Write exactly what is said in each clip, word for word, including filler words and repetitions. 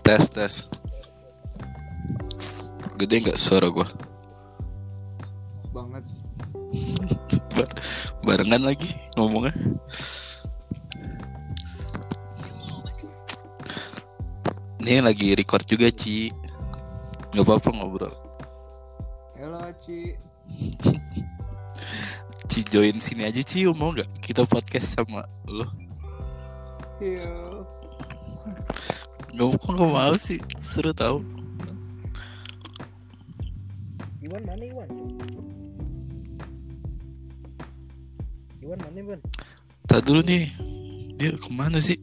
Tes tes. Gede nggak suara gue? Banget. Barengan lagi ngomongnya. Ini lagi record juga Ci. Gak apa-apa ngobrol. Halo Ci. Ci join sini aja Ci, mau gak kita podcast sama lo? Iya. Gak, kok gak mau sih, seru tau. Iwan mana Iwan? Iwan mana Iwan? Tak dulu nih, dia kemana sih?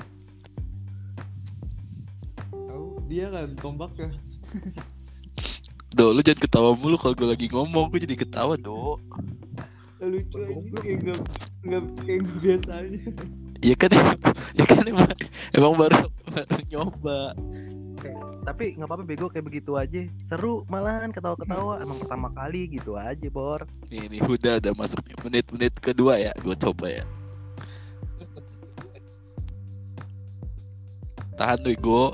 Tahu dia kan tombak ya. Do, lu jangan ketawa mulu kalau gue lagi ngomong, gue jadi ketawa do. Lucu aja kayak nggak nggak kayak nggak biasanya. Iya kan, ya kan emang, emang baru baru nyoba. Tapi nggak apa-apa bego, kayak begitu aja seru, malahan ketawa-ketawa. Emang pertama kali gitu aja Bor. Nih nih udah ada masuk menit-menit kedua ya, gue coba ya. Tahan tuh gue.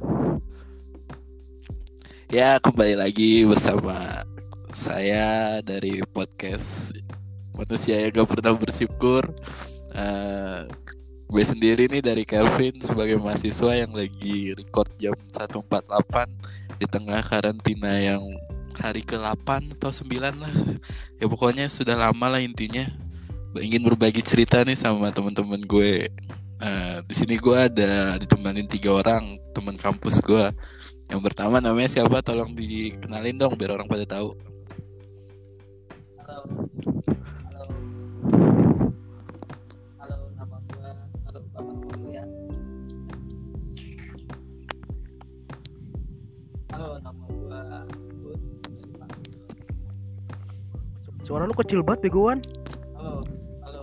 Ya kembali lagi bersama saya dari podcast Manusia yang Gak Pernah Bersyukur. uh, Gue sendiri nih dari Kelvin sebagai mahasiswa yang lagi record jam satu empat puluh delapan di tengah karantina yang hari ke delapan atau sembilan lah. Ya pokoknya sudah lama lah intinya. Ingin berbagi cerita nih sama teman-teman gue. uh, Di sini gue ada ditemenin tiga orang teman kampus gue. Yang pertama namanya siapa? Tolong dikenalin dong biar orang pada tahu. Halo, halo, halo, nama gua, halo bapak dulu ya. Halo, nama gua Gus. Suara lu kecil banget begoan. Halo, halo,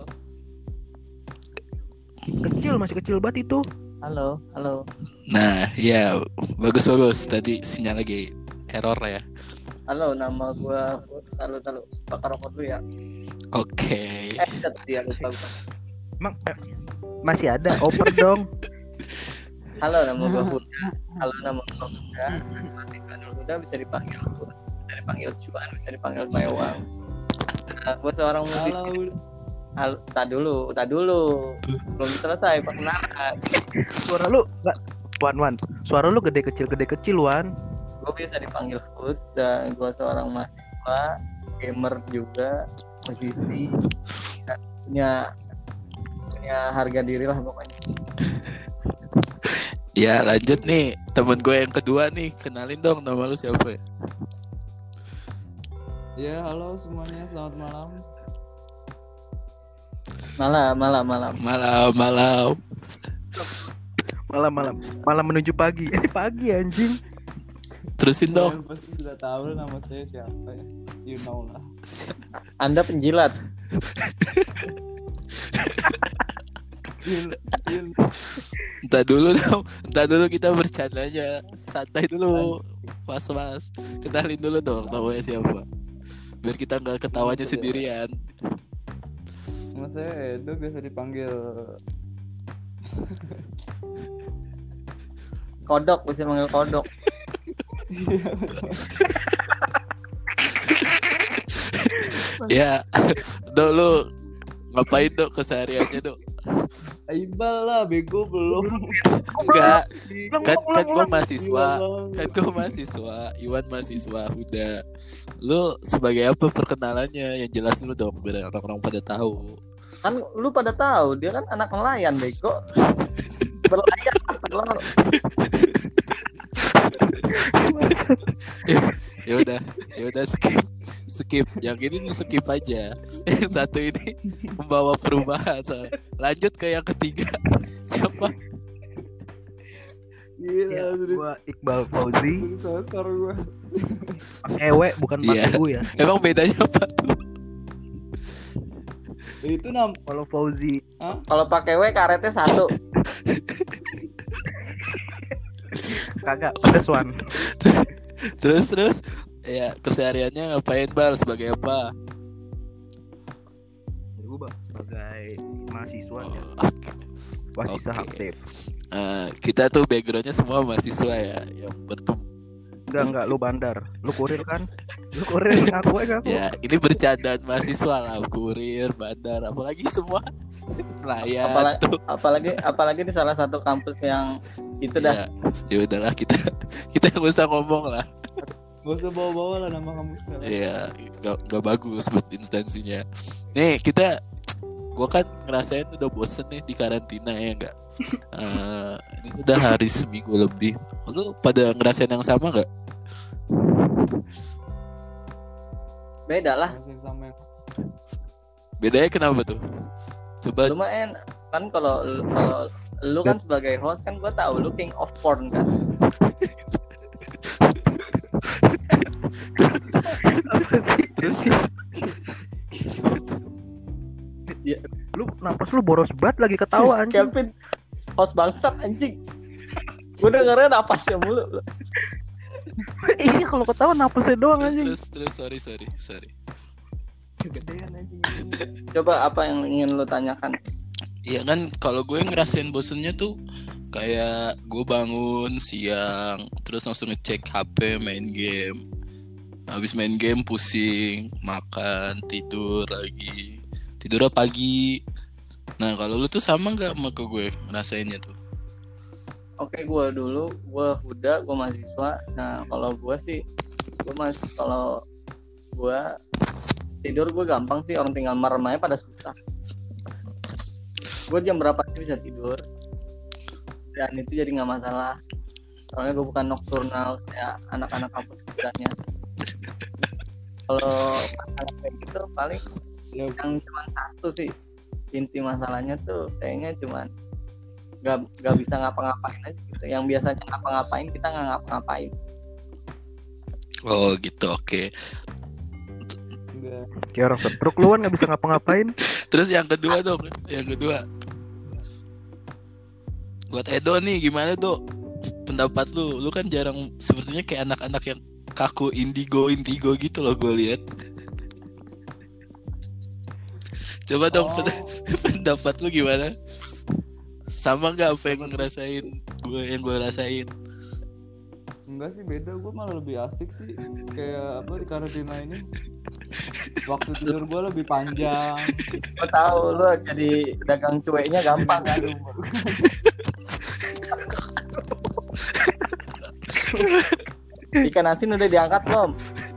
Kecil, masih kecil banget itu. halo, halo, Nah, ya bagus-bagus. Tadi sinyal lagi error ya. halo, nama gua, halo, halo, bakar rokok dulu ya. Oke. Eh, set dia lupa lupa. Emang eh, masih ada oper dong. Halo, nama gua Huda. Halo, nama gua Huda. Mahasiswa Nur Huda, bisa dipanggil Gus, bisa dipanggil Cuan, bisa dipanggil Mewang. Nah, gua seorang musisi. Halo. Halo, tak dulu, tak dulu, belum selesai perkenalan. Suara lu enggak Wan Wan. Suara lu gede kecil gede kecil Wan. Gue bisa dipanggil Kus dan gue seorang mahasiswa, gamer juga, musisi, dan punya punya harga diri lah pokoknya. Ya lanjut nih, temen gue yang kedua nih, kenalin dong nama lu siapa ya? Ya halo semuanya, selamat malam. Malam, malam, malam. Malam, malam. Malam malam. Malam menuju pagi. Eh pagi anjing. Terusin dong. Kalian pasti sudah tahu nama saya siapa ya. You know lah. Anda penjilat. You, you, Entar dulu dong, entar dulu kita bercandanya, santai dulu, mas mas. Kenalin dulu dong namanya siapa, biar kita nggak ketawanya sendirian. nama saya Edo, biasa dipanggil Kodok, bisa manggil kodok. Ya, Dok lu ngapain Dok kesehariannya Dok? Aibal lah, bego belum. Enggak, kan kan gue Gila mahasiswa, banget. kan gue mahasiswa, Iwan mahasiswa, udah. Lu sebagai apa perkenalannya? Yang jelas dulu dong biar orang-orang pada tahu. Kan lu pada tahu, dia kan anak nelayan, bego. Berlayar, telur. ya ya udah, ya udah skip, skip. Yang ini lu skip aja. Yang satu ini membawa perubahan. Soalnya. Lanjut ke yang ketiga. Siapa? Gila, Ya, sudah gua Iqbal Fauzi. semester gua. Pakai W bukan pakai Iya. U ya. Emang bedanya apa tuh? Itu nam Kalau Fauzi Kalau pakai W karetnya satu. kagak pedes Wan. Terus terus ya kesehariannya ngapain Bal sebagai apa? Gue Bang sebagai mahasiswa ya. Oh, oke. Masih Oke. aktif. uh, kita tuh backgroundnya semua mahasiswa ya yang bertemu. Enggak enggak lu bandar. Lu kurir kan? Lu kurir ngaku aja ngaku. Ya ini bercandaan mahasiswa lah, kurir, bandar, apalagi semua nelayan. Apalagi, tuh. apalagi apalagi di salah satu kampus yang itu dah. Ya, ya udahlah kita kita nggak usah ngomong lah. Gak usah bawa-bawa lah nama kamu sekarang. Iya, nggak nggak bagus buat instansinya. Nih kita, gua kan ngerasain udah bosen nih di karantina ya enggak. Uh, ini udah hari seminggu lebih. Lu pada ngerasain yang sama nggak? Beda lah. Rasain sama yang Bedanya kenapa tuh? Coba. Lumayan kan kalau lu- kalau lu kan sebagai host kan gue tahu lu king of porn kan. Apa sih? Terus sih. Ya. Lu napas lu boros banget lagi ketawa Si anjing. Kelvin host bangsat anjing. Gue dengerin napasnya mulu. Iya kalau ketawa napasnya doang Terus, anjing. terus, terus, sorry, sorry, sorry. Kegedean anjing. Coba apa yang ingin lu tanyakan? Iya kan, kalau gue ngerasain bosennya tuh kayak gue bangun siang, terus langsung ngecek H P, main game. Habis main game pusing, makan, tidur lagi. Tidurnya pagi. Nah kalau lu tuh sama nggak sama ke gue ngerasainnya tuh? Oke, gue dulu, gue Huda, gue mahasiswa. Nah, kalau gue sih, gue masih kalau gue tidur gue gampang sih, orang tinggal merem aja pada susah. Gue jam berapa aja bisa tidur, dan itu jadi nggak masalah. Soalnya gue bukan nocturnal kayak anak-anak kampus biasanya. Kalau masalah kayak gitu paling ya, yang cuma satu sih inti masalahnya tuh kayaknya cuman nggak nggak bisa ngapa-ngapain aja gitu. Yang biasanya ngapa-ngapain kita nggak ngapa-ngapain. Oh gitu, oke. enggak. Kayak orang setruk lu kan nggak bisa ngapa-ngapain. Terus yang kedua dong, yang kedua. Buat Edo nih gimana Dok? Pendapat lu, lu kan jarang sepertinya kayak anak-anak yang kaku indigo indigo gitu loh gue lihat. Coba dong Oh. pen- pendapat lu gimana? Sama nggak apa yang ngerasain gue yang gue rasain? Enggak sih, beda. Gue malah lebih asik sih. Kayak apa di karantina ini. Waktu tidur gue lebih panjang. Gue tahu lu jadi dagang cueknya gampang kan. Ikan asin udah diangkat belum?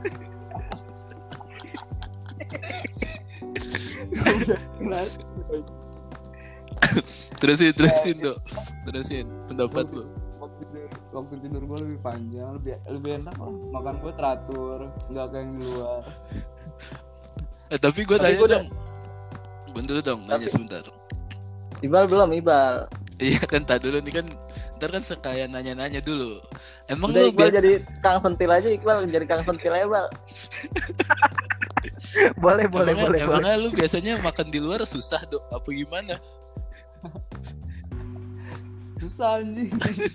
Terusin, terusin Dok. Terusin pendapat lu. waktu tidur, waktu tidur gue lebih panjang, lebih lebih enak lah. Makan gue teratur, nggak kayak yang di luar. Eh tapi gue Tapi tanya gua dong. Bentar dong, nanya Tapi- sebentar. Ibal belum Ibal. Iya kan, tak dulu nih kan. Ntar kan sekalian nanya-nanya dulu. Emang Udah lu Iqbal biar... jadi Kang Sentil aja, Iqbal jadi Kang Sentil aja, Bal. Boleh boleh emangnya, boleh boleh. emangnya lu biasanya makan di luar susah Dok? Apa gimana? Susah anjing.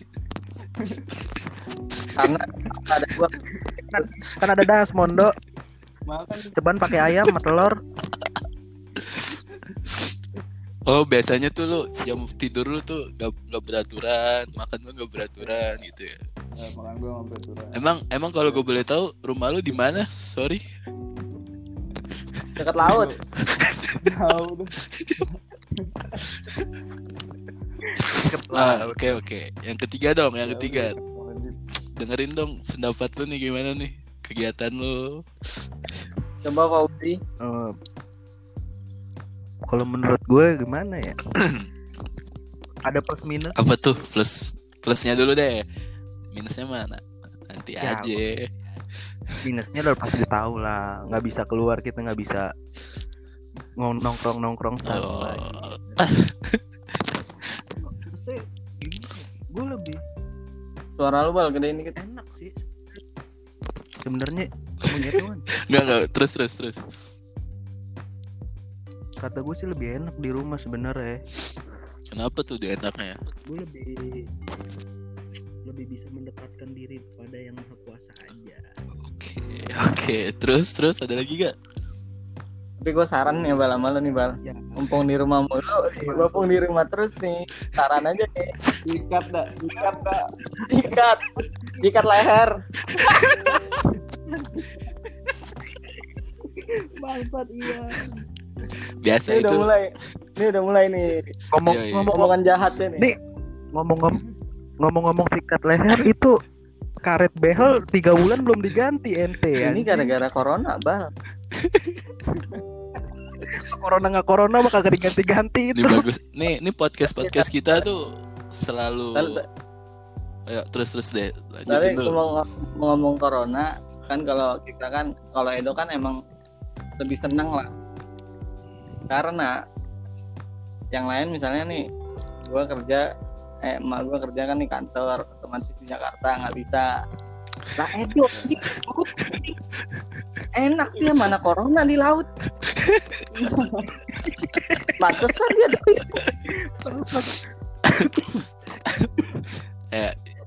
Karena ada gua Kan ada das mondo. Makan Ceban pakai ayam sama telur. Oh biasanya tuh lu jam tidur lu tuh gak, gak beraturan, makan lu gak beraturan gitu ya. eh, makan gue nggak beraturan. Emang emang kalau gue boleh tahu rumah lu di mana? Sorry. dekat laut. Tahu deh. Ah oke oke. Yang ketiga dong, yang Ya ketiga. udah, lanjut. Dengerin dong pendapat lu nih gimana nih kegiatan lu. Coba Fauzi. Eh, kalau menurut gue gimana ya? Ada plus minus. Apa tuh plus plusnya dulu deh. Minusnya mana? Nanti Ya, aja. Minusnya udah pasti tahu lah. Nggak bisa keluar, kita nggak bisa nongkrong nongkrong santai. Oh. Plusnya gimana ya? Gue lebih Suara lu Bal gedein dikit. enak sih. Sebenarnya kamu nyetuan. Enggak enggak, terus terus terus. Kata gue sih lebih enak di rumah sebenarnya. Kenapa tuh dia enaknya? Gue lebih lebih bisa mendekatkan diri pada yang maha kuasa aja. Oke, oke. Terus terus ada lagi gak? Tapi gue saran nih Bal sama lu nih Bal. Ya. Mumpung di rumah mulu, mumpung di rumah terus nih. Saran aja nih. Sikat dah, sikat dah. Sikat, sikat leher. Bangsat iya. Biasa Ini itu. udah mulai, ini udah mulai nih. Ngomong Iya, iya. ngomong Omongan jahatnya nih. nih ngomong-ngomong ngomong-ngomong sikat leher itu karet behel tiga bulan belum diganti ente ya. Ini gara-gara corona Bal. corona nggak corona mah kagak diganti-ganti Ini itu. bagus. Nih, ini podcast podcast kita tuh selalu. Lalu- Ayo terus terus deh. Tapi Lanjutin dulu. ngomong, ngomong corona kan kalau kita kan kalau Edo kan emang lebih seneng lah karena yang lain misalnya nih gue kerja eh emak gue kerja kan di kantor otomatis di Jakarta nggak bisa lah Edo di laut enak dia mana corona di laut pantesan dia Eh,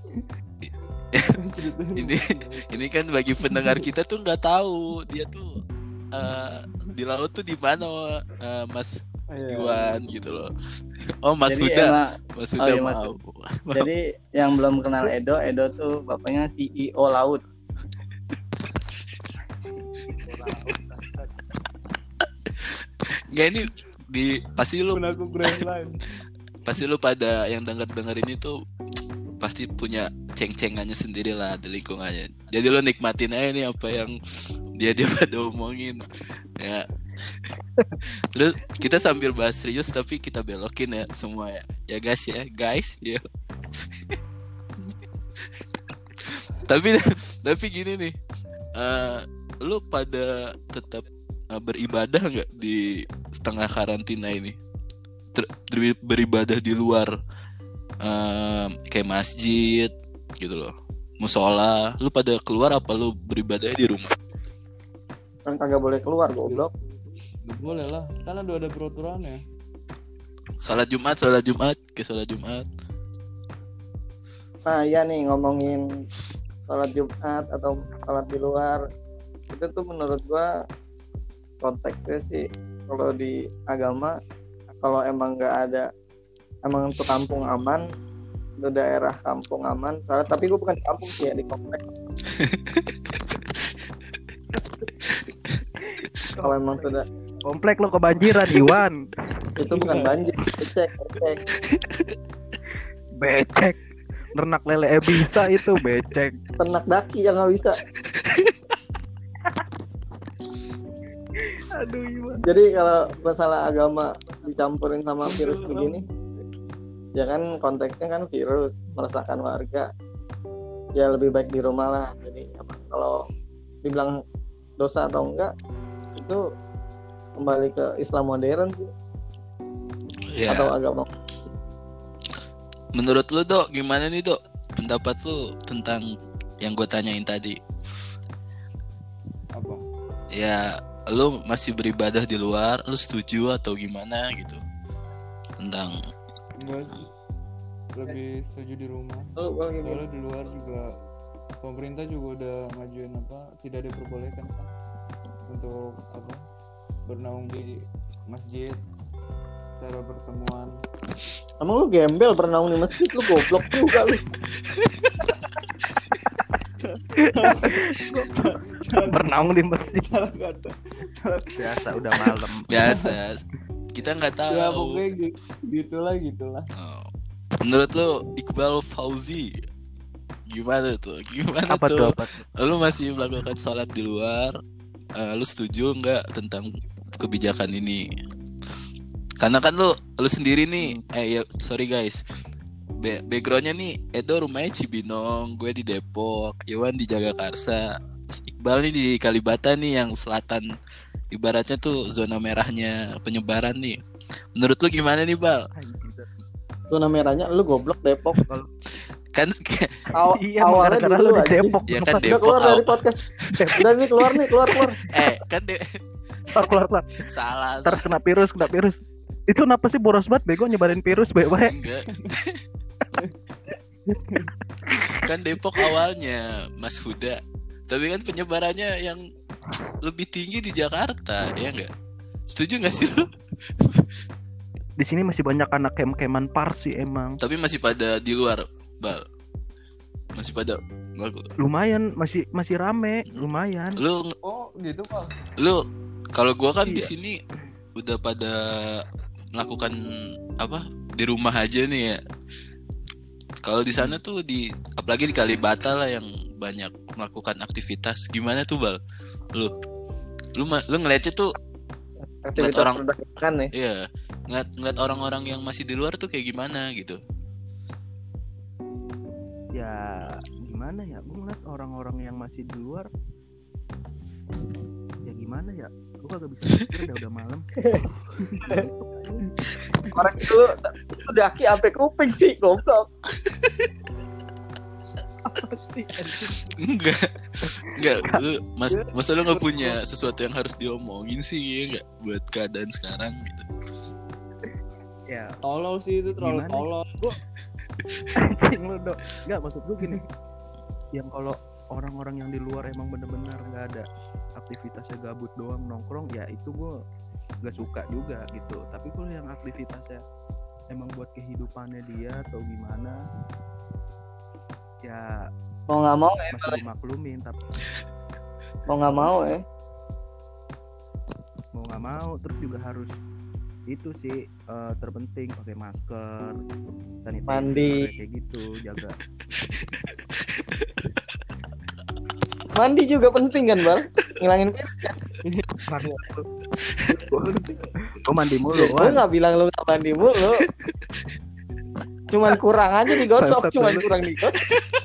ini ini kan bagi pendengar kita tuh nggak tahu dia tuh eh, di laut tuh di mana eh, Mas Iwan gitu loh. Oh Mas Jadi Huda, emang- Mas Oh Huda iya, Mas mau. jadi yang belum kenal Edo Edo tuh bapaknya C E O laut. Nggak ini di pasti lu Aku grand line. pasti lu pada yang denger denger ini tuh pasti punya ceng-cengannya sendiri lah di lingkungannya. Jadi lu nikmatin aja nih apa yang dia dia pada omongin ya. Terus kita sambil bahas serius tapi kita belokin ya semua ya. Ya guys ya, guys ya. tapi tapi gini nih. eh, lu pada tetap eh, beribadah nggak di setengah karantina ini? Ter- ter- beribadah di luar em, kayak masjid gitu loh, musola. Lu pada keluar apa lu beribadah di rumah? Kan kagak boleh keluar goblok. Gak boleh lah, kan udah ada peraturannya. Salat Jumat, salat Jumat, ke salat Jumat. Nah iya nih ngomongin sholat Jumat atau sholat di luar itu tuh menurut gua konteksnya sih kalau di agama kalau emang nggak ada emang untuk kampung aman itu daerah kampung aman salah tapi gua bukan di kampung sih ya di komplek. Kalau emang tidak Komplek lo kebanjiran Iwan. itu bukan banjir cek cek Becek. Ternak lele bisa itu becek. ternak daki yang nggak bisa. Aduh Iwan. Jadi kalau masalah agama dicampurin sama virus begini, ya kan konteksnya kan virus meresahkan warga. Ya lebih baik di rumah lah. Jadi apa, kalau dibilang dosa atau enggak itu kembali ke Islam modern sih Ya. atau agama. Menurut lu Dok, gimana nih Dok? Pendapat lu tentang yang gue tanyain tadi? Apa? Ya, lu masih beribadah di luar, lu setuju atau gimana gitu? Tentang Enggak sih. Lebih setuju di rumah. Lu kalau gini, Soalnya di luar juga pemerintah juga udah ngajuin apa tidak diperbolehkan kan untuk apa bernaung di masjid secara pertemuan. emang lu gembel bernaung di masjid lu goblok juga lu. Bernaung di masjid. Salah kata. Salah Biasa udah malam. biasa. Kita nggak tahu. ya pokoknya gitu, gitulah gitulah. Oh. Menurut lu Iqbal Fauzi gimana tuh? Gimana Apa tuh? tuh apa tuh? Lu masih melakukan sholat di luar? Eh, lu setuju nggak tentang kebijakan ini? Karena kan lu lu sendiri nih, eh ya sorry guys, Be- backgroundnya nih Edo rumahnya Cibinong, gue di Depok, Iwan di Jagakarsa, Iqbal nih di Kalibata nih yang selatan, ibaratnya tuh zona merahnya penyebaran nih. Menurut lu gimana nih Bal? Zona merahnya lu goblok Depok. Kan Aw- Iya, awalnya gara-gara dulu lu di aja. Depok. ya kan Udah Depok keluar dari aw- podcast. Udah nih keluar nih keluar keluar. eh kan de- Keluar, keluar, keluar. salah. Ntar kena virus, kena virus. Itu kenapa sih boros banget bego nyebarin virus baik-baik. Enggak. Kan Depok awalnya Mas Huda, tapi kan penyebarannya yang lebih tinggi di Jakarta, ya enggak? Setuju gak sih lu? Di sini masih banyak anak kem-keman pars sih emang. Tapi masih pada di luar, Bal. Masih pada Lumayan, masih masih rame, lumayan. Lu Oh gitu Pak. lu kalau gua kan Iya. di sini udah pada melakukan apa? Di rumah aja nih ya. Kalau di sana tuh di apalagi di Kalibata lah yang banyak melakukan aktivitas. Gimana tuh, Bal? Lu lu ma- lu ngeliatnya tuh Aktivitas orang- perdagangan ya. iya, ngeliat ngeliat orang-orang yang masih di luar tuh kayak gimana gitu. Ya gimana ya, gue ngeliat orang-orang yang masih di luar. Ya gimana ya, gue kagak bisa mikir, udah udah malam. Orang itu itu daki sampai kuping sih, goblok. Enggak. Enggak, lu mas, masa lu enggak punya sesuatu yang harus diomongin sih ya enggak buat keadaan sekarang gitu. Ya Tolol sih itu terlalu Gimana? tolol. Gua anjing lu dok. Nggak, maksud gue gini, yang kalau orang-orang yang di luar emang bener-bener nggak ada aktivitasnya, gabut doang nongkrong, ya itu gue nggak suka juga gitu. Tapi kalau yang aktivitasnya emang buat kehidupannya dia atau gimana, ya Mau nggak mau ya, masih dimaklumin. Tapi mau nggak mau ya. mau nggak mau, terus juga harus itu sih, eh, terpenting pakai masker, sanitizer, Mandi. kayak gitu, jaga. Mandi juga penting kan, Bal? Ngilangin virus. Mandi gue mandi mulu, Gue Wan. nggak bilang lu nggak mandi mulu. Cuman kurang aja digosok, Bangsat cuman lu. kurang digosok.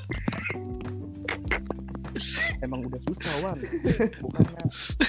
Emang udah susah, Wan. Bukannya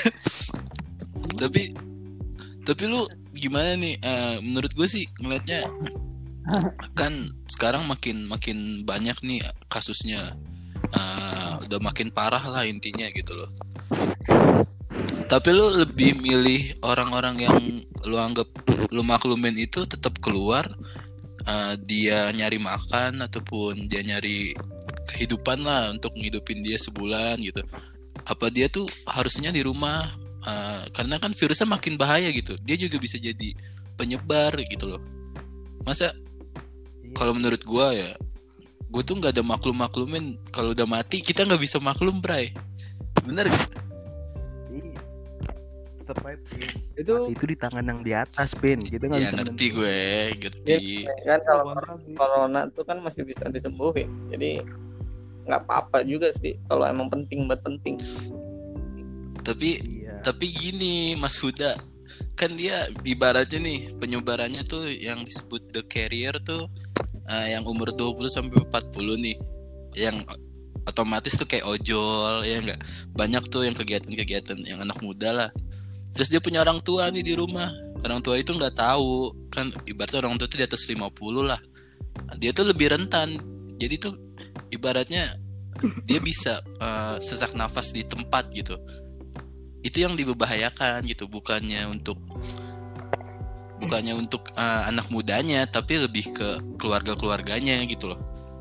Tapi tapi lu gimana nih? Eh, menurut gue sih ngelihatnya kan sekarang makin makin banyak nih kasusnya. Eh, udah makin parah lah intinya gitu loh. Tapi lu lebih milih orang-orang yang lu anggap lu maklumin itu tetap keluar, eh, dia nyari makan ataupun dia nyari kehidupan lah untuk ngidupin dia sebulan gitu. Apa dia tuh harusnya di rumah, eh, karena kan virusnya makin bahaya gitu. Dia juga bisa jadi penyebar gitu loh. Masa kalau menurut gua ya, gue tuh nggak ada maklum maklumin. Kalau udah mati kita nggak bisa maklum, Bray. Bener gak? Iya. Tetep aja, Pin. itu Mati itu di tangan yang di atas, Pin. Kita nggak Ya bisa ngerti nentuin. gue, Ya, ngerti. kan kalau kontrak sih. corona tuh kan masih bisa disembuhin. Jadi nggak apa-apa juga sih kalau emang penting buat penting. Tapi Iya. tapi gini, Mas Huda, kan dia ibaratnya nih penyebarannya tuh yang disebut the carrier tuh, eh, yang umur dua puluh sampai empat puluh nih, yang otomatis tuh kayak ojol ya enggak, banyak tuh yang kegiatan-kegiatan yang anak muda lah. Terus dia punya orang tua nih di rumah, orang tua itu nggak tahu kan, ibaratnya orang tua itu di atas lima puluh lah, dia tuh lebih rentan. Jadi tuh ibaratnya dia bisa eh, sesak nafas di tempat gitu. Itu yang dibebahayakan gitu, bukannya untuk bukannya untuk uh, anak mudanya, tapi lebih ke keluarga-keluarganya gitu loh.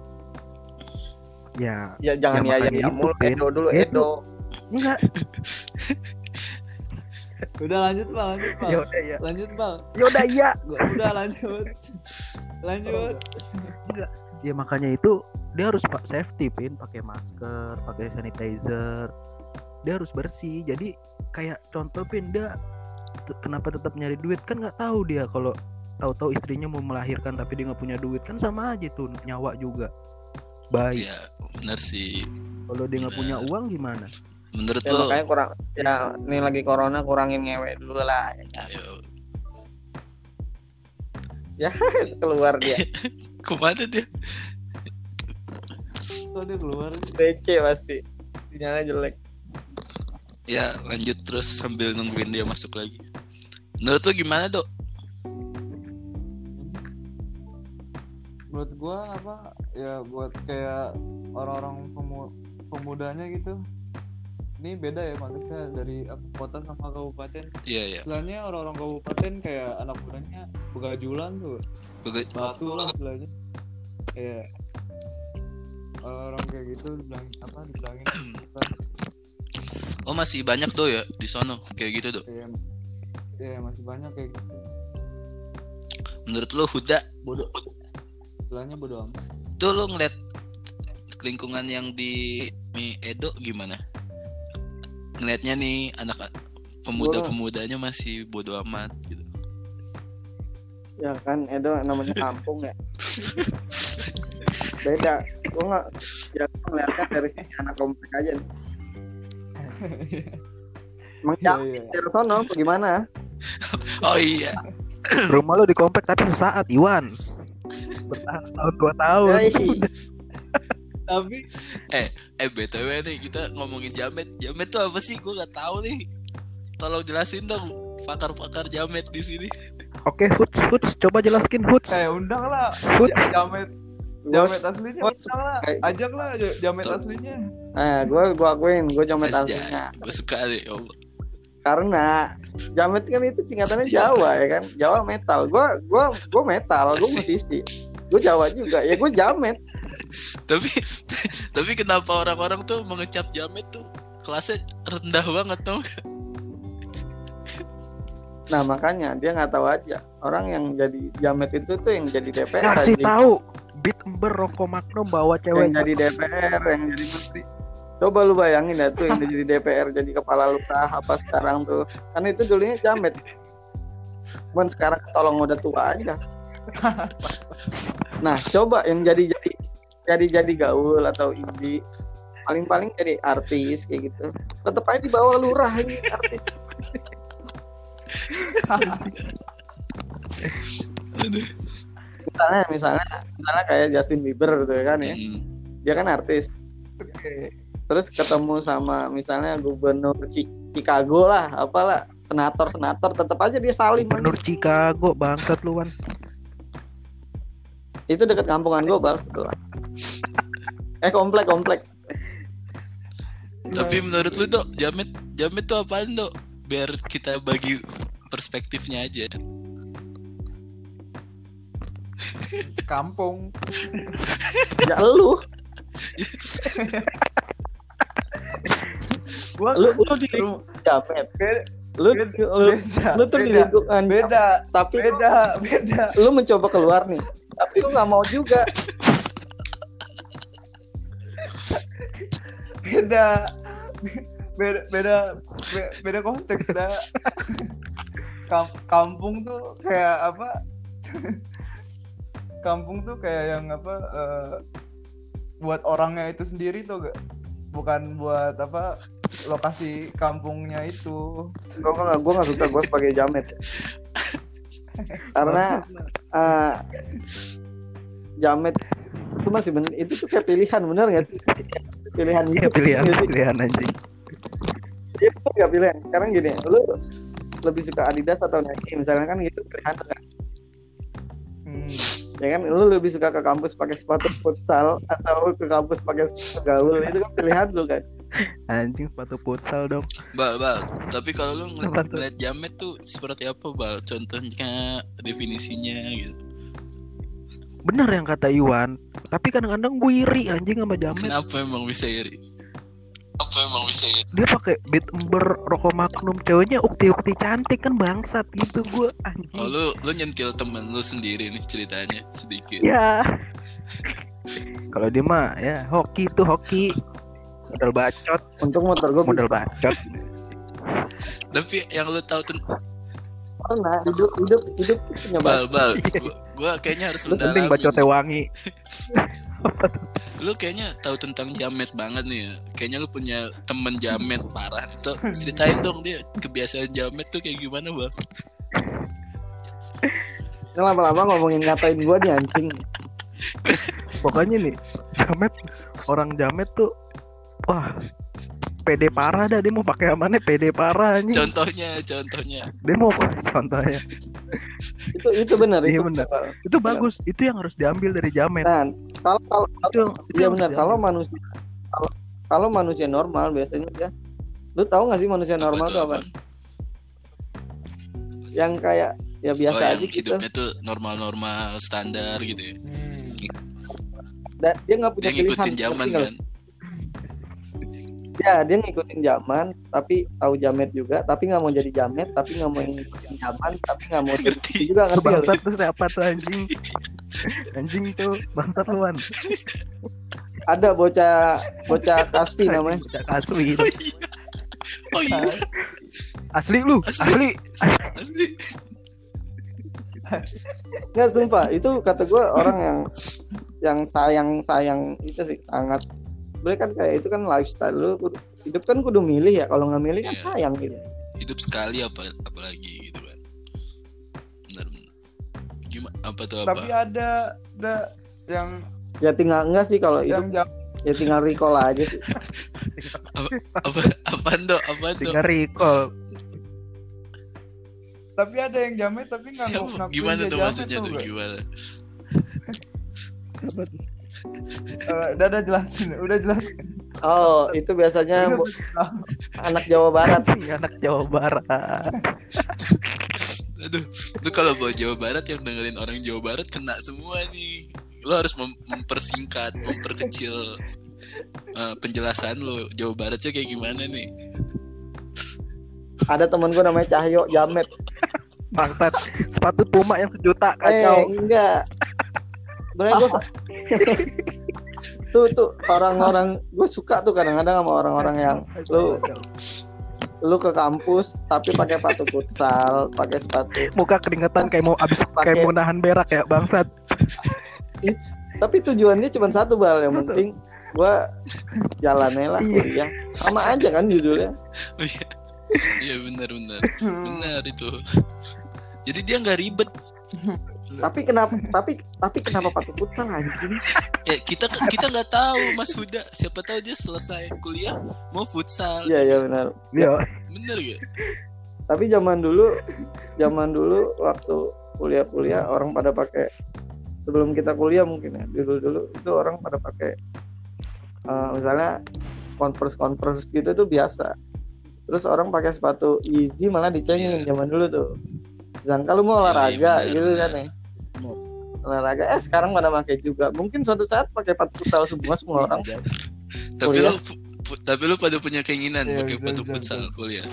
Ya, Ya jangan Ya, ya, ya, makanya ya itu, mulu Pin. Edo dulu Edo. Edo. enggak. Udah lanjut Pak, lanjut Pak. Ya udah ya. Lanjut Pak. Ya udah iya. Gua- Udah lanjut. Lanjut. Ya makanya itu dia harus pak safety, Pin, pakai masker, pakai sanitizer. Dia harus bersih. Jadi kayak contoh, Pin, dia t- kenapa tetap nyari duit, kan nggak tahu dia kalau tahu-tahu istrinya mau melahirkan tapi dia nggak punya duit, kan sama aja tuh, nyawa juga. Baik. Ya benar sih. Kalau dia nggak punya uang gimana? Menurut Ya lo makanya kurang ya ini lagi corona, kurangin ngewe dulu lah. ya, Keluar dia. kemana dia? Kok dia keluar? D C pasti. Sinyalnya jelek. Ya lanjut terus sambil nungguin dia masuk lagi. Menurut lo gimana, Dok? Menurut gua apa ya, buat kayak orang-orang pemu- pemudanya gitu, ini beda ya konteksnya dari apa, kota sama kabupaten. Iya ya. Istilahnya orang-orang kabupaten kayak anak mudanya begajulan tuh, Bega- batu lah istilahnya. Kayak orang kayak gitu dibilang apa, dibilangin susah. Oh masih banyak Do ya di sono kayak gitu, Dok. Kayak ya masih banyak kayak gitu. Menurut lu Huda, Bodoh. Istilahnya bodo amat. tuh lu ngeliat lingkungan yang di Mi Edo gimana? Ngeliatnya nih anak pemuda-pemudanya masih bodo amat gitu. Ya kan Edo namanya kampung ya. Beda. Gue nggak, ya gue ngeliatnya dari sisi anak komplek aja nih. Emang Iya, jauh iya. dari sono gimana? Oh iya. Rumah lu di komplek tapi sesaat Iwan. Bertahan setahun dua tahun. Hei, Tapi Eh B T W nih kita ngomongin jamet. Jamet tuh apa sih? Gue nggak tahu nih. Tolong jelasin dong pakar-pakar jamet di sini. Oke, Huts, Huts, coba jelaskin Huts. kayak undang lah Huts. Ja- jamet jamet aslinya What? undang lah. Kayak- Ajak lah ja- jamet Tuh. aslinya. eh gue gue akuin gue jamet aslinya. Gue suka deh. Oh. Karena jamet kan itu singkatannya Jawa ya kan, Jawa metal. Gue gue gue metal, gue musisi. Gue Jawa juga, ya gue jamet. Tapi tapi kenapa orang-orang tuh mengecap jamet tuh kelasnya rendah banget tuh? Nah makanya dia nggak tahu aja orang yang jadi jamet itu tuh yang jadi D P R, Kasih anjing. tahu. Beat Ember Rokok Magnum bawa yang cewek. jadi D P R, yang jadi menteri. Coba lu bayangin dah tuh yang jadi D P R, jadi kepala lurah apa sekarang tuh. Kan itu dulunya jamet. Cuman sekarang tolong udah tua aja. Nah, coba yang jadi jadi jadi jadi gaul atau indie, paling-paling jadi artis kayak gitu. Tetep aja di bawah lurah ini artis. Aduh. Misalnya misalnya misalnya kayak Justin Bieber gitu kan ya. Hmm. Dia kan artis. Oke. Terus ketemu sama misalnya gubernur Ci- Chicago lah, apalah, senator-senator, tetap aja dia salim. Gubernur Chicago, bangsat lu, Wan. Itu dekat kampungan gue, Bal, setelah. Eh komplek komplek. Tapi menurut lu Dok, jamet jamet tuh apaan Dok? Biar kita bagi perspektifnya aja. Kampung. Ya lu, Gua lu lu di jamet. beda, Lu lu, beda, lu tuh di beda, lingkungan beda, tapi lu, beda, beda. lu mencoba keluar nih. Tapi lu nggak mau juga. beda beda beda be- beda konteks dah. Kam- kampung tuh kayak apa? Kampung tuh kayak yang apa, eh, buat orangnya itu sendiri tuh gak, bukan buat apa lokasi kampungnya itu. Gue nggak gue nggak suka gue sebagai jamet. Karena eh, jamet itu masih bener, itu tuh kayak pilihan, bener nggak sih? Pilihan Iya, hidup, pilihan, nggak sih? pilihan anjing. Itu nggak pilihan. Sekarang gini, lu lebih suka Adidas atau Nike misalnya, kan gitu pilihan lu kan. Hmm. Ya kan, lu lebih suka ke kampus pakai sepatu futsal atau ke kampus pakai sepatu gaul, itu kan pilihan lu kan. Anjing sepatu futsal dong. Bal, Bal. Tapi kalau lu ngeliat, Apa tuh? ngeliat jamet tuh seperti apa, Bal? Contohnya, definisinya gitu. Bener yang kata Iwan. Tapi kadang-kadang gue iri anjing sama jamet. Kenapa emang bisa iri? Apa emang bisa iri? Dia pakai Beat Ember Rokok Magnum, ceweknya ukti-ukti cantik kan, bangsat gitu gue anjing. Oh, lu lu nyentil temen lu sendiri nih ceritanya sedikit. Ya. Kalau dia mah ya hoki tuh hoki. Modal bacot, Untuk motor gue modal bacot. Tapi yang lu tahu tentang pernah hidup hidup hidup tuh punya Bal, bacot. Bal, gua, gua kayaknya harus Lu penting mendalami. bacotnya wangi. Lu kayaknya tahu tentang jamet banget nih ya. Kayaknya lu punya temen jamet parah. Tuh, ceritain dong dia kebiasaan jamet tuh kayak gimana, Bal? Ini lama-lama ngomongin ngatain gue nih anjing. Pokoknya nih, jamet, orang jamet tuh wah, pede parah dah, dia mau pakai amannya pede parah anjing. Contohnya, contohnya. Dia mau contohnya. Itu itu benar Iya itu. benar. Itu bagus, itu yang harus diambil dari jamet. Nah, kalau kalau Itu, itu iya yang benar, harus kalau diambil. manusia kalau kalau manusia normal biasanya dia, lu tahu nggak sih manusia normal Apa tuh tuh, apa? Yang kayak ya biasa Oh, yang aja gitu. hidupnya tuh normal-normal standar gitu ya. Hmm. Dan dia nggak punya Dia pilihan. ngikutin zaman ngerti nggak lu? kan. Ya, dia ngikutin zaman, tapi tahu jamet juga, tapi nggak mau jadi jamet, tapi nggak mau ngikutin zaman, tapi nggak mau jadi Ngerti. juga ngerti nggak lu? Bangsat tuh siapa tuh anjing? Anjing tuh bangsat luan. Ada bocah bocah Kaspi namanya. Bocah Kaswi. Oh iya. Oh iya. Asli lu, Asli. asli. Asli. Nggak, sumpah itu kata gue orang yang yang sayang sayang itu sih sangat. Sebenarnya kan kayak itu kan lifestyle lu, kudu- hidup kan kudu milih ya, kalau nggak milih kan Iya. sayang gitu. Hidup sekali apa apalagi gitu kan. Benar benar. Gimana apa tuh apa? Tapi ada ada yang Ya tinggal enggak sih kalau yang hidup, jam ya tinggal recall aja sih. Apa apaan tuh? Apaan tuh? Tinggal recall. tapi ada yang jamet tapi nggak Siapa? ngakuin Gimana dia tuh jamet maksudnya tau tuh nggak? gimana? Eh, udah udah jelasin, udah jelasin. Oh, itu biasanya Itu bo- tuh, anak Jawa Barat. Iya, anak Jawa Barat. Aduh, lu kalau bawa Jawa Barat yang dengerin orang Jawa Barat kena semua nih. Lu harus mem- mempersingkat, memperkecil uh, penjelasan lu. Jawa Baratnya kayak gimana nih? Ada temen gue namanya Cahyo jamet. Bangsat. Sepatu Puma yang sejuta Eh, kacau. enggak. Sebenarnya gue tuh tuh orang-orang gue suka tuh kadang-kadang sama orang-orang yang lu lu ke kampus tapi pakai sepatu futsal, pakai sepatu. Muka keringetan kayak mau abis Pakai- kayak mau nahan berak ya, bangsat. Tapi tujuannya cuma satu, Bal, yang penting gue jalannya lah Iya. kuliah. Sama aja kan judulnya. Oh iya. Iya benar benar. Benar itu. Jadi dia nggak ribet. Tapi kenapa tapi tapi kenapa sepatu futsal anjing? Ya kita kita nggak tahu Mas Huda. Siapa tahu dia selesai kuliah mau futsal. Iya, iya benar. Iya. Bener gak? Tapi zaman dulu zaman dulu waktu kuliah-kuliah orang pada pakai, sebelum kita kuliah mungkin ya, dulu-dulu itu orang pada pakai uh, misalnya Converse Converse gitu tuh biasa. Terus orang pakai sepatu Yeezy malah dicengin Iya. zaman dulu tuh. Sangka lu mau Oh, iya, olahraga benar, gitu benar. kan ya. Olahraga eh sekarang pada pakai juga. Mungkin suatu saat pakai sepatu futsal semua semua orang. Tapi Kuliah. lu pu- tapi lu pada punya keinginan Iya, pakai bisa, sepatu bisa, futsal bisa. kuliah.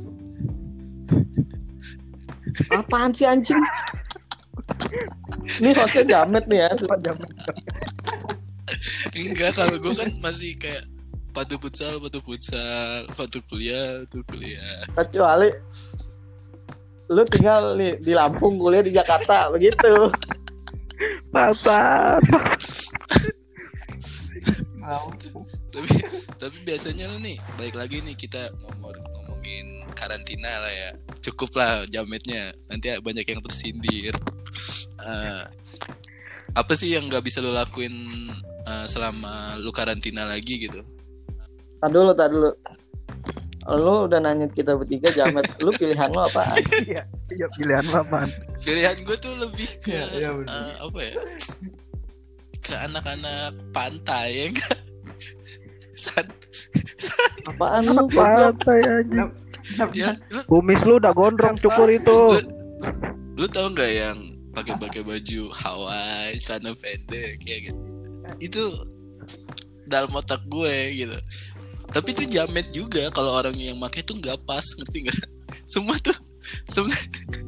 Apaan sih anjing? Ini hostnya jamet nih ya. Enggak, kalau gue kan masih kayak sepatu futsal, sepatu futsal, sepatu kuliah, sepatu kuliah. Kecuali lu tinggal nih di Lampung kuliah di Jakarta begitu. Bangsat. Tapi tapi biasanya lu nih, balik lagi nih kita ngomong ngomongin karantina lah ya. Cukup lah jametnya. Nanti banyak yang tersindir. Eh, apa sih yang nggak bisa lu lakuin eh, selama lu karantina lagi gitu? Tar dulu, tar dulu. Lu udah nanya kita bertiga jamet, lu pilihan lu apaan? Iya, iya pilihan lu apaan? Pilihan gue tuh lebih ke Iya, iya bener. eh, apa ya? Ke anak-anak pantai ya enggak? Sant Apaan lu? goblok? Pantai anjing. ya, lu, Kumis lu udah gondrong cukur itu. lu, lu tau nggak yang pakai-pakai baju Hawaii, celana pendek kayak gitu? Itu dalam otak gue gitu. Tapi itu jamet juga kalau orang yang pakai tuh nggak pas, ngerti nggak? Semua tuh, semua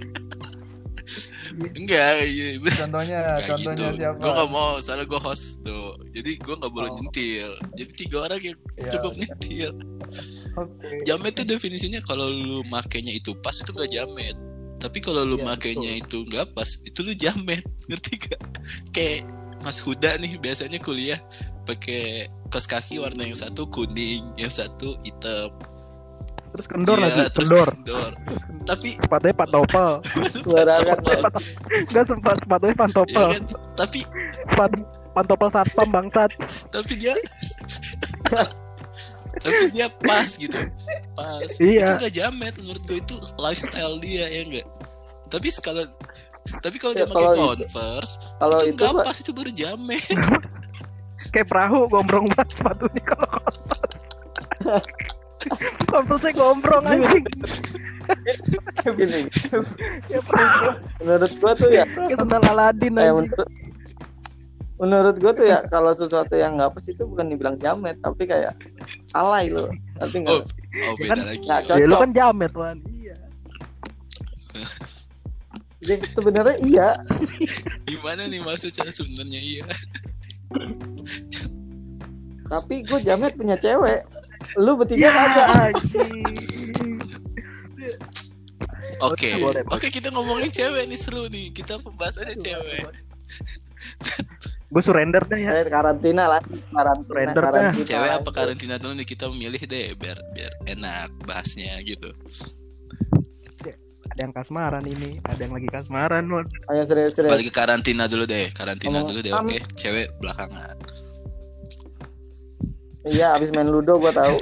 enggak, iya, Contohnya, Gak contohnya gitu. siapa? Gue gak mau, soalnya gue host tuh. Jadi gue gak boleh Oh. nyentil. Jadi tiga orang yang Iya, cukup iya. nyentil. Oke. Jamet tuh definisinya kalau lu makainya itu pas itu gak jamet. Tapi kalau lu Iya, makainya itu gak pas, itu lu jamet. Ngerti gak? Kayak Mas Huda nih biasanya kuliah pakai kaos kaki warna yang satu kuning, yang satu hitam. Terus kendor Iya, lagi, terus kendor. kendor. Tapi Sepatunya pantopel. Sembarangan. Enggak sempat sepatunya ya pantopel. kan? Tapi Sepatu pantopel satpam bangsat. tapi dia tapi dia pas gitu, pas. Iya. Itu gak jamet menurut gue, itu lifestyle dia ya enggak. Tapi kalau tapi kalau Ya, dia pakai kalau itu- Converse Kalau itu itu nggak mah- pas, itu baru jamet. Kayak perahu gombrong banget sepatunya kalau Converse gombrong anjing. gini, Kayak perahu. menurut gua tuh ya, Kayak sendal Aladin eh, anjing. menurut, menurut gue tuh ya kalau sesuatu yang nggak pas itu bukan dibilang jamet tapi kayak alay lo. Tapi Oh, nggak oh Ya kan, beda lagi. nggak Oh. cocok. Ya lu kan jamet Wan. Iya. Jadi sebenarnya iya. Gimana nih maksudnya sebenarnya iya? Tapi gue jamet punya cewek. Lu bertiga Ya kagak. anjing. Oke, Boleh, oke kita ngomongin cewek nih seru nih. Kita pembahasannya cewek. Gue surrender dah ya. Eh, karantina lah. Karantina. Surrender dah. karantina. Cewek apa karantina dulu nih kita memilih deh biar biar enak bahasnya gitu. Ada yang kasmaran ini, ada yang lagi kasmaran Wan. Ayo serius-serius. Balik ke karantina dulu deh, karantina Ngomong dulu deh. am- Oke, cewek belakangan. Iya, abis main ludo gue tahu.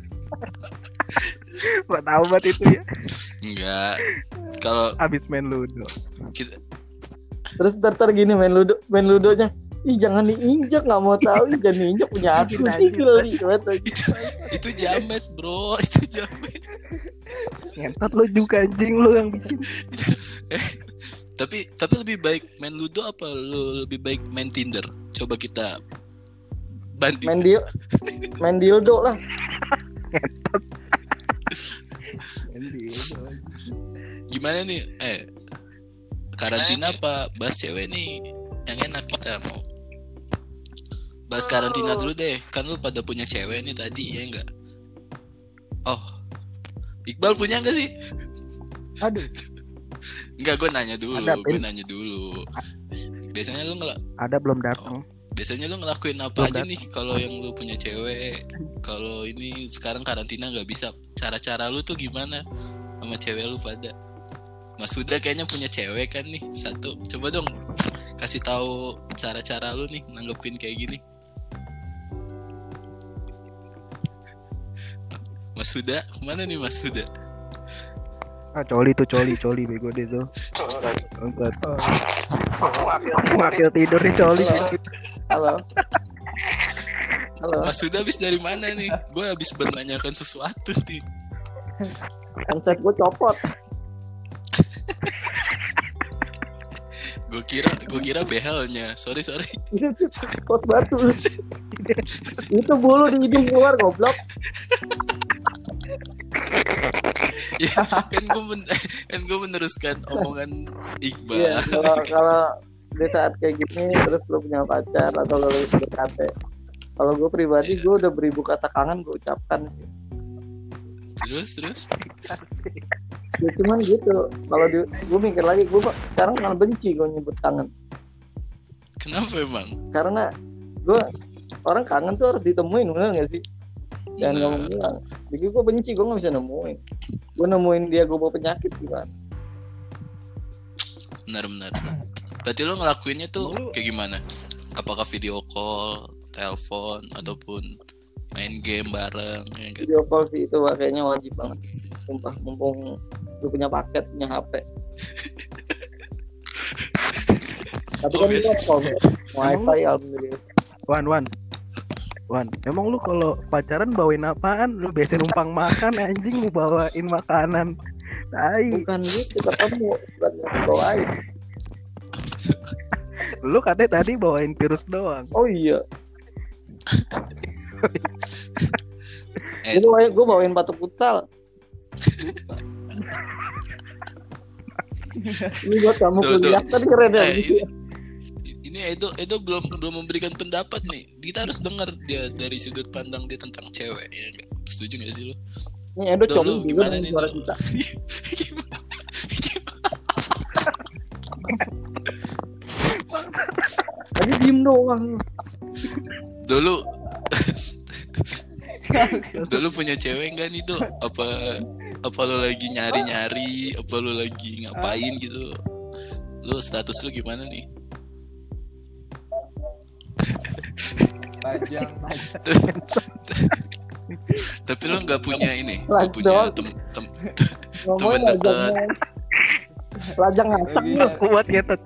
Gak tahu banget itu ya. Enggak. Kalau Abis main ludo. kita Terus ntar gini main ludo, main ludonya. Ih jangan diinjak, nggak mau tahu. Ih jangan diinjak punya aku sih geli banget. itu itu jamet, Bro. Itu jamet. Ngentot lu juga anjing lu yang bikin. Eh, tapi tapi lebih baik main ludo apa lu lebih baik main Tinder? Coba kita banding. Main deal, main dildo lah. Gimana nih? Eh, karantina apa bahas cewek nih? Yang enak kita mau bahas karantina dulu deh. Kan lu pada punya cewek nih tadi ya enggak? Oh, Iqbal punya enggak sih? Aduh, Enggak, gue nanya dulu, Ada, gue Pin. nanya dulu. Biasanya lu ngel ada belum datang. biasanya lu ngelakuin apa Belum aja datang. nih kalau yang lu punya cewek? Kalau ini sekarang karantina nggak bisa, cara-cara lu tuh gimana sama cewek lu pada? Mas Huda kayaknya punya cewek kan nih satu. Coba dong kasih tahu cara-cara lu nih nanggepin kayak gini. Mas Huda, kemana nih Mas Huda? Ah, coli tuh coli coli bego deh tuh. Angkat. Wakil tidur nih coli. Halo. Halo. Mas Huda habis dari mana nih? Gue habis menanyakan sesuatu nih. Handset gue copot. Gue kira, gue kira behelnya. Sorry sorry. Pos batu. Itu bulu di hidung keluar goblok. Ya, kan gue men kan gue meneruskan omongan Iqbal. Iya, kalau kalau di saat kayak gini terus lu punya pacar atau lu B K T. Kalau gue pribadi Iya. gue udah beribu kata kangen gue ucapkan sih. Terus terus. Ya cuman gitu. Kalau gue mikir lagi gue sekarang malah benci gue nyebut kangen. Kenapa emang? Karena gue orang kangen tuh harus ditemuin, bener gak sih? Jangan Bener. ngomong bilang. Jadi gue benci, gue gak bisa nemuin. Gue nemuin dia gue bawa penyakit gimana? Benar-benar. Berarti lo ngelakuinnya tuh kayak gimana? Apakah video call, telepon, ataupun main game bareng? Ya kan? Video call sih itu kayaknya wajib banget. Sumpah, mumpung lu punya paket, punya H P. Tapi Oh, kan biasa. itu call, wifi alhamdulillah. Wan Wan. Wan, emang lu kalau pacaran bawain apaan? Lu biasa numpang makan anjing mau bawain makanan. Tai. Bukan gitu ketemu, bukan bawain. Lu katanya tadi bawain virus doang. Oh iya, Eh, gue bawain, gue bawain batu futsal. Ini buat kamu Tuh, tuh. kuliah kan keren ya. eh, ini, ini Edo Edo belum belum memberikan pendapat nih. Kita harus dengar dia dari sudut pandang dia tentang cewek ya enggak? Setuju gak sih lo? Ini Edo Do, coba lu juga gimana dengan nih, suara Do? kita. Gimana? Tadi diem doang. Dulu Dulu punya cewek enggak nih, Do? Apa apa lo lagi nyari-nyari, apa lo lagi ngapain gitu? Lo status lo gimana nih? Pajang. Tapi lo nggak punya ini, nggak Like punya dog. tem, tem, Ngomongin Temen dekat. lajangnya. Lajang ngasak Lagi lu. Kuat ya Tot.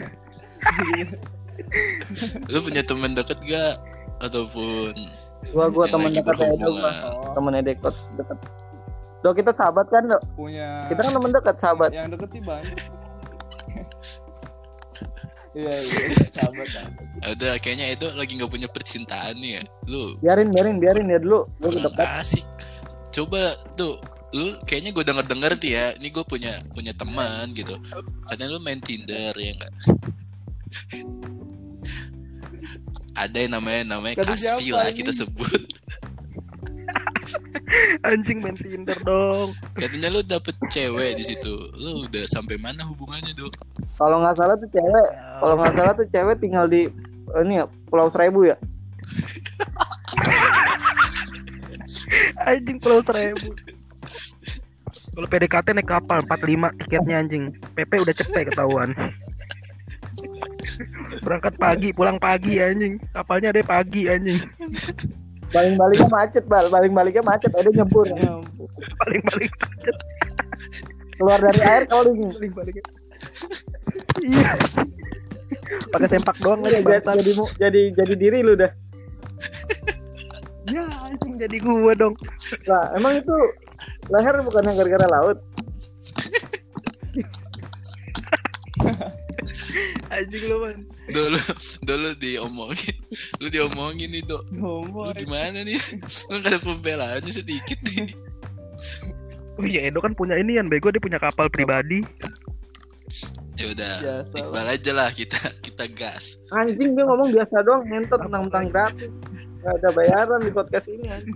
lo punya teman dekat gak? Ataupun Gua gua yang temen lagi dekat Edo gua. berhubungan? Oh, Temennya Dekot dekat. Do kita sahabat kan, Do? punya Kita kan temen dekat sahabat. yang deket sih banyak. Iya iya sahabat sahabat. Udah kayaknya Edo lagi nggak punya percintaan nih ya. Lu Biarin biarin biarin ya dulu. Gue kurang debat. asik. Coba tuh lu kayaknya gue denger denger tuh ya. Ini gue punya punya teman gitu. Karena lu main Tinder ya enggak? Ada yang namanya namanya Kata Kasfi siapa lah ini? kita sebut. Anjing main Tinder dong. Katanya lu dapet cewek di situ. Lu udah sampai mana hubungannya tuh? Kalau nggak salah tuh cewek, kalau nggak salah tuh cewek tinggal di ini ya Pulau Seribu ya. Anjing Pulau Seribu. Kalau P D K T naik kapal empat puluh lima tiketnya anjing. P P udah cepet ketahuan. Berangkat pagi, pulang pagi anjing. Kapalnya ada pagi anjing. Baling-baliknya macet, bal. Baling-baliknya macet. Ada nyebur. Ya ampun. Paling-paling macet. Keluar dari air calling. Paling-paling. Iya. Pakai sempak doang Jadi, lagi bangsat. jadi jadi jadi diri lu dah. Ya anjing jadi gua dong. Nah, emang itu leher bukannya gara-gara laut? Anjing lu man. Dulu dulu diomongin. Lu diomongin nih, Dok. Lu Ngomong. gimana nih? Lu gak ada pembelaannya sedikit nih. Oh iya Edo kan punya ini kan bego, dia punya kapal pribadi. Ya udah, Biasa lah. Iqbal aja lah kita kita gas. Anjing dia ngomong biasa doang, ngentot tentang-tentang gratis. Gak ada bayaran di podcast ini anjing.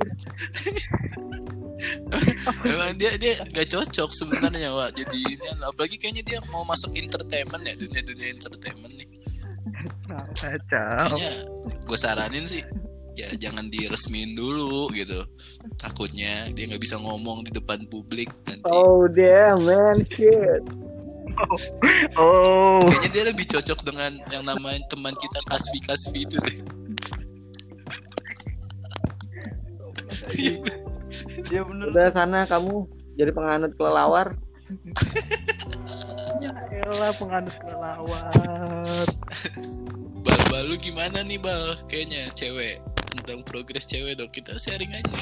Emang dia dia gak cocok sebenarnya, Wak. Jadi ini apalagi kayaknya dia mau masuk entertainment ya, dunia-dunia entertainment nih. Kacau. Kayaknya gue saranin sih ya jangan diresmiin dulu gitu. Takutnya dia nggak bisa ngomong di depan publik nanti. Oh damn man shit. Oh. Kayaknya dia lebih cocok dengan yang namanya teman kita Kasfi Kasfi itu deh. Iya bener. Udah sana kamu jadi penganut kelelawar. Ya elah penganut kelelawar. Bal, bal lu gimana nih Bal? Kayaknya cewek tentang progres cewek dong, kita sharing aja.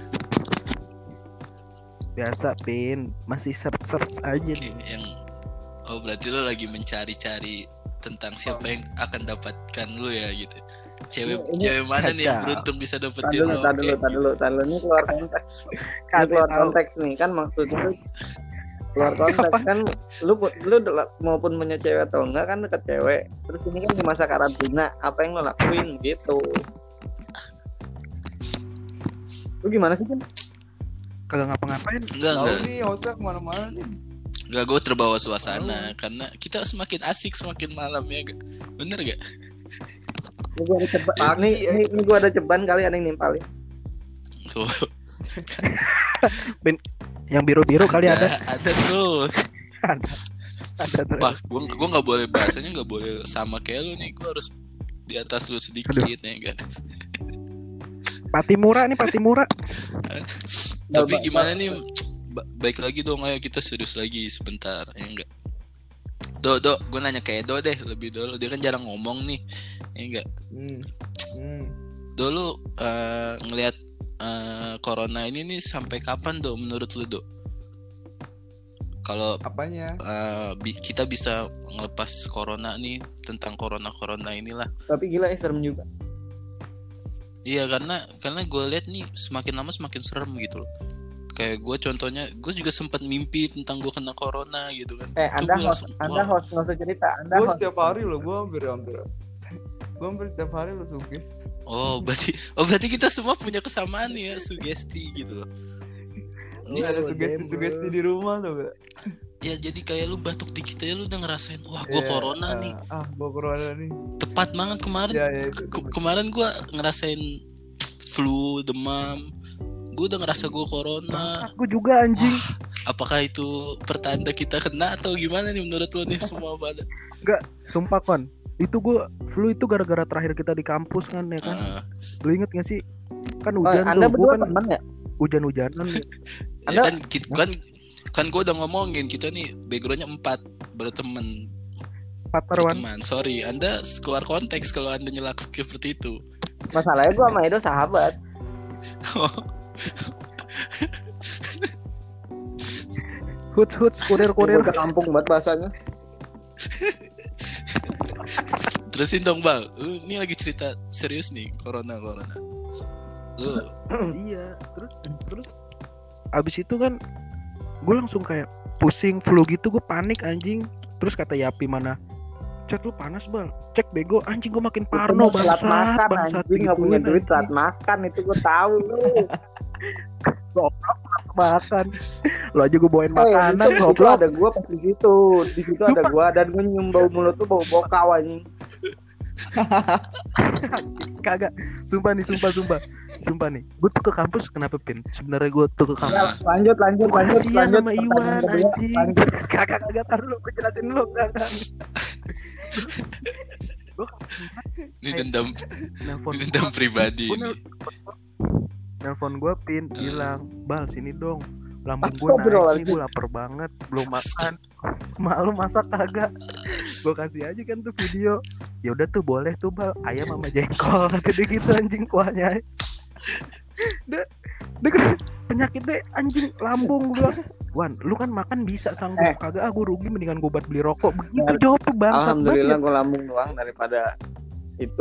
Biasa Pin, masih search-search aja Oke, nih. yang oh berarti lu lagi mencari-cari tentang siapa yang akan dapatkan lu ya gitu. Cewek Ini- cewek mana nih yang kacau. beruntung bisa Tadi dapetin dulu, lu? tadi dulu, Kayak tadi dulu, tadi dulu. Ini keluar konteks. Ini keluar konteks nih kan maksudnya tuh keluar konteks kan lu lu maupun punya cewek atau enggak kan deket cewek. Terus ini kan di masa karantina, apa yang lo lakuin gitu. Lu gimana sih kan? Kagak ngapa-ngapain. Enggak, Tahu enggak. nih Hosa kemana-mana nih. Enggak, gue terbawa suasana karena kita semakin asik semakin malam ya gak? Bener gak? Ini gua ada ceban. Pagi, Nih, ya. ini, ini gua ada ceban kali ada yang nimpalin. Tuh. Yang biru-biru kali ada. Ada terus. Ada. Ada terus. Wah, gue gue nggak boleh bahasanya nggak boleh sama kayak lu nih. Gue harus di atas lu sedikit ya enggak. Pati murah nih, pati murah. Tapi Ba- gimana nih? Ba- baik lagi dong, ayo kita serius lagi sebentar ya enggak. Do, do, gue nanya ke Edo deh lebih dulu. Dia kan jarang ngomong nih, ya enggak. Hmm. Hmm. Dulu uh, ngelihat uh, corona ini nih sampai kapan do menurut lu do? Kalau Apanya? uh, bi- kita bisa ngelepas corona nih, tentang corona corona inilah. Tapi gila ya serem juga. Iya karena karena gue lihat nih semakin lama semakin serem gitu loh. Kayak gue contohnya, gue juga sempat mimpi tentang gue kena corona gitu kan. Eh, Itu Anda gua host, langsung, Anda wah. host nggak usah cerita. Anda Gue host. setiap hari loh, gue hampir hampir. Gue hampir setiap hari lo sugis. Oh berarti, oh berarti kita semua punya kesamaan nih ya, sugesti gitu loh. Ini Ada Oh, sugesti damn, sugesti bro. di rumah tuh, Be. ya jadi kayak lu batuk dikit aja lu udah ngerasain, wah gue Iya, corona ah, nih. Ah, gue corona nih. Tepat banget kemarin. Ya, ya itu. Ke- kemarin gue ngerasain flu, demam. Gue udah ngerasa gue corona. Aku juga anjing. Apakah itu pertanda kita kena atau gimana nih menurut lu nih semua pada? Sumpah kon. Itu gua flu itu gara-gara terakhir kita di kampus kan ya kan. Ah, Lu inget gak sih? Kan Oh, hujan Anda tuh. Gua berdua kan teman ya? hujan-hujanan. ya Anda- kan kita, kan kan gue udah ngomongin kita nih backgroundnya empat berteman Patarwan. berteman. Sorry, Anda keluar konteks kalau Anda nyelak seperti itu. Masalahnya gua sama Edo sahabat. Huts huts kurir-kurir. Udah kampung banget bahasanya. Terusin dong Bal. Lu ini lagi cerita serius nih, corona corona. Lu Iya, terus terus abis itu kan gue langsung kayak pusing flu gitu, gue panik anjing. Terus kata Yapi mana, cek lu panas Bal, cek bego anjing, gue makin parno telat bangsat makan bangsat anjing, nggak punya digituin, duit telat anjing. makan itu gue tahu lu. Goblok makan, lo aja gue bawain Eh, makanan itu, itu goblok. ada gue pas di situ, di situ ada Sumpah. gue dan gue nyium bau mulut tuh bau bokau anjing. Kagak, sumpah nih, sumpah sumpah sumpah nih, gue tuh ke kampus kenapa Pin? Sebenarnya gue tuh ke kampus Ya, lanjut lanjut lanjut Kasian lanjut sama pertanyaan Iwan kedua, anjing. lanjut. Kagak kagak tar lu, gue jelasin dulu kagak. Gue ini dendam, nelfon ini dendam pribadi gue ini. nelfon gue Pin bilang, Bal sini dong, lambung gue Astagfirullahaladzim. naik nih, gue lapar banget, belum makan. Malu masak kagak? Gue kasih aja kan tuh video. Ya udah tuh boleh tuh Bal, ayam sama jengkol kata dia gitu anjing kuahnya. Dia, dia kan penyakitnya anjing lambung, gue bilang, Wan, lu kan makan bisa sanggup, Eh. kagak ah gue rugi mendingan gue buat beli rokok. Begitu jawab tuh bangsat Alhamdulillah banget. gue lambung doang daripada itu,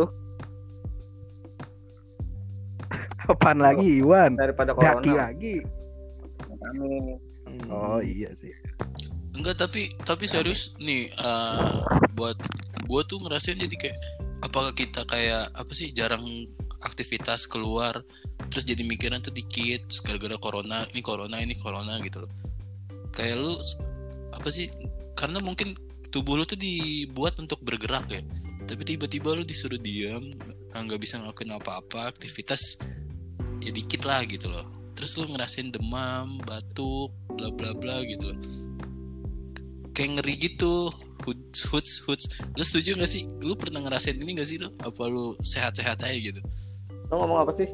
Apaan lagi Iwan? daripada Daki corona. lagi. Amin. Oh iya sih. Enggak, tapi tapi serius nih, eh, buat gue tuh ngerasain jadi kayak, apakah kita kayak apa sih, jarang aktivitas keluar, terus jadi mikiran tuh dikit gara-gara corona, ini corona ini corona gitu loh. Kayak lu apa sih, karena mungkin tubuh lu tuh dibuat untuk bergerak ya, tapi tiba-tiba lu disuruh diam, nggak bisa ngelakuin apa-apa, aktivitas ya dikit lah gitu loh. Terus lu ngerasain demam, batuk, bla bla bla gitu loh. Kayak ngeri gitu, huts huts huts. Lu setuju gak sih? Lu pernah ngerasain ini gak sih lu? Apa lu sehat-sehat aja gitu? Lo ngomong apa sih?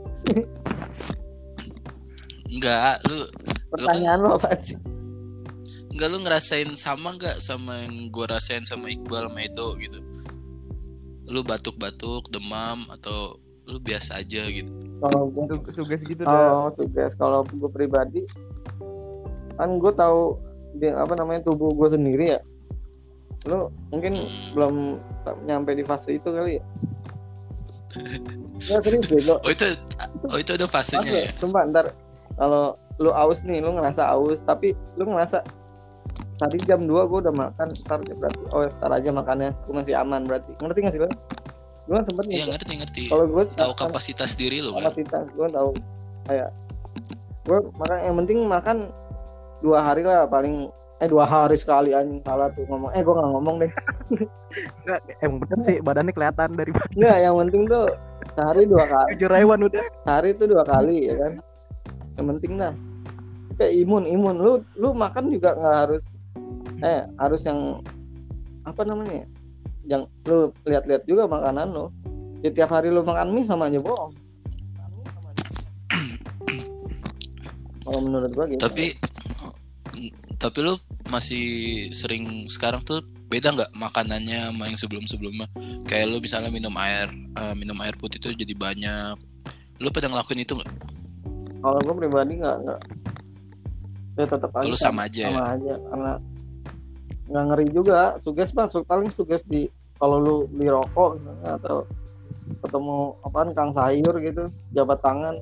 Enggak, lu Pertanyaan lo apa sih? enggak, lu ngerasain sama gak sama yang gua rasain sama Iqbal sama Edo gitu? Lu batuk-batuk, demam, atau lu biasa aja gitu? Kalau gue Su- Suges gitu dah. Oh, tugas. Kalau gue pribadi, kan gue tahu dia apa namanya tubuh gue sendiri ya. Lo mungkin Hmm. belum sam- nyampe di fase itu kali ya. Ya serius deh lo. Oh itu, oh itu ada fasenya Fase, ya? sumpah ntar kalau lu aus nih, lu ngerasa aus, tapi lu ngerasa tadi jam dua gue udah makan, ntar berarti oh ntar aja makannya, gue masih aman berarti. Ngerti gak sih lo? Gue kan sempet Iya nih. ngerti ngerti. Kalau gue Tahu kapasitas diri lu kan? kapasitas gue tahu kayak gue makan, yang penting makan dua hari lah paling, eh dua hari sekali anjing, salah tuh ngomong, eh gue nggak ngomong deh. Enggak, emang bener sih badannya kelihatan dari Nggak, yang penting tuh sehari dua kali, jujur Iwan udah. sehari itu dua kali ya kan, yang penting lah kayak imun imun lu lu makan juga nggak harus eh harus yang apa namanya, yang lu lihat-lihat juga makanan lu. Ya, tiap hari lu makan mie sama aja bohong. Kalau menurut gua gitu. Tapi tapi lu masih sering sekarang tuh beda nggak makanannya sama yang sebelum-sebelumnya? Kayak lu misalnya minum air, eh, minum air putih tuh jadi banyak. Lu pada ngelakuin itu nggak? Kalau gua pribadi nggak nggak ya tetap aja Lu sama aja sama ya? aja karena nggak ngeri juga. Suges mah su- paling suges di kalau lu beli rokok misalnya, atau ketemu apaan kang sayur gitu, jabat tangan.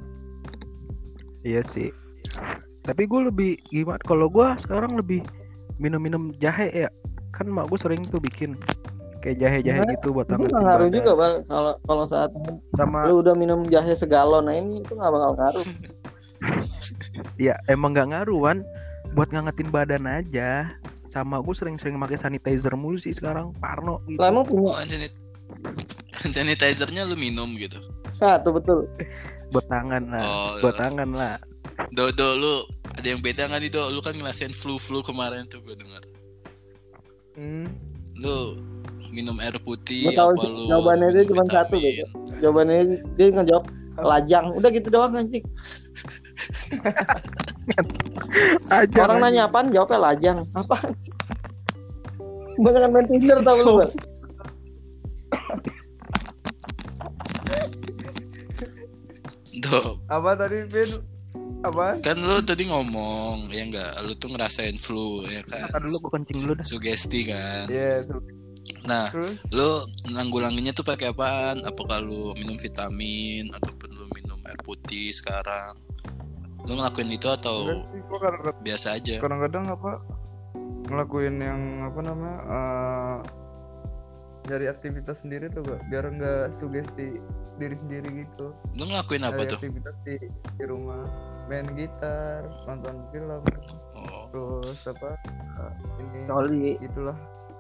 Iya sih. Tapi gue lebih gimana? Kalau gue sekarang lebih minum-minum jahe ya. Kan mak gue sering tuh bikin kayak jahe-jahe Nah, gitu buat Itu hangatin nggak ngaruh badan. juga bang. Kalau kalau saat Sama lu udah minum jahe segalon, nah ini itu nggak bakal ngaruh. ya emang nggak ngaruh Wan. Buat ngangetin badan aja. Sama gue sering-sering pakai sanitizer mulu sih sekarang. Parno gitu. Lah emang punya? Oh, hand sanit- hand sanitizer-nya lu minum gitu? Nah, tuh betul. Buat tangan lah. Oh, Buat tangan lah. Do, do, lu ada yang beda nggak nih Do? Lu kan ngerasain flu-flu kemarin tuh gue dengar. Hmm. Lu minum air putih Gua tahu apa sih, lu jawabannya dia minum cuma satu, vitamin? gitu. Jawabannya dia ngejawab lajang. Udah gitu doang anjing. Aja Orang nanya apaan, jawabnya lajang. Apaan sih? Banyak main Tinder tau lu bang. Do, Apa tadi Vin? Apa? kan lu tadi ngomong ya enggak, lu tuh ngerasain flu ya kan? Ntar dulu gue kencing dulu dah. Sugesti kan. Iya, tuh. Nah, Terus lu nanggulanginnya tuh pakai apaan? Apakah lu minum vitamin ataupun lu minum air putih sekarang? Lu ngelakuin itu atau enggak sih, gua kadang- biasa aja? kadang-kadang apa ngelakuin yang apa namanya eh cari aktivitas sendiri tuh gak, biar nggak sugesti diri sendiri gitu. Lu ngelakuin apa Cari tuh? aktivitas di, di rumah, main gitar, nonton film, Oh, terus apa eh, ini Coli. itulah.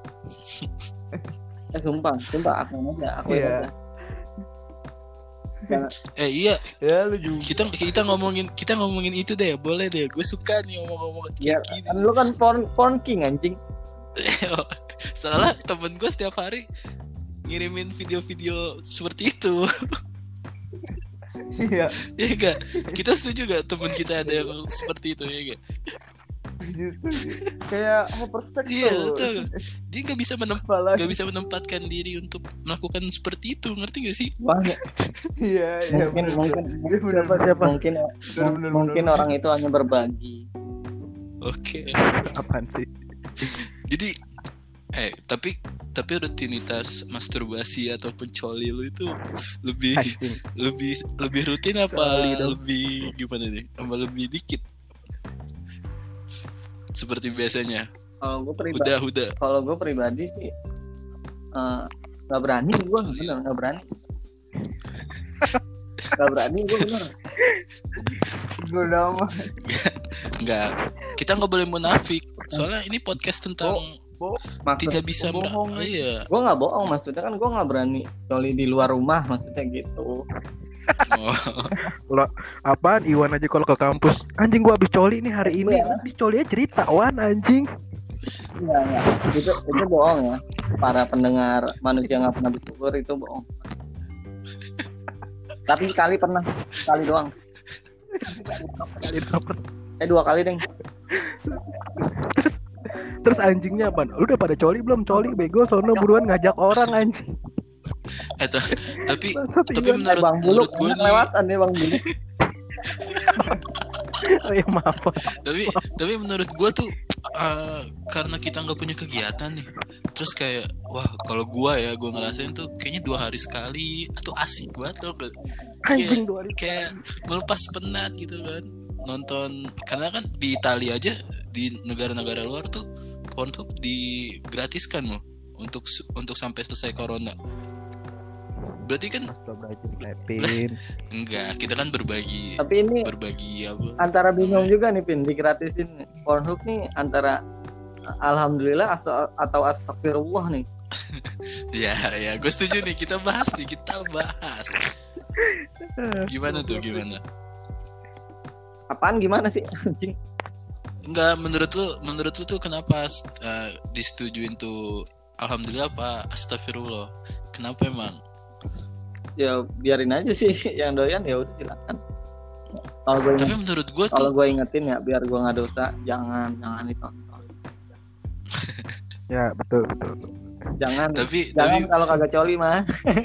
Eh sumpah, sumpah aku aja, aku Iya. aja. Jangan- eh iya, Ya lu juga. kita kita ngomongin kita ngomongin itu deh, boleh deh. Gue suka nih ngomong-ngomong Ya, kayak gini. kan lu kan porn, porn king anjing. Soalnya temen gue setiap hari ngirimin video-video seperti itu. Iya. Ya enggak? Kita setuju gak temen kita ada yang seperti itu ya enggak? Kayak hyperseks Iya, tuh. betul. Dia nggak bisa menem Apalagi. nggak bisa menempatkan diri untuk melakukan seperti itu, ngerti gak sih? Banyak. Iya, iya. Mungkin bener. mungkin Iya, bener, Siapa bener. siapa? mungkin Bener, bener, mungkin bener. orang itu hanya berbagi. Oke. Apaan sih? Jadi eh tapi tapi rutinitas masturbasi ataupun coli lu itu lebih Anjing. lebih lebih rutin apa Coli dong. lebih gimana nih? Apa lebih dikit? Seperti biasanya. Kalau gue pribadi, Udah udah. kalau gue pribadi sih eh, nggak berani gue bener nggak berani. Nggak berani gue bener. Gue udah mah. Enggak. Kita nggak boleh munafik. Soalnya ini podcast tentang Maksud tidak bisa mer- bohong. oh, iya. gue nggak bohong, maksudnya kan gue nggak berani coli di luar rumah, maksudnya gitu. Oh, Apaan Iwan aja kalau ke kampus, anjing gua habis coli nih hari ini. Iya. Habis coli aja cerita Wan anjing. Iya ya, itu itu bohong ya. Para pendengar manusia nggak pernah bersyukur itu bohong. Tapi sekali pernah, sekali doang. Eh dua kali deng. Terus anjingnya apaan? Lu udah pada coli belum? Coli bego sono buruan ngajak orang anjing. eh, ta- tapi Bangsat, tapi Iwan. menurut Bang Buluk menurut gue nih, lewatan nih Bang Buluk. Oh ya maaf. Wan. tapi tapi menurut gue tuh eh, karena kita nggak punya kegiatan nih, terus kayak wah kalau gue ya gue ngerasain tuh kayaknya dua hari sekali itu asik banget loh. Anjing dua hari. Kayak melepas penat gitu kan, nonton. Karena kan di Italia aja, di negara-negara luar tuh Pornhub digratiskan loh untuk untuk sampai selesai corona. Berarti kan Astagfirullahaladzim. enggak, kita kan berbagi Tapi ini berbagi apa? antara bingung juga nih Pin, digratisin Pornhub nih antara alhamdulillah asa- atau astagfirullah nih. Ya, ya, gue setuju nih. Kita bahas nih, kita bahas. Gimana tuh, gimana? Apaan gimana sih anjing? Enggak, menurut lu, menurut lu tuh kenapa uh, disetujuin tuh alhamdulillah apa astagfirullah? Kenapa emang? Ya biarin aja sih yang doyan ya udah silakan. Kalau gue Tapi inget, menurut gue kalau tuh gue ingetin ya biar gue nggak dosa, jangan jangan ditonton. Ya betul betul. betul. Jangan tapi jangan tapi kalau kagak coli mah.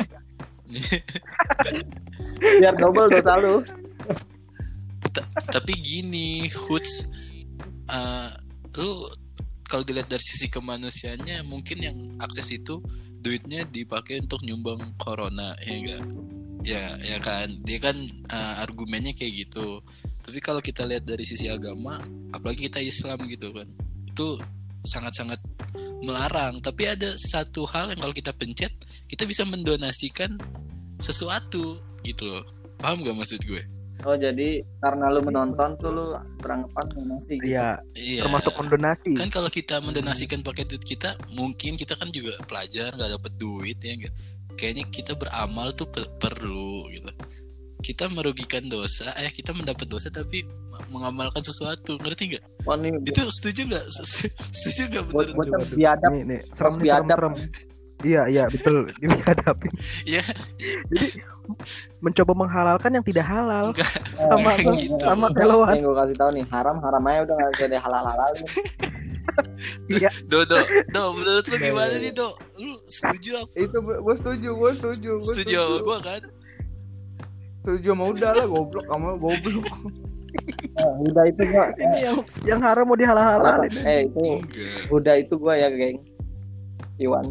Biar double dosa lu. ta- tapi gini, Hoods, uh, lu kalau dilihat dari sisi kemanusiaannya mungkin yang akses itu duitnya dipakai untuk nyumbang corona, ya enggak? Ya, ya kan. Dia kan uh, argumennya kayak gitu. Tapi kalau kita lihat dari sisi agama, apalagi kita Islam gitu kan, itu sangat-sangat melarang. Tapi ada satu hal yang kalau kita pencet, kita bisa mendonasikan sesuatu gitu loh. Paham gak maksud gue? Oh jadi karena lu menonton tuh lu beranggapan donasi gitu. Iya, Iya. termasuk mendonasi. Kan kalau kita mendonasikan pakai duit kita, mungkin kita kan juga pelajar nggak dapet duit ya enggak. Kayaknya kita beramal tuh per- perlu gitu. Kita merugikan dosa, eh kita mendapat dosa tapi mengamalkan sesuatu, ngerti nggak? Wah nih Itu setuju nggak? Setuju nggak buat menurut? buat biadab. Nih, nih, serem Harus nih, serem, biadab. serem. Iya, iya, betul. Ini hadapin. Ya Mencoba menghalalkan yang tidak halal. enggak. Sama Kayak gitu. sama keluar. Yang gue kasih tahu nih haram haram aja udah nggak bisa dihalal halalin. Iya. Do do do menurut lu gimana nih do? Lu setuju apa? Itu gue setuju, gue setuju, gue Setuju sama gua kan? Setuju sama udah lah, goblok kamu goblok. Nah, udah itu gua. Ini yang yang haram mau dihalal-halalin. Eh itu Enggak. udah itu gua ya geng. Iwan.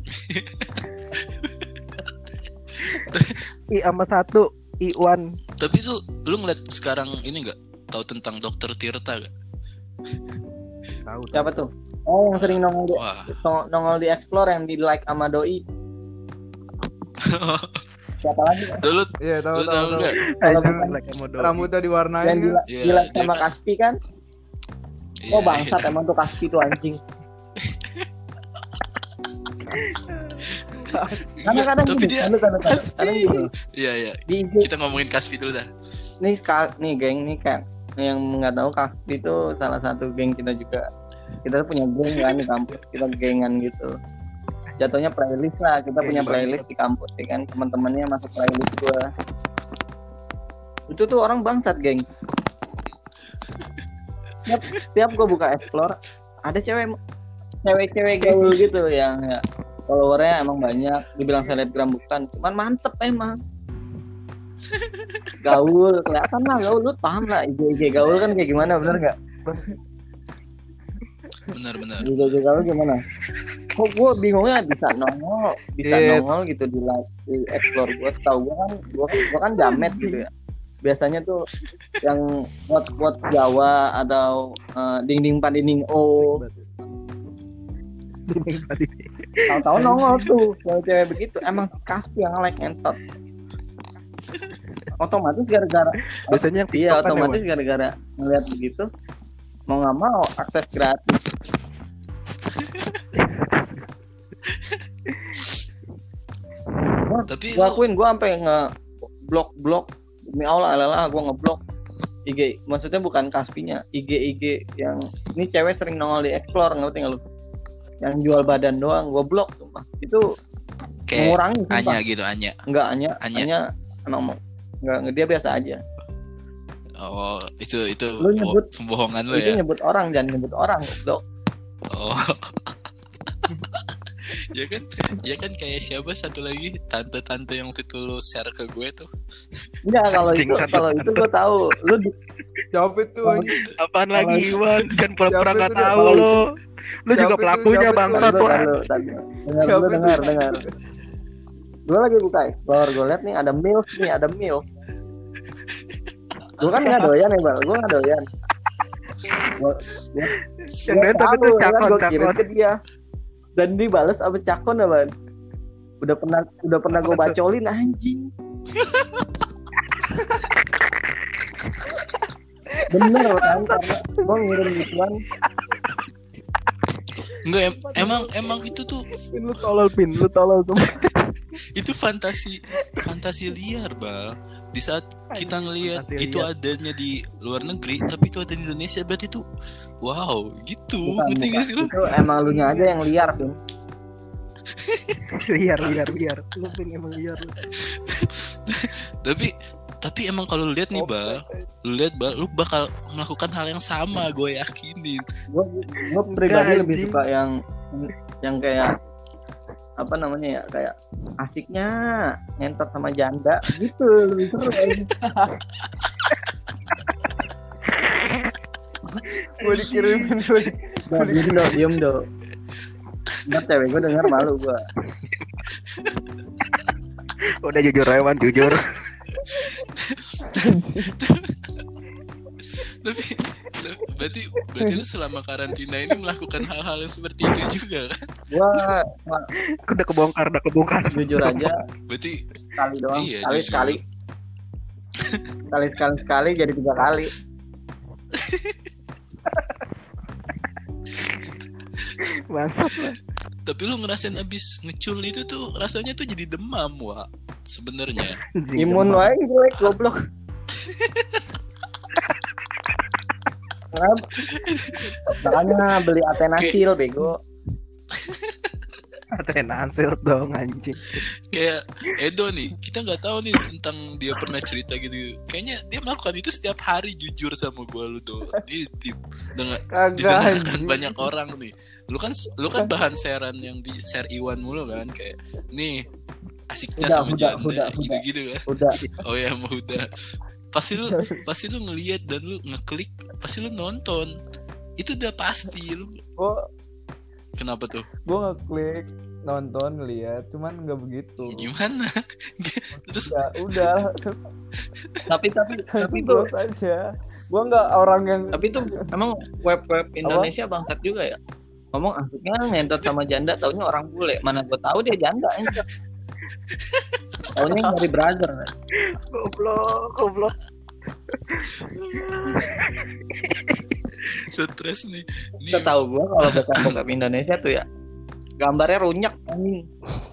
I sama satu Iwan. Tapi tuh lu ngeliat sekarang ini nggak tahu tentang dokter Tirta gak? Tahu. Siapa tuh? Oh, yang sering nongol di, Wah. nongol di Explore yang di like sama doi. Siapa lagi? Dulu Iya tahu lu tahu tahu tahu. nggak? Kalau Ayo, bukan like sama doi. Rambutnya diwarnain yang di, kan? Iya, di like dia sama kan- Kaspi kan? Iya, Oh bangsat emang tuh Kaspi tuh anjing. Kadang-kadang Tapi gini, dia kadang-kadang kadang gini. Iya iya. Di I G Kita ngomongin Kaspi dulu dah. nih ka- nih geng nih kayak yang nggak tahu Kaspi itu salah satu geng kita juga. Kita tuh punya geng kan di kampus, kita gengan gitu. Jatuhnya playlist lah, kita punya playlist di kampus ya kan, teman-temannya masuk playlist gua. Itu tuh orang bangsat geng. Setiap, setiap gua buka Explore ada cewek cewek-cewek gaul gitu yang ya followernya emang banyak, dibilang selebgram bukan, cuman mantep emang. Gaul, kelihatan lah gaul, lu paham lah I G I G gaul kan kayak gimana, bener nggak? Benar-benar. I G I G gaul gimana? Kok gue bingungnya bisa nongol, bisa It. nongol gitu di live di Explore gue, setahu gue kan, gue kan, gua kan jamet gitu ya. Biasanya tuh yang quote-quote Jawa atau uh, ding-ding padinding o, tahu-tahu nongol tuh cewek-cewek begitu. Emang si Kaspi yang like entot. Otomatis gara-gara Biasanya yang iya TikTok kan otomatis ya, gara-gara ngeliat begitu mau nggak mau akses gratis. Tapi Gue lu akuin gue sampai nge blok blok demi Allah adalah gue ngeblok I G, maksudnya bukan Kaspinya, I G I G yang ini cewek sering nongol di Explore, ngerti nggak lu? Yang jual badan doang gue blok sumpah. Itu kayak mengurangi sumpah. Anya gitu, Anya. Enggak Anya, Anya. Anya emang mau enggak, dia biasa aja. Oh, itu itu Lu nyebut- pembohongan lu Itu ya. nyebut orang, jangan nyebut orang goblok. Oh. Ya kan, ya kan kayak siapa satu lagi tante-tante yang waktu itu lu share ke gue tuh. Enggak, kalau Anjing, itu satu- kalau itu gue tahu. Lu di- Siapa itu anjing? Apaan lagi Iwan? Kan pura-pura Siapa nggak itu dia? tahu lo. Lu Siapa juga itu? pelakunya Siapa itu? bangsat Tahu, tuh. tahu, tahu. Dengar Siapa dulu, itu? dengar, dengar. Gue lagi buka Explore, gue liat nih ada milf nih, ada milf. Gue kan nggak doyan ya bang, gue nggak doyan. Gua- gua- Yang gua nonton tahu, itu ya kan, cakon gua kirim cakon. ke dia. Dan dibales apa cakon ya bang? Udah pernah, udah pernah gue bacolin anjing. Bener kan, karena gue ngirim gituan. Enggak em- emang emang itu tuh Pin, lu tolol pin, lu tolol tuh. itu fantasi fantasi liar, Bang. Di saat kita ngelihat Fantasi itu liar. adanya di luar negeri, tapi itu ada di Indonesia, berarti itu wow, gitu. Bukan, Ngerti bukan. gak sih lu? Itu emang lu nya aja yang liar Pin. Liar liar liar. Lu pin emang liar lu. Tapi tapi emang kalau lu lihat nih, Bang, lu lihat Bang, lu bakal melakukan hal yang sama, gue yakinin. Gue gue pribadi Enggak, lebih anjing. suka yang yang kayak apa namanya ya, kayak asiknya ngentot sama janda gitu, lebih seru anjing. Gue dikirimin gue. Nah, diem do, diem do. Ntar cewek gue denger malu gue. Udah jujur Rewan, jujur. Tapi tapi- berarti berarti lu selama karantina ini melakukan hal-hal yang seperti itu juga kan? Gue Udah kebongkar, udah kebongkar. jujur aja Berarti sekali doang, Iya, sekali jujur. sekali, sekali sekali sekali jadi tiga kali. Bangsat. tapi lu ngerasain abis ngecul itu tuh rasanya tuh jadi demam, Wak. Sebenarnya. Imun wae jelek goblok. Kenapa? Makanya beli Atenasil bego. Atenasil dong anjing. Kayak Edo nih, kita nggak tahu nih tentang dia pernah cerita gitu. Kayaknya dia melakukan itu setiap hari, jujur sama gua lu tuh. Dia di, dengan Kagak didengarkan anjing. banyak orang nih. Lu kan lu kan bahan sharean yang di share Iwan mulu kan, kayak nih asiknya Udah, sama udah, janda udah, gitu-gitu kan. Udah. Oh ya mau udah. Pasti lu pasti lu ngelihat dan lu ngeklik, pasti lu nonton. Itu udah pasti lu. Gue Kenapa tuh? gue ngeklik nonton ngeliat, cuman nggak begitu. Gimana? Terus Ya udah, Tapi tapi tapi tuh close aja. Gua nggak orang yang tapi tuh emang web-web Indonesia bangsat juga ya. Ngomong asiknya ngentot sama janda, taunya orang bule. Mana gue tahu dia janda anjir. Taunya dari brother. Goblok, goblok. stres nih. Ini Setahu gue kalau bokap-bokap Indonesia tuh ya gambarnya runyak anjing.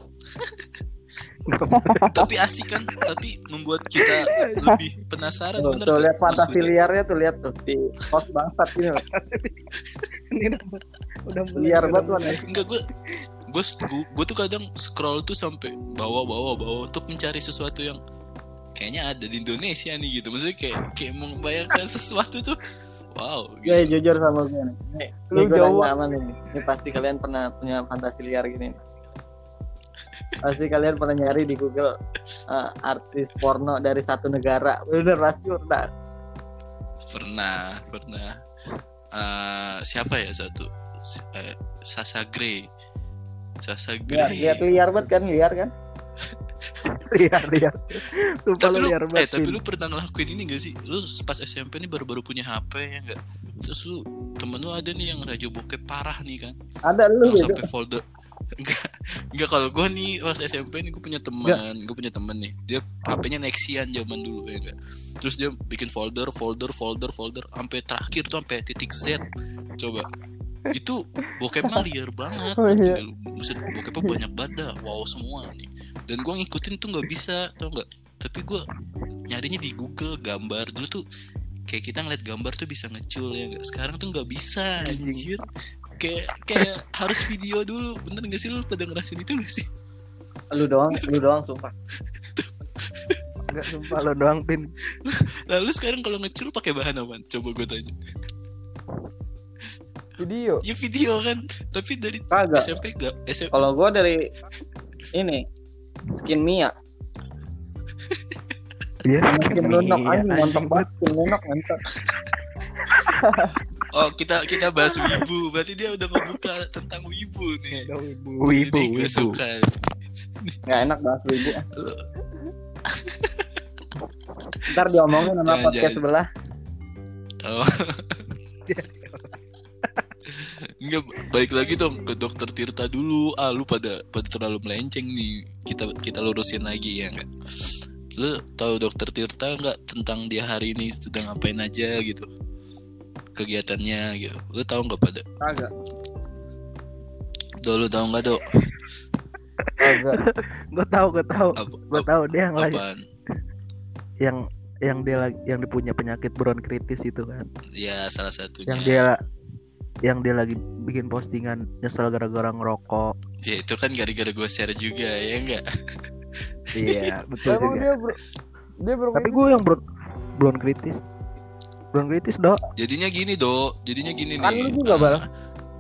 tapi asik kan, tapi membuat kita lebih penasaran. Tuh, bener tuh kan? lihat fantasi Maksudnya. liarnya tuh, lihat tuh si host bangsat ini loh. Ini udah, udah mulai, Liar udah banget mulai. Wan. Enggak, gue gue gue tuh kadang scroll tuh sampai bawah-bawah bawah untuk mencari sesuatu yang kayaknya ada di Indonesia nih gitu. Maksudnya kayak kayak membayangkan sesuatu tuh wow Ya gitu. jujur sama gue nih. Nih, Lu nih gue jauh. nanya sama nih. Ini pasti kalian pernah punya fantasi liar gini. Pasti kalian pernah nyari di Google uh, artis porno dari satu negara. Bener pasti pernah. Pernah, pernah. Eh, siapa ya satu? Si- eh, Sasha Grey. Sasha Liar, Grey. liar, liar banget kan, liar kan? Liar, liar. Sumpah Tapi lu lu, liar eh banget. tapi Pin. lu pernah ngelakuin ini gak sih? Lu pas S M P nih baru-baru punya H P ya enggak? Terus lu temen lu ada nih yang raja bokep parah nih kan? Ada lu Yang gitu. sampai folder. Enggak, enggak kalau gue nih pas S M P nih gue punya teman, gue punya temen nih. Dia H P-nya Nexian zaman dulu ya enggak. Terus dia bikin folder, folder, folder, folder sampai terakhir tuh sampai titik Z. Coba. Itu bokepnya liar banget. Oh, iya. Maksud bokepnya banyak banget dah. Wow semua nih. Dan gue ngikutin tuh nggak bisa, tau nggak? Tapi gue nyarinya di Google gambar dulu tuh kayak kita ngeliat gambar tuh bisa ngecul ya nggak? Sekarang tuh nggak bisa anjir. Kayak kayak harus video dulu. Bener nggak sih lu pada ngerasain itu nggak sih? Lu doang, lu doang sumpah. Enggak, sumpah lo doang, Pin. Lalu sekarang kalau ngecul pakai bahan apa? Coba gue tanya. video. Ya video kan. Tapi dari Kagak. S M P gak? S M P Kalau gue dari ini skin Mia, Iya. skin lunok Iya, anjing mantap anjing. banget, skin lunok mantap. Oh kita kita bahas wibu. Berarti dia udah ngebuka tentang wibu nih. Wibu, Ini gue wibu. suka. Nggak enak bahas ibu. Ntar diomongin sama Jangan, podcast jangan. sebelah. Oh. Enggak, baik lagi dong ke dokter Tirta dulu. Ah, lu pada pada terlalu melenceng nih. Kita kita lurusin lagi ya enggak? Lu tahu dokter Tirta enggak tentang dia hari ini sedang ngapain aja gitu? Kegiatannya gitu. Lu tahu enggak pada? Kagak. Do lu tahu enggak, Dok? Kagak. Gue tahu, gue tahu. Apa, Gue tahu dia yang lagi apaan? yang yang dia lagi yang dia punya penyakit bronkritis itu kan. Ya salah satunya. Yang dia yang dia lagi bikin postingan nyesel gara-gara ngerokok. Ya itu kan gara-gara gue share juga ya enggak? Iya, betul Emang juga. dia bro, dia bro. Tapi gue yang bron bronkritis. Bronkritis, Dok. Jadinya gini, Dok. Jadinya gini Kan nih. lu juga, Bal. Ah,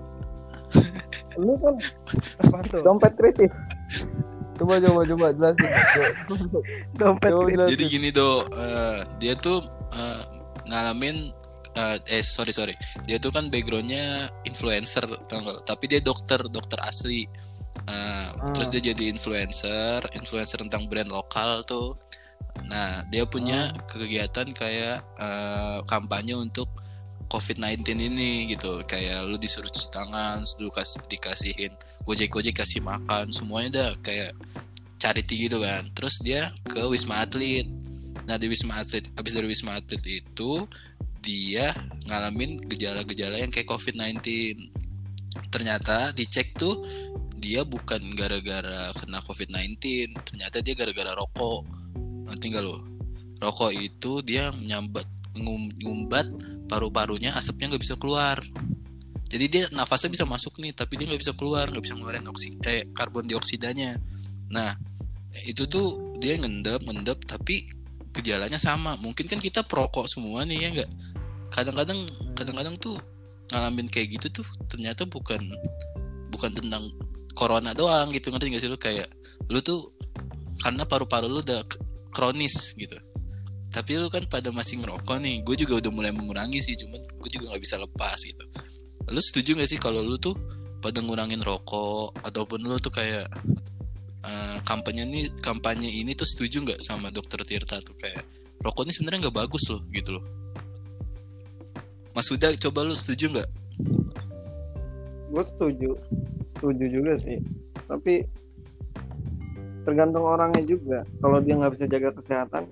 Lu kan Apa tuh? dompet kritis. Coba coba coba jelasin. Dompet Coba kritis. jelasin. Jadi gini, Dok. Eh, dia tuh eh, ngalamin eh, eh sorry sorry dia tuh kan backgroundnya influencer tau nggak? Tapi dia dokter dokter asli. Nah, Ah. terus dia jadi influencer influencer tentang brand lokal tuh. Nah dia punya kegiatan kayak eh, kampanye untuk covid sembilan belas ini gitu. Kayak lu disuruh cuci tangan, lu kasih dikasihin gojek-gojek, kasih makan, semuanya dah kayak charity gitu kan. Terus dia ke Wisma Atlet. Nah di Wisma Atlet, abis dari Wisma Atlet itu dia ngalamin gejala-gejala yang kayak covid sembilan belas. Ternyata dicek tuh dia bukan gara-gara kena covid sembilan belas, ternyata dia gara-gara rokok. Ngerti gak lo? Rokok itu dia nyambat ngum, ngumbat paru-parunya, asapnya nggak bisa keluar. Jadi dia nafasnya bisa masuk nih, tapi dia nggak bisa keluar, nggak bisa ngeluarin oksi, eh, karbon dioksidanya. Nah itu tuh dia ngendap ngendap tapi gejalanya sama. Mungkin kan kita perokok semua nih ya nggak? Kadang-kadang kadang-kadang tuh ngalamin kayak gitu tuh ternyata bukan bukan tentang corona doang gitu, ngerti nggak sih lu? Kayak lu tuh karena paru-paru lu udah k- kronis gitu, tapi lu kan pada masih ngerokok nih. Gue juga udah mulai mengurangi sih, cuman gue juga nggak bisa lepas gitu. Lu setuju nggak sih kalau lu tuh pada ngurangin rokok, ataupun lu tuh kayak uh, kampanye ini kampanye ini tuh setuju nggak sama dokter Tirta tuh kayak rokok ini sebenarnya nggak bagus loh gitu loh. Mas Huda, coba lu setuju nggak? Gue setuju, setuju juga sih. Tapi tergantung orangnya juga. Kalau dia nggak bisa jaga kesehatan,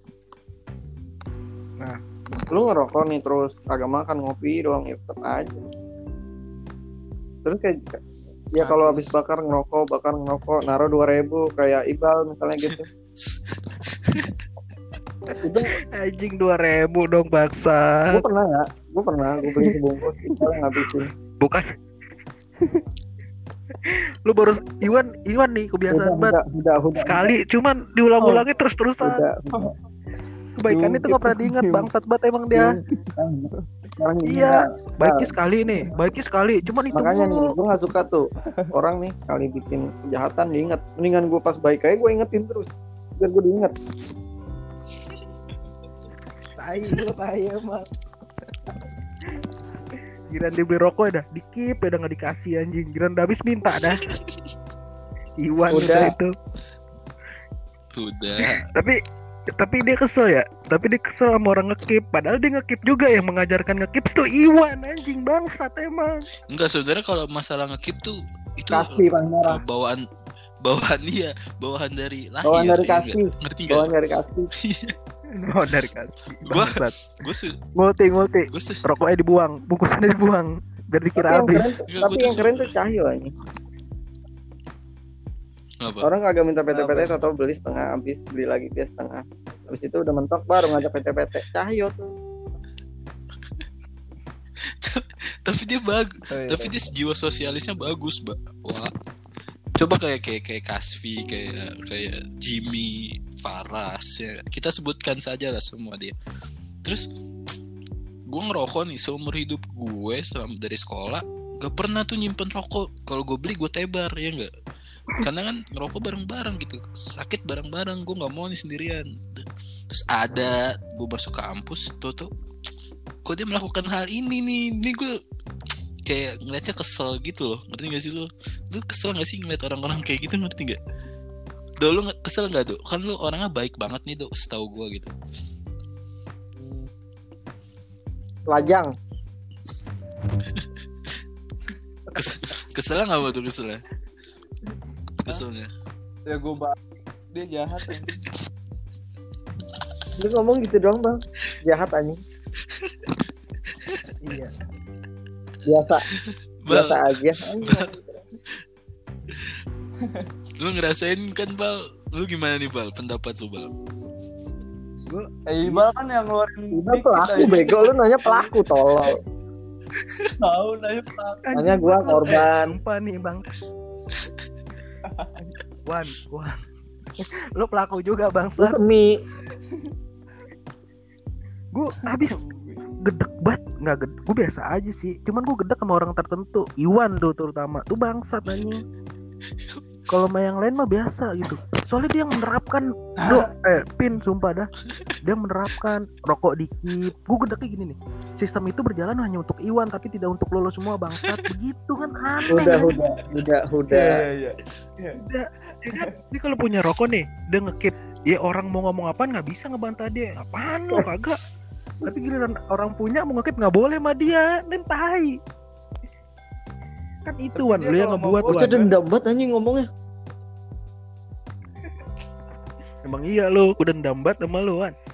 Nah, lu ngerokok nih terus kagak makan, ngopi doang, ya tetap aja. Terus kayak ya kalau habis bakar ngerokok, bakar ngerokok, naruh dua ribu kayak Ibal misalnya gitu. Itu anjing dua ribu dong baksa. gue pernah ya, gue pernah gue beli sebungkus Ibal ngabisin. Bukan. Lu baru Iwan Iwan nih kebiasaan banget. Udah, udah, udah, Sekali cuman diulang-ulangi terus-terusan. udah, udah. Kebaikannya tuh gak pernah diingat, bangsat banget emang dia. Sekarang gini, Iya, Bal. baiknya sekali nih, baiknya sekali. Cuman itu Makanya nih, mulu. gue nggak suka tuh orang nih sekali bikin kejahatan diingat. Mendingan gue pas baik aja gue ingetin terus, biar gue diinget. Tai lu tai emang. Giran dibeli rokok dah, dikip ya udah nggak dikasih anjing. Giran udah habis minta dah. Iwan Udah. udah itu. Udah. Tapi tapi dia kesel ya. Tapi dia kesel sama orang ngekip. Padahal dia ngekip juga, yang mengajarkan ngekip tuh Iwan anjing bangsat emang. Enggak, sebenarnya kalau masalah ngekip tuh itu Kasih Bang uh, Merah, bawaan bawaan dia, bawaan dari lahir. bawaan dari ya kasih, enggak? Ngerti enggak? bawaan dari kasih. Oh dari kasih. Gua- Bangsat. Gue su, Multi multi. gue su, Rokoknya dibuang, bungkusannya dibuang biar Tapi dikira yang habis. keren, Enggak, tapi gua tuh yang keren su- tuh Cahyo ini. apa? Orang kagak minta P T P T Apa? atau beli setengah habis, beli lagi dia setengah. Habis itu udah mentok baru ngajak P T P T. Cahyo tuh. Tapi dia bagus, Oh, iya. tapi dia jiwa sosialisnya bagus, Mbak. Wah. Coba kayak kayak kayak Kasvi, kayak kayak Jimmy, Faras ya. Kita sebutkan saja lah semua dia. Terus gue ngerokok nih seumur hidup gue selama dari sekolah gak pernah tuh nyimpen rokok. Kalau gue beli gue tebar ya enggak. Karena kan ngerokok bareng-bareng gitu, sakit bareng-bareng. Gue nggak mau nih sendirian. Terus ada gue masuk kampus tuh tuh, kok dia melakukan hal ini nih? Ini gue kayak ngeliatnya kesel gitu loh. Ngerti gak sih lo? Lu kesel gak sih ngeliat orang-orang kayak gitu, ngerti gak? Do, lu nge- kesel gak, Do? Kan lu orangnya baik banget nih, Do, setahu gue gitu. Lajang. Kes- kesel gak tuh keselnya? Keselnya. Ya gue bah dia jahat anjing. Lu ngomong gitu doang bang, jahat anjing. Iya. Biasa, Bal, biasa aja. lu ngerasain kan, Bal? Lu gimana nih, Bal? Pendapat lu, Bal? Eh Ibal kan yang ngeluarin Udah pelaku bego, lu nanya pelaku tolol. tahu nanya pelaku. Nanya gua korban. Sumpah nih bang. Wan, Wan. Lu pelaku juga bang. Lu semi. Gue habis gedek banget, nggak gedek. Gue biasa aja sih. Cuman gue gedek sama orang tertentu. Iwan tuh terutama. Tuh bangsat nanya. Kalau sama yang lain mah biasa gitu. Soalnya dia menerapkan do, eh pin sumpah dah. Dia menerapkan rokok dikit. Gue gedeknya gini nih. Sistem itu berjalan hanya untuk Iwan tapi tidak untuk lo semua bangsat. Begitu kan aneh. Udah, kan? udah, udah, udah. Iya iya. Udah, ya kan? Ini kalau punya rokok nih, dia ngekip. Ya orang mau ngomong apaan nggak bisa ngebantah dia. Apaan lo kagak? Tapi giliran orang punya mau ngekip nggak boleh sama dia. Dan tai. Kan itu Tapi Wan, dia lu yang kalau ngebuat mau Gue Wan. dendam banget anjing ngomongnya. Emang iya lu, udah dendam banget sama lu Wan.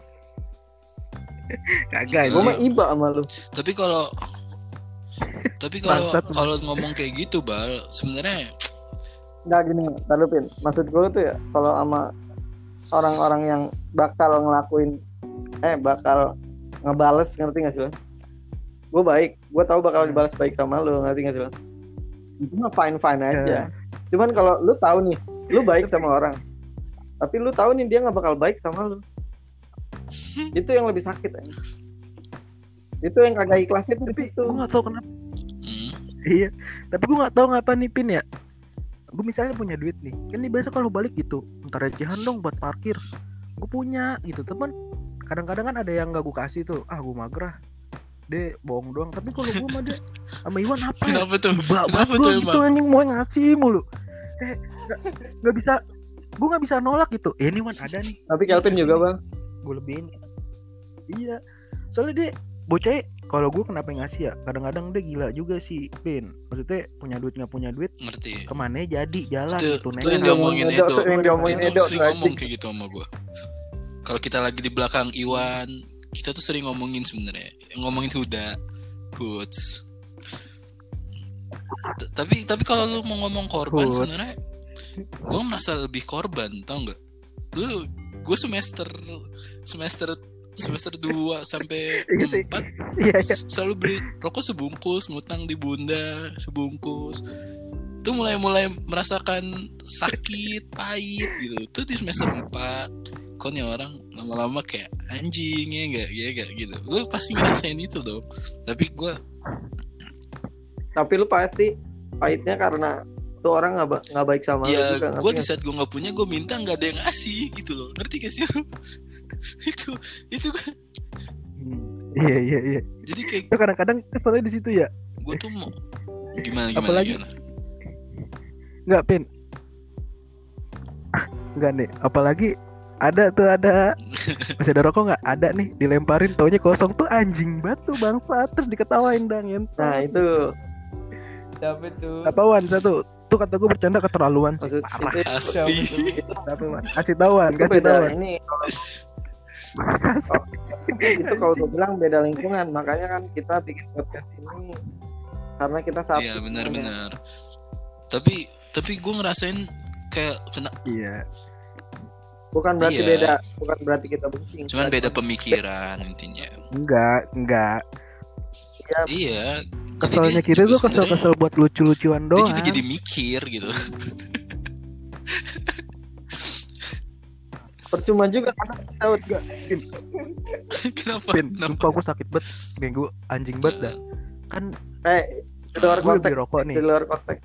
Kagak Gue ini. mah iba sama lu. Tapi kalau tapi kalau Bangsat. kalau ngomong kayak gitu, Bal, sebenarnya Nggak gini, ntar lu Pin. Maksud gue tuh ya, kalau sama orang-orang yang bakal ngelakuin, eh bakal ngebales, ngerti gak sih lo? Gue baik, gue tahu bakal dibalas baik sama lu, ngerti gak sih lo? Itu mah fine-fine aja. Ya. Cuman kalau lu tahu nih, lu baik sama orang, tapi lu tahu nih dia nggak bakal baik sama lu, itu yang lebih sakit ya. Itu yang kagak ikhlasnya tuh Tapi itu. gue nggak tahu kenapa. hmm, Iya. Tapi gue nggak tahu ngapa nih Pin ya. Gue misalnya punya duit nih, kan nih biasa kalau balik gitu, ntar recehan dong buat parkir. Gue punya gitu teman. Kadang-kadang kan ada yang nggak gue kasih tuh, ah gue mager ah. dia bohong doang. Tapi kalau gue mah dia sama Iwan apa ya? Kenapa tuh? Gila Kenapa banget tuh gua gitu emang? anjing, mau ngasih mulu. Eh nggak, nggak bisa, gue nggak bisa nolak gitu. Eh ini Wan ada nih, Tapi Kelvin juga bang. gue lebihin. Iya, soalnya dia bocah, kalau gue kenapa ngasih ya, kadang-kadang dia gila juga sih Pin. Maksudnya punya duit nggak punya duit Ngerti. kemana jadi jalan Itu gitu. itu yang Nekat. diomongin Edo, Edo. yang diomongin Edo Edo, sering tuh, ngomong anjing. kayak gitu sama gue. Kalau kita lagi di belakang Iwan, kita tuh sering ngomongin sebenarnya, ngomongin Huda, Hoods. T- Tapi tapi kalau lu mau ngomong korban Hoods. sebenarnya, gue merasa lebih korban, tau nggak? Lu, gue semester semester semester dua sampai empat Iya iya. selalu beli rokok sebungkus, ngutang di bunda sebungkus. Tuh mulai-mulai merasakan sakit, pahit gitu. Tuh di semester empat, kok nih orang lama-lama kayak anjing ya enggak, ya enggak gitu. Gue pasti ngerasain itu dong. Tapi gue Tapi lu pasti pahitnya karena tuh orang nggak ba- nggak baik sama lu ya juga. gue ngerti di nggak? saat gue nggak punya, gue minta nggak ada yang ngasih gitu loh. Ngerti gak sih? itu itu kan. Hmm, Iya iya iya. Jadi kayak Itu kadang-kadang keselnya di situ ya. gue tuh mau gimana gimana Apalagi- gimana. Enggak Pin. Ah, enggak nih. Apalagi ada tuh ada masih ada rokok nggak? Ada nih, dilemparin taunya kosong tuh anjing banget tuh bangsa, terus diketawain dang ya. Nah itu Siapa tuh? Apa Wan satu? Tuh kata gue bercanda keterlaluan sih. maksud Parah. itu, Kaspi. Tapi Wan, kasih tahuan, itu kasih beda tahuan. ini. Kalau- itu kalau gue bilang beda lingkungan, makanya kan kita bikin podcast ini karena kita satu. Iya benar-benar. Tapi tapi gue ngerasain kayak kena, Iya. Bukan berarti Iya. beda, bukan berarti kita benci. cuman beda pemikiran intinya. Enggak, enggak. Iya. Keselnya Jadi kita juga tuh sebenarnya kesel-kesel buat lucu-lucuan dia doang. gitu jadi mikir gitu. Percuma juga karena kita udah Kenapa? Pin, Kenapa? sumpah gue sakit banget. Minggu anjing banget dah. Kan eh di luar gue konteks, beli rokok nih. di luar konteks.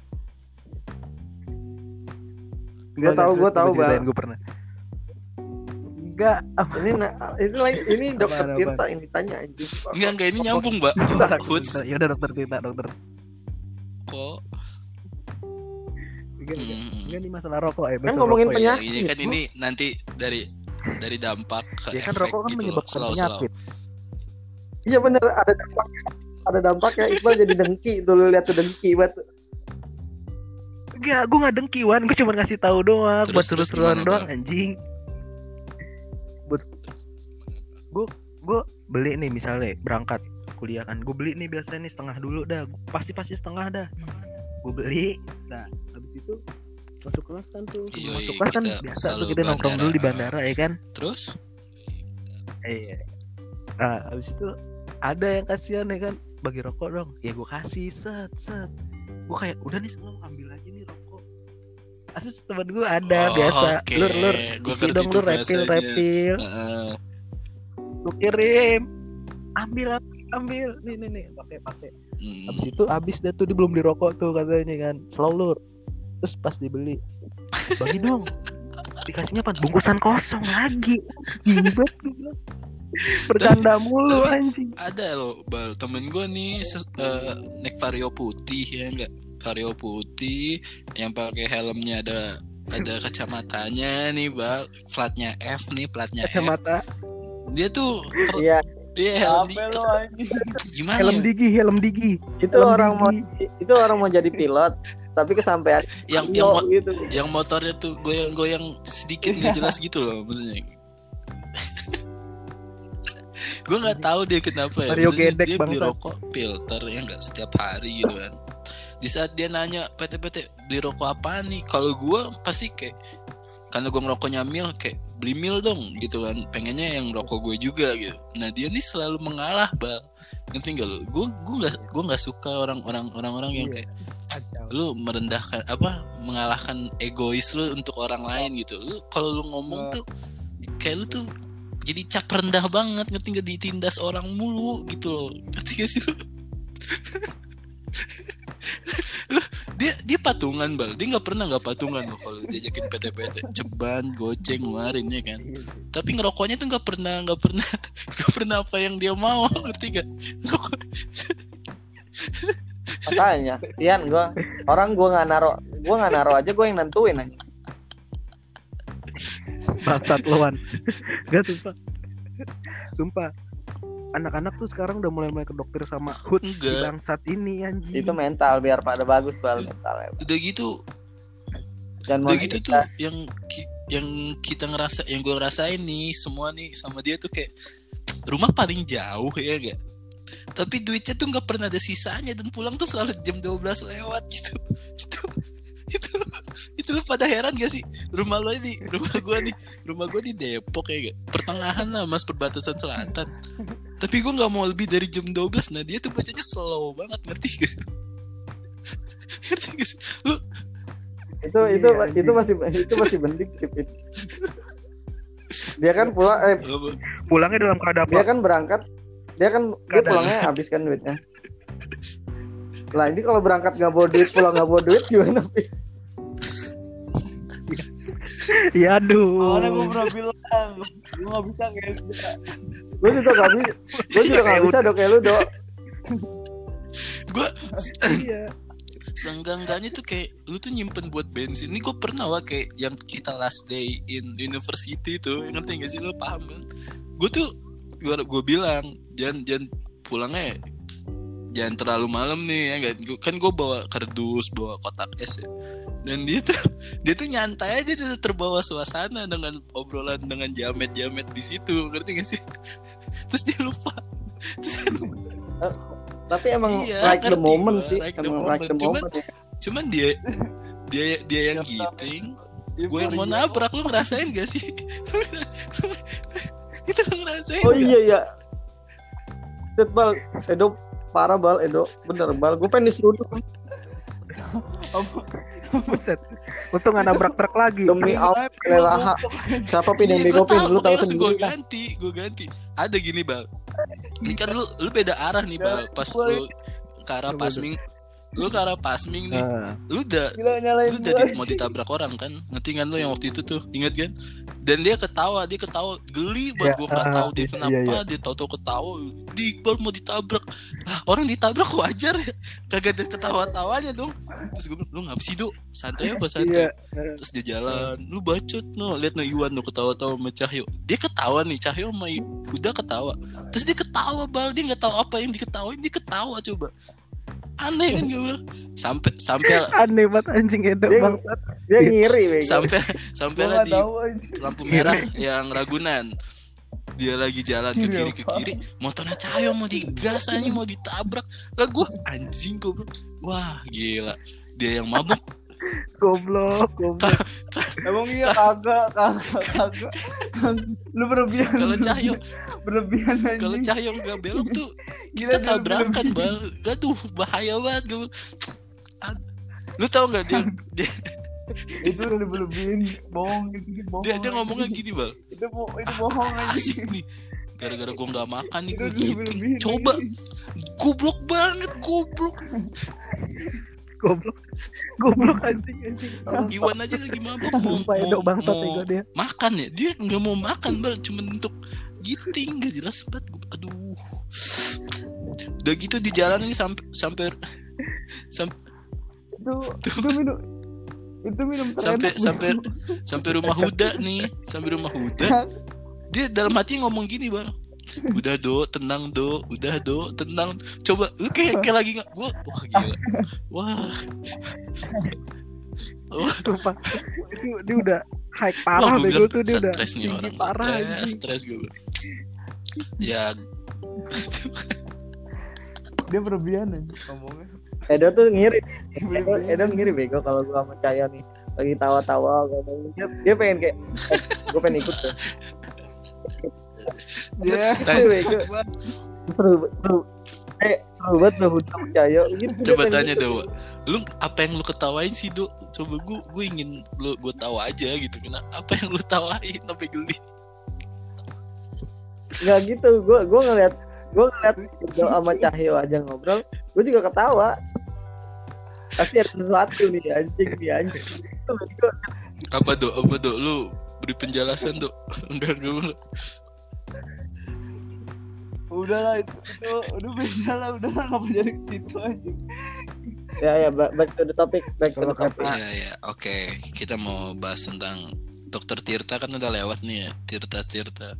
Enggak, tahu, enggak, gua terus tahu, gua ceritain, Bang. gue pernah. Enggak, apa Ini nah, ini lagi ini dokter Apaan, Tirta ini tanya anjing. Enggak enggak ini nyambung, Mbak. Hoods ya udah dokter Tita, dokter. kok. Enggak, enggak. Hmm. Enggak nih masalah rokok ya, Kan masalah ngomongin rokok ya. penyakit. Ini kan ini nanti dari dari dampak ke Ya kan efek rokok kan gitu loh. menyebabkan Slow slow. penyakit. Iya bener ada dampak ada dampaknya. Iqbal jadi dengki tuh, lu lihat tuh dengki banget. Enggak, gue gak dengki Wan, gue cuma ngasih tahu doang, Terus- buat terus seru-seruan gimana, doang Bang? anjing. Buat gue gue beli nih misalnya berangkat kuliah kan, gue beli nih biasanya nih setengah dulu dah, pasti pasti setengah dah. Gue beli, nah habis itu masuk kelas kan tuh, sebelum Yoi, masuk kelas kan kita biasa selalu tuh kita nongkrong dulu di bandara. bandara ya kan. Terus Iya. Nah, habis itu ada yang kasihan ya kan, bagi rokok dong. Ya gue kasih set set. Gue kayak udah nih selalu ambil aja nih rokok. Asus teman gue ada Oh, biasa. oke. Lur lur. Gua Isi ngerti dong tuh lur repil bahasanya. repil. Heeh. Gue kirim. Ambil ambil. Nih nih nih pakai pakai. Hmm. Habis itu habis dah tuh dia belum beli rokok tuh katanya kan. Selalu lur. Terus pas dibeli, bagi dong. Dikasihnya apa? Bungkusan kosong lagi. Gibet gue bilang. Bercanda mulu Tapi- anjing. Ada loh, Bal, temen gue nih ses- eh, naik Vario putih ya enggak, Vario putih yang pakai helmnya ada ada kacamatanya nih, Bal, platnya F nih, platnya F. Kacamata, Dia tuh ter- Iya, dia helm di, Apa lo anjing? gimana? helm ya? digi, helm digi. itu Helm orang mau digi. itu orang mau jadi pilot tapi kesampean Yang Yo, yang mo- gitu. yang motornya tuh goyang-goyang sedikit nggak jelas gitu loh maksudnya. Gue nggak tahu dia kenapa ya. Vario Maksudnya gedek dia beli bangsat. rokok filter ya nggak setiap hari gitu kan. Di saat dia nanya P T P T beli rokok apa nih? Kalau gue pasti kayak karena gue ngerokoknya mil kayak beli mil dong gitu kan. Pengennya yang rokok gue juga gitu. Nah dia nih selalu mengalah bal. Ngerti nggak lu? Gue gue nggak gue nggak suka orang-orang orang-orang yang Iya. kayak Kacau. lu merendahkan apa mengalahkan egois lu untuk orang lain gitu. Lu kalau lu ngomong Wah. tuh kayak lu tuh jadi cap rendah banget, ngerti nggak, ditindas orang mulu gitu loh, ngerti gak sih lu? Lu dia dia patungan bal, dia nggak pernah nggak patungan loh kalau diajakin P T P T, ceban, goceng, ngeluarin ya kan. Tapi ngerokoknya tuh nggak pernah nggak pernah nggak pernah apa yang dia mau, ngerti gak? Ngerokok. Makanya sian gue, orang gue nggak naro, gue nggak naro aja gue yang nentuin aja. Bangsat luan. Gak sumpah. Sumpah. Anak-anak tuh sekarang udah mulai mulai ke dokter sama hood si Enggak. bangsat ini anjing. Itu mental biar pada bagus bal mentalnya. Udah gitu, Dan udah gitu tuh yang ki- yang kita ngerasa, yang gue ngerasain nih semua nih sama dia tuh kayak rumah paling jauh ya gak. Tapi duitnya tuh nggak pernah ada sisanya dan pulang tuh selalu jam dua belas lewat gitu. Itu itu itu lu pada heran gak sih? Rumah lo ini, rumah gua nih, rumah gua di Depok ya gak? Pertengahan lah mas, perbatasan selatan. Tapi gua nggak mau lebih dari jam dua belas. Nah dia tuh bacanya slow banget, ngerti gak sih? Ngerti gak sih? Lu itu itu Iya, itu masih itu masih penting sih. Pit. Dia kan pulang, eh, apa? Pulangnya dalam keadaan dia apa? kan berangkat, dia kan dia Kadang. pulangnya habiskan duitnya. Lah ini kalau berangkat nggak bawa duit, pulang nggak bawa duit gimana? Pit? Ya aduh. Awalnya gue pernah bilang, gue gak bisa guys. Gue juga nggak bisa, gue juga nggak bisa dok kayak lu dok. Gua Iya. seenggak-enggaknya tuh kayak lu tuh nyimpen buat bensin. Ini gue pernah wah kayak yang kita last day in university tuh, ngerti gak sih, lu paham kan? Gue tuh gue gue bilang jangan jangan pulangnya jangan terlalu malam nih ya kan. Kan gue bawa kardus, bawa kotak es ya. Dan dia tuh dia tuh nyantai aja, dia tuh terbawa suasana dengan obrolan dengan jamet-jamet di situ, ngerti gak sih? Terus dia lupa. Terus dia lupa. Tapi emang Iya, like the ngerti moment gua, sih, like the emang like the moment. moment. ya. Cuman dia dia dia yang giting, gue yang mau Euforia. nabrak. Lu ngerasain gak sih? Itu lu ngerasain Oh gak? iya iya. Set bal, Edo parah bal, Edo bener bal. Gue pengen diseruduk Buset. Untung gak nabrak truk lagi. demi Allah. Lelaha. Siapa pin yang Iya, bego gua pin? tahu, Lu tahu makanya langsung gue sendiri kan. ganti, gue ganti. Ada gini bal. Ini kan lu lu beda arah nih bal. Pas lu ke arah Pasming, lu ke arah Pasming nih. Nah, Lu udah Gila nyalain lu udah gue. di- mau ditabrak orang kan, ngerti kan lu yang waktu itu tuh, ingat kan? Dan dia ketawa, dia ketawa geli buat Ya, gue nggak tahu dia iya, kenapa, iya, dia tahu-tahu ketawa, di Iqbal mau ditabrak, lah orang ditabrak wajar ya, kagak ada ketawa-tawanya dong. Terus gue bilang, lu ngapa sih dok, santai apa santai? iya. Terus dia jalan, lu bacot no, lihat no Iwan no ketawa-tawa sama Cahyo, dia ketawa nih, Cahyo sama Huda ketawa, terus dia ketawa bal, dia nggak tahu apa yang diketawain, dia ketawa coba. Aneh kan gue bilang. Sampai sampai Aneh banget anjing Edo Dia- bangsat. Dia ngiri bego. sampai sampai Gue lah gak di tau aja. lampu merah yang Ragunan. Dia lagi jalan ke kiri ke kiri, motornya Cahyo mau digas aja, mau ditabrak. Lah gue anjing gue bilang, wah gila. Dia yang mabuk. Goblok, goblok. Emang iya kagak, kagak, kagak. Lu berlebihan. Kalau Cahyo, berlebihan aja. kalau Cahyo nggak belok tuh Gila, kita dia tabrakan berlebihan. bal. Aduh bahaya banget gue. Ad- Lu tau nggak dia dia Itu udah berlebihan, bohong gitu, gitu, bohong. dia, dia aja. ngomongnya gini bal. Itu bo- itu bohong aja. Asik nih. Gara-gara gue nggak makan nih Itu gue udah gitu. berlebihan. Coba goblok banget, goblok. Goblok. Goblok anjing anjing. Iwan aja lagi mabuk mau, Sumpah Edo mau, bangsat mau Edo dia. makan ya, dia nggak mau makan bal, cuma untuk giting, gak jelas banget. Aduh, udah gitu di jalan ini sampai sampai sampai Itu itu minum itu minum sampai terenak, sampai bro. sampai rumah Huda nih, sampai rumah Huda. Dia dalam hati ngomong gini bal, udah do, tenang do, udah do, tenang. Coba lu kayak kayak lagi nggak, gua wah gila, wah, wah. Sumpah. Itu dia udah high Wah, parah gue bego bilang tuh dia udah. stres nih tinggi orang, parah stres, anjing. stres gue bilang. Ya, Dia berlebihan aja ngomongnya. Edo tuh ngiri. Edo, Edo ngiri bego kalau gua sama Cahyo nih lagi tawa-tawa ngomong. Dia, dia pengen kayak eh, gue pengen ikut tuh. Dia Itu bego. Seru seru. Eh, seru banget tuh Huda sama Cahyo. Gitu, dia coba pengen tanya ikut. Dewa, lu apa yang lu ketawain sih do? Coba gue gue ingin lu gue tawa aja gitu. Kenapa? Apa yang lu tawain sampai geli? Nggak gitu. Gue gue ngeliat gue ngeliat Edo sama Cahyo aja ngobrol. Gue juga ketawa. pasti ada sesuatu nih anjing nih anjing. Apa dok? Apa dok? Lu beri penjelasan dok. Enggak dulu. Udahlah itu, itu udah beda lah, udah lah ngapa jadi ke situ aja. Ya ya back to the topic, back to the topic. Ya ya, oke. Kita mau bahas tentang Dokter Tirta kan udah lewat nih ya, Tirta Tirta.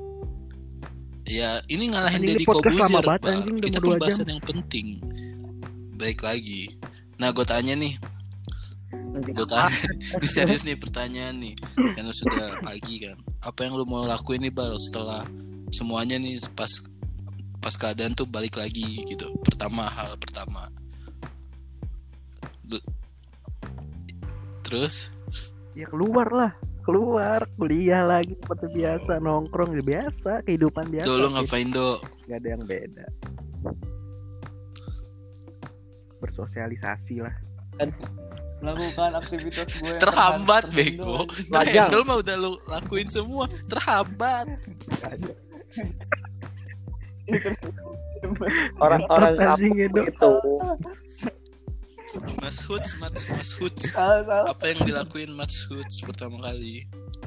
Ya ini ngalahin Anjing, Deddy ini podcast Kobuzier, lama banget, Pak. anjing, udah Kita mau dua pembahasan jam. yang penting. Baik lagi. Nah gue tanya nih, Nanti gue tanya, ini serius nih pertanyaan nih. Karena sudah pagi kan. Apa yang lu mau lakuin nih Bal setelah semuanya nih pas pas keadaan tuh balik lagi gitu. Pertama hal pertama. Lu- Terus Ya keluar lah, keluar kuliah lagi seperti biasa, nongkrong ya biasa, kehidupan biasa. tuh lu gitu. ngapain dok? Nggak ada yang beda. Bersosialisasi lah. Melakukan aktivitas gue yang Terhambat terhambat, bego. anjing. Nah, Magang. handle mah udah lu lakuin semua. Terhambat. orang-orang Anjing, kampung Edo. itu Mas Huts, Mas, Mas Huts. Salah salah. Apa yang dilakuin Mas Huts pertama kali?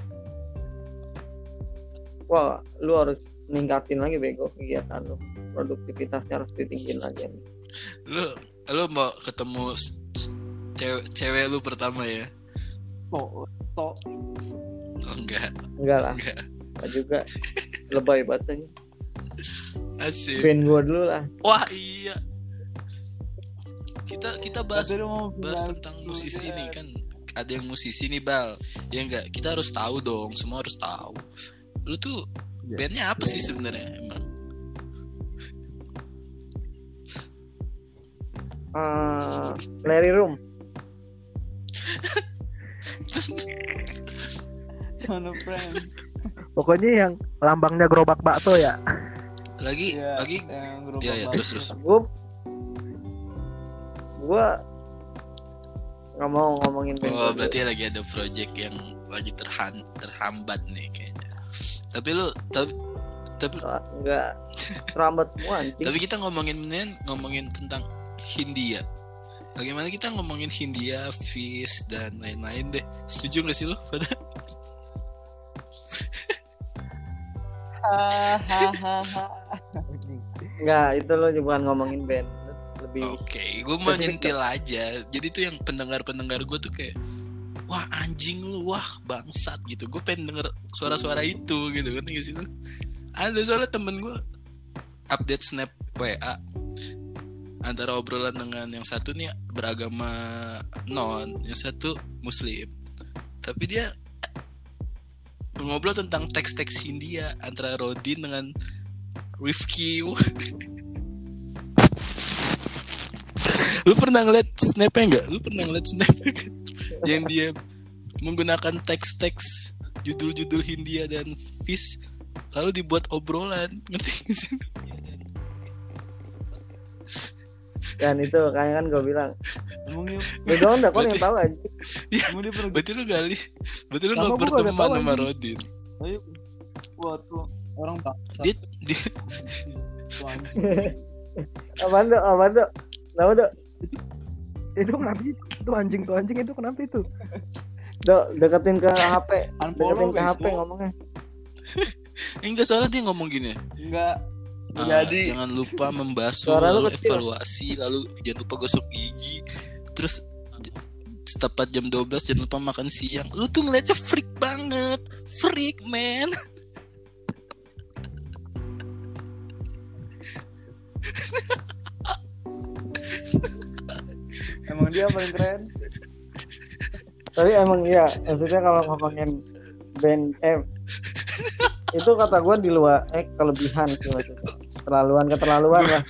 wah lu harus ningkatin lagi bego kegiatan lu, produktivitasnya harus ditinggiin lagi. Lu lu mau ketemu s- s- cewek cewek lu pertama ya? So, so Oh enggak, Enggak lah, enggak. enggak juga lebay banget aja. Asik. Band gua dulu lah. Wah, iya. Kita kita bahas Tapi lu mau bahas bilang tentang juga. musisi nih kan. Ada yang musisi nih Bal. Ya enggak, kita harus tahu dong, semua harus tahu. Lu tuh Ya. bandnya apa sih sebenarnya emang? Eh, Larry Room. Son of Friends. Pokoknya yang lambangnya gerobak bakso ya. Lagi Iya, lagi yang gerobak Iya, iya, bakso. terus, terus. Gua gua nggak mau ngomongin band Oh gua dulu. berarti lagi ada project yang lagi terhan terhambat nih kayaknya. Tapi lu tapi tapi, Ah, enggak terambat semua anjing. tapi kita ngomongin mendingan ngomongin tentang Hindia. Bagaimana kita ngomongin Hindia, Fish dan lain-lain deh. Setuju gak sih lu pada? Hahaha. Enggak, itu lo bukan ngomongin band. Lebih Oke, gue mau nyentil aja. Jadi tuh yang pendengar-pendengar gue tuh kayak, wah anjing lu, wah bangsat gitu. Gue pengen denger suara-suara itu gitu kan gak sih lu? Ada soalnya temen gue update snap W A antara obrolan dengan yang satu nih beragama non, yang satu muslim. Tapi dia ngobrol tentang teks-teks Hindia antara Rodin dengan Rifki. Lu pernah ngeliat snapnya nggak? Lu pernah ngeliat snapnya kan? Yang dia menggunakan teks-teks judul-judul Hindia dan Fish lalu dibuat obrolan, ngerti gak sih? dan itu kayak kan gue bilang Emang dia, gue doang dah kok yang Berarti- tahu aja. Ya, emang dia pernah berarti lu kali, berarti lu Sama nggak gua nggak berteman tahu, sama anjing. Rodin. Ayo. Wah tuh orang bangsat. Dia, dia Tuh, anjing. Apaan dok? Apaan dok? Kenapa dok? Itu kenapa sih? Itu anjing tuh anjing itu kenapa itu? Dok deketin ke H P, Unfollow, deketin ke H P bego. ngomongnya. enggak soalnya dia ngomong gini. Enggak. Ah, Jadi jangan lupa membasuh, Suara lu lalu kecil. evaluasi, lalu jangan lupa gosok gigi. Terus j- tepat jam dua belas jangan lupa makan siang. Lu tuh ngeliatnya freak banget. Freak, man. emang dia paling keren. Tapi emang iya, maksudnya kalau ngomongin band eh itu kata gue di luar eh kelebihan sih maksudnya. Terlaluan keterlaluan lah.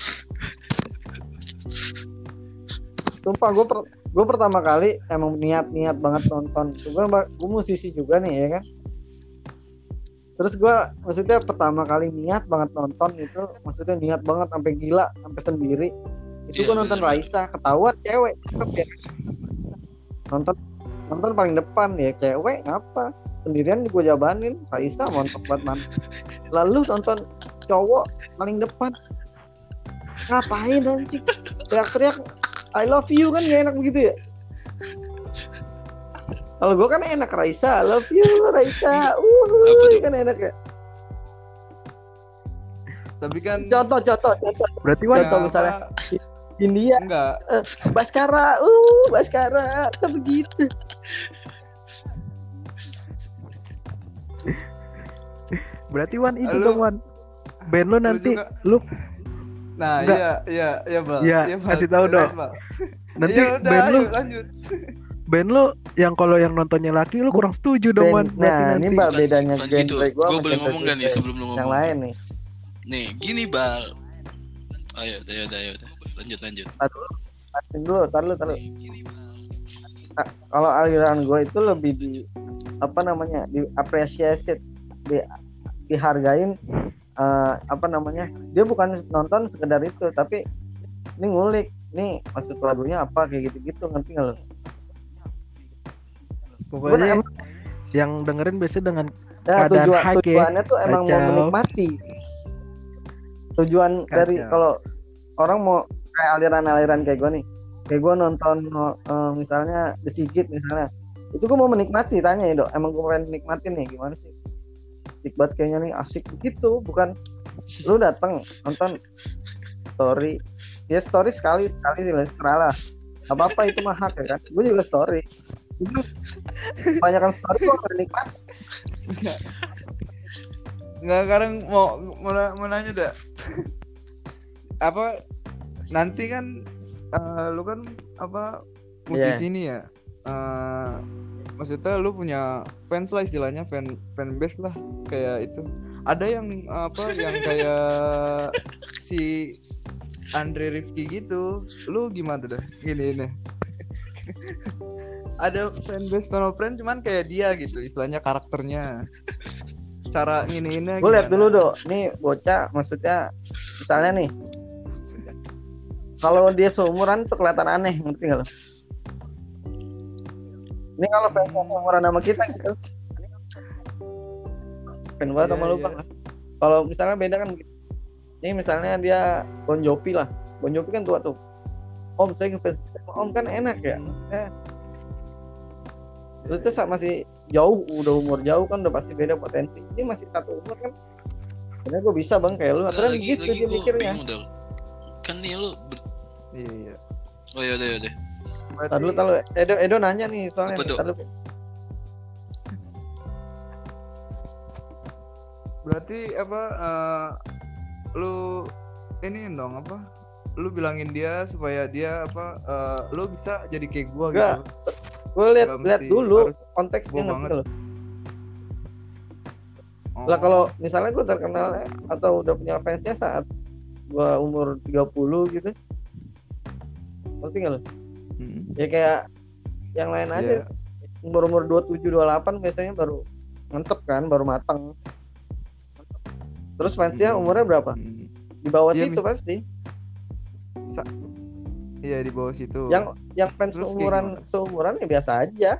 Sumpah gue per, gue pertama kali emang niat-niat banget nonton. Gue gue musisi juga nih ya kan. Terus gue maksudnya pertama kali niat banget nonton itu maksudnya niat banget sampai gila, sampai sendiri. Itu Iya, gue nonton bener. Raisa, ketahuan cewek, cakep ya. Nonton nonton paling depan ya, cewek ngapa? Sendirian gue jabanin, Raisa montok banget man. Lalu nonton cowok paling depan. Ngapain anjing? Teriak-teriak I love you kan gak enak begitu ya. Kalau gue kan enak, Raisa, I love you Raisa, uh kan enak ya. Tapi kan Contoh contoh contoh. Berarti ya, Wan Contoh misalnya India, enggak. uh, Baskara, uh Baskara, kan begitu. berarti Wan itu Lu- dong Wan. Band lo lu nanti juga- lu Nah, Enggak. iya, iya, iya, Bal. Iya, Bal. kasih tahu Jelas, dong. Bal. nanti Iya, udah, band ayo, lu lanjut. band lu yang kalau yang nontonnya laki lu kurang setuju dong Wan. Ben, Berarti nah nanti. ini Bal Bukan- bedanya bukan genre gitu. gue Gua sama boleh genre ngomong nggak nih genre sebelum lu yang ngomong? lain nih. Nih, gini Bal. Ayo, ayo, ayo, ayo. Lanjut, lanjut. Pastiin dulu, tar dulu, tar dulu. Nah, kalau aliran gue itu lebih di apa namanya diapresiasi, di, dihargain, eh, apa namanya, dia bukan nonton sekedar itu, tapi ini ngulik, nih maksud lagunya apa kayak gitu-gitu, ngerti nggak lo? Pokoknya Bener, emang- yang dengerin biasanya dengan Ya, keadaan tujuan high, tujuannya tuh emang mau kacau. menikmati. Tujuan dari Kacau. kalau orang mau kayak aliran-aliran kayak gue nih, kayak gue nonton eh, misalnya The Sigit misalnya, itu gue mau menikmati, tanya ya dok, emang gue pengen nikmatin nih gimana sih? Asik banget kayaknya nih, asik gitu, bukan lu datang nonton story, ya story sekali sekali sih lah, serah apa apa itu mah hak ya kan, gue juga story. Itu kebanyakan story gue gak nikmati. Enggak, sekarang mau mau, mau nanya dah. Apa nanti kan eh, lu kan apa musisi nih ya. Eh, maksudnya lu punya fans lah istilahnya, fan fan base lah kayak itu. Ada yang apa yang kayak si Andre Rifki gitu. Lu gimana dah? Gini ini. Ada fanbase Donald Trump cuman kayak dia gitu, istilahnya karakternya. Cara nginiinnya Gue lihat gimana? dulu dok, nih bocah maksudnya misalnya nih, kalau dia seumuran tuh kelihatan aneh, ngerti nggak lo? Ini kalau fans seumuran sama kita gitu, fan banget sama Iya, lu iya. bang. Kalau misalnya beda kan, gitu. Ini misalnya dia Bon Jovi lah, Bon Jovi kan tua tuh. Om saya ngefans sama Om kan enak ya, maksudnya. Lu tuh sa- masih jauh, udah umur jauh kan udah pasti beda potensi. Ini masih satu umur kan. Karena gue bisa bang kayak lu, Nggak, aturan lagi, gitu lagi dia gue mikirnya. bingung dong. Kan nih lu ber- Iya, iya. Oh ya udah ya udah. Berarti, Tadi lu, tadi Edo, Edo nanya nih soalnya. Apa, nih, Dok? tadi lu. berarti apa eh, lu ini dong apa? Lu bilangin dia supaya dia apa eh, lu bisa jadi kayak gua Enggak. gitu. Gue lihat Nggak lihat mesti dulu harus konteksnya gua ngerti banget. nggak lu? Oh. Lah kalau misalnya gue terkenal atau udah punya fansnya saat gue umur tiga puluh gitu, ngerti nggak lo? Hmm. Ya kayak yang lain aja, Iya. umur umur dua puluh tujuh dua puluh delapan biasanya baru mantep kan, baru matang. Terus fansnya Hmm. umurnya berapa? Hmm. Di bawah Iya, situ mis- pasti. Iya di bawah situ. Yang yang fans Terus kayak seumuran gimana? seumuran ya biasa aja.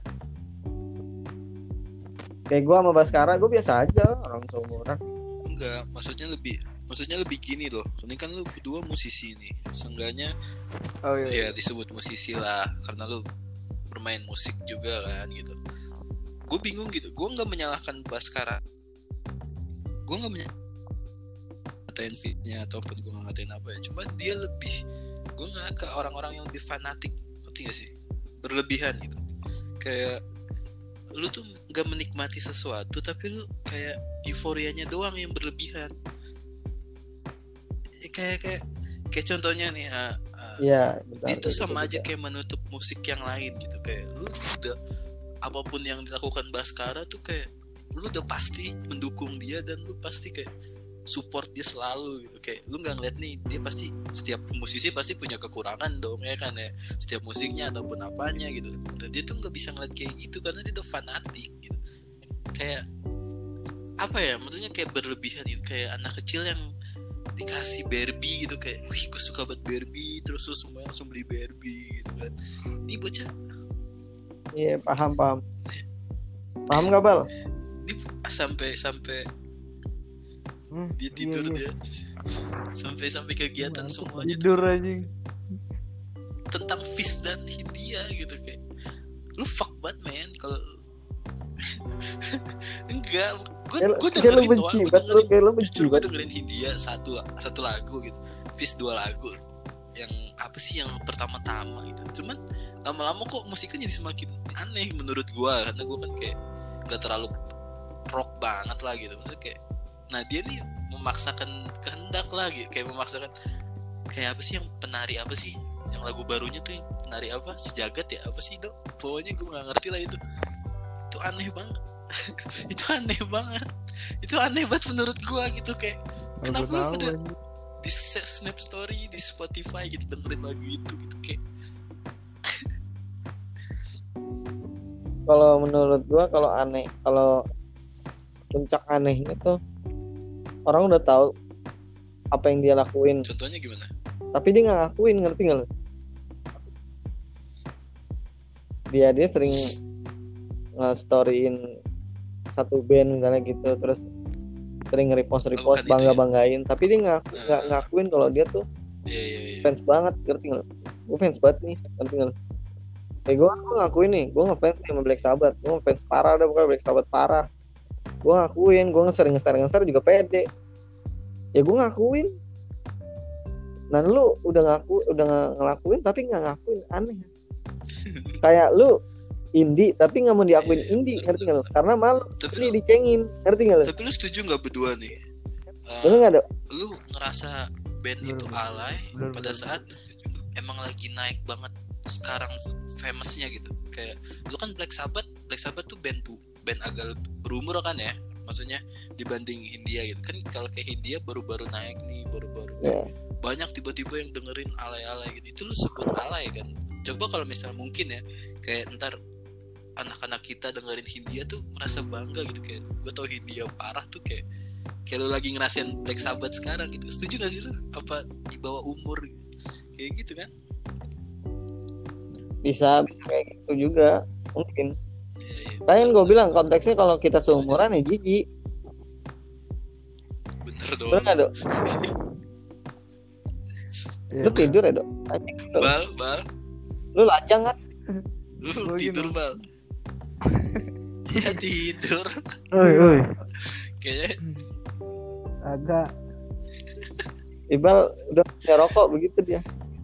Kayak gue sama Baskara, gue biasa aja orang seumuran. Enggak, maksudnya lebih maksudnya lebih gini loh. Ini kan lu berdua musisi nih. Seenggaknya Oh iya. ya disebut musisi lah karena lu bermain musik juga kan gitu. Gue bingung gitu. Gue nggak menyalahkan Baskara. Gue nggak menyalahkan ngatain fitnya ataupun gue nggak ngatain apa ya. Cuma dia lebih, gue nggak ke orang-orang yang lebih fanatik, ngerti gak sih? Berlebihan gitu. Kayak lu tuh nggak menikmati sesuatu tapi lu kayak euforianya doang yang berlebihan. Eh, kayak kayak kayak contohnya nih ah, ah, Iya, bentar, itu kayak sama gitu aja juga. kayak menutup musik yang lain gitu. Kayak lu udah apapun yang dilakukan Baskara tuh kayak lu udah pasti mendukung dia dan lu pasti kayak support dia selalu gitu. Kayak lu nggak ngeliat nih dia pasti, setiap musisi pasti punya kekurangan dong ya kan ya, setiap musiknya ataupun apanya gitu. Dan dia tuh nggak bisa ngeliat kayak gitu karena dia tuh fanatik gitu. Kayak apa ya, maksudnya kayak berlebihan gitu, kayak anak kecil yang dikasih Barbie gitu, kayak wih gue suka banget Barbie, terus lu semua langsung beli Barbie gitu kan. Ini bocah Iya, paham paham. Paham nggak Bal? ini sampai sampai Hmm, dia iya, tidur iya. dia sampai sampai kegiatan semuanya tuh Tidur anjing. tentang Fizz dan Hindia gitu kayak lu fuck banget men kalau enggak gue Kayak- gue kayak lu dengerin benci doang gue banget, lu dengerin kayak lu benci jujur gue banget. dengerin Hindia satu satu lagu gitu Fizz dua lagu yang apa sih yang pertama-tama gitu cuman lama-lama kok musiknya jadi semakin aneh menurut gue karena gue kan kayak nggak terlalu rock banget lah gitu maksudnya kayak nah dia nih memaksakan kehendak lagi kayak memaksakan kayak apa sih yang penari apa sih yang lagu barunya tuh yang penari apa sejagat ya apa sih dok pokoknya gue nggak ngerti lah itu itu aneh banget itu aneh banget itu aneh banget menurut gue gitu kayak kenapa lu pada di snap story di Spotify gitu dengerin lagu itu gitu kayak Kalau menurut gua kalau aneh, kalau puncak anehnya tuh orang udah tahu apa yang dia lakuin, contohnya gimana tapi dia nggak ngakuin, ngerti nggak lo? Dia dia sering nge-storyin satu band misalnya gitu, terus sering nge-repost repost Melakukan itu bangga banggain, tapi dia nggak nggak Nah. ngakuin kalau dia tuh iya iya iya fans banget, ngerti nggak? Gue fans banget nih, ngerti nggak? Eh gue gue ngakuin nih, gue ngefans nih sama Black Sabbath, gue ngefans parah, ada bukan Black Sabbath parah. Gue ngakuin, gue nge-share nge-share nge-share juga pede. Ya gue ngakuin. Nah lu udah ngaku, udah nggak ngelakuin tapi nggak ngakuin, aneh. Kayak lu indie tapi nggak mau diakuin Iya, indie, bener, ngerti nggak lo? bener. Karena malu tapi ini lu, dicengin, ngerti nggak lo? tapi lu setuju nggak berdua nih Uh, Bener nggak ada? lu ngerasa band Bener, itu bener. alay Bener, pada bener. saat emang lagi naik banget sekarang famousnya gitu kayak lu kan Black Sabbath Black Sabbath tuh band tuh band agak berumur kan ya maksudnya dibanding Hindia gitu kan kalau kayak Hindia baru-baru naik nih baru-baru Ya. banyak tiba-tiba yang dengerin alay-alay gitu itu lu sebut alay kan coba kalau misalnya mungkin ya kayak ntar anak-anak kita dengerin Hindia tuh merasa bangga gitu kayak gue tau Hindia parah tuh kayak kayak lu lagi ngerasain Black Sabbath sekarang gitu setuju gak sih lu apa di bawah umur gitu? Kayak gitu kan Bisa bisa kayak gitu juga mungkin. iya, iya. Kan gue bilang konteksnya kalau kita seumuran ya jijik, Bener bener dong nggak dok? Iya, Lu tidur ya dok? Anjing, Dok. Bal Bal Lu lajang kan? lu Gua tidur gini. Bal iya tidur Oi, oi. kayaknya Agak. Ibal udah punya rokok begitu dia.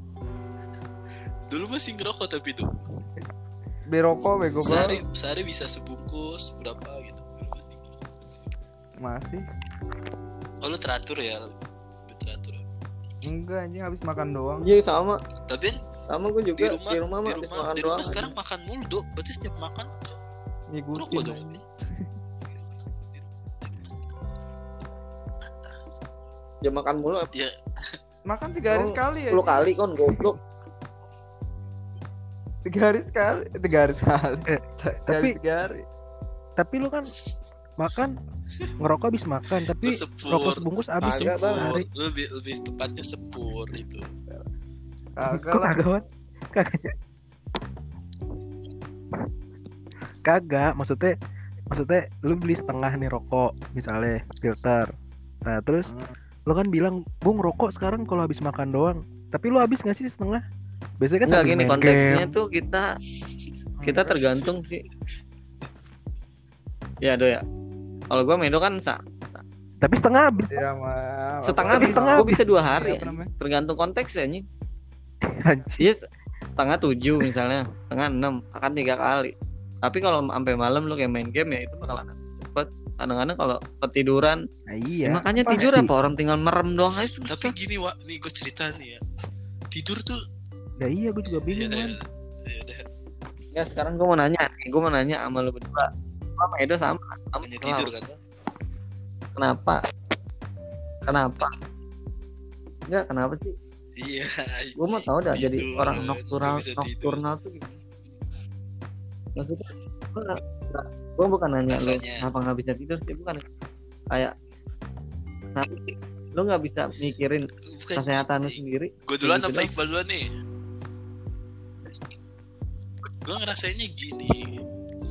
dulu masih ngerokok tapi tuh beli rokok bego sehari banget. sehari bisa sebungkus berapa gitu Masih oh lu teratur ya lu teratur enggak anjing habis makan doang. Iya sama, tapi sama gue di juga rumah di rumah di mah habis rumah makan di doang. rumah sekarang makan mulu dok berarti setiap makan Ngikutin. ngerokok dong anjing. Ya makan mulu ya Makan tiga hari Oh, sekali ya. sepuluh kali kon goblok. Tiga hari sekali, tiga hari sekali. Eh, Sekali tapi- tiga hari. Tapi lu kan makan ngerokok habis makan, tapi lu sepur rokok sebungkus habis Kagak, Bang. sehari. Sepur, lebih lebih tepatnya sepur itu. Kagak Kok lah. kagak, Wan? Kagak. Kagak, maksudnya maksudnya lu beli setengah nih rokok misalnya filter. Nah, terus Hmm. lu kan bilang, "Gua ngerokok sekarang kalau habis makan doang." Tapi lu habis nggak sih setengah? Biasanya kan Enggak sambil gini main konteksnya game. tuh kita kita tergantung sih. Ya do ya. Kalau gua Medo kan sa- Tapi setengah habis. Ya mah. setengah Tapi bisa, setengah gua bisa dua Iya, hari. apa namanya? Tergantung konteks ya nih. Anjing. Iya se- setengah tujuh misalnya, setengah enam akan tiga kali. Tapi kalau sampai malam lu kayak main game ya itu bakalan habis cepet. Kadang-kadang kalau ketiduran, Nah, ya iya. makanya pasti. tidur apa orang tinggal merem doang aja susah. Tapi gini Wak, nih gue cerita nih ya. Tidur tuh Nah, iya, gue juga ya bingung, udah, Wan. ya udah, Ya sekarang gua mau nanya, nih, gua mau nanya sama lu berdua. Gua sama Edo sama, sama hanya kenapa? tidur kan. Kenapa? Kenapa? Enggak, kenapa sih? Iya. Gue mau tahu dah jadi tidur, orang nggak nocturnal bisa tidur. nocturnal tuh gimana? Maksudnya gue nggak gue bukan nanya lu Rasanya. kenapa nggak bisa tidur sih, bukan kayak saat lu nggak bisa mikirin Bukan kesehatan lu gini. sendiri. Gue duluan Gitu apa doang. Iqbal duluan nih? Gue ngerasainnya gini.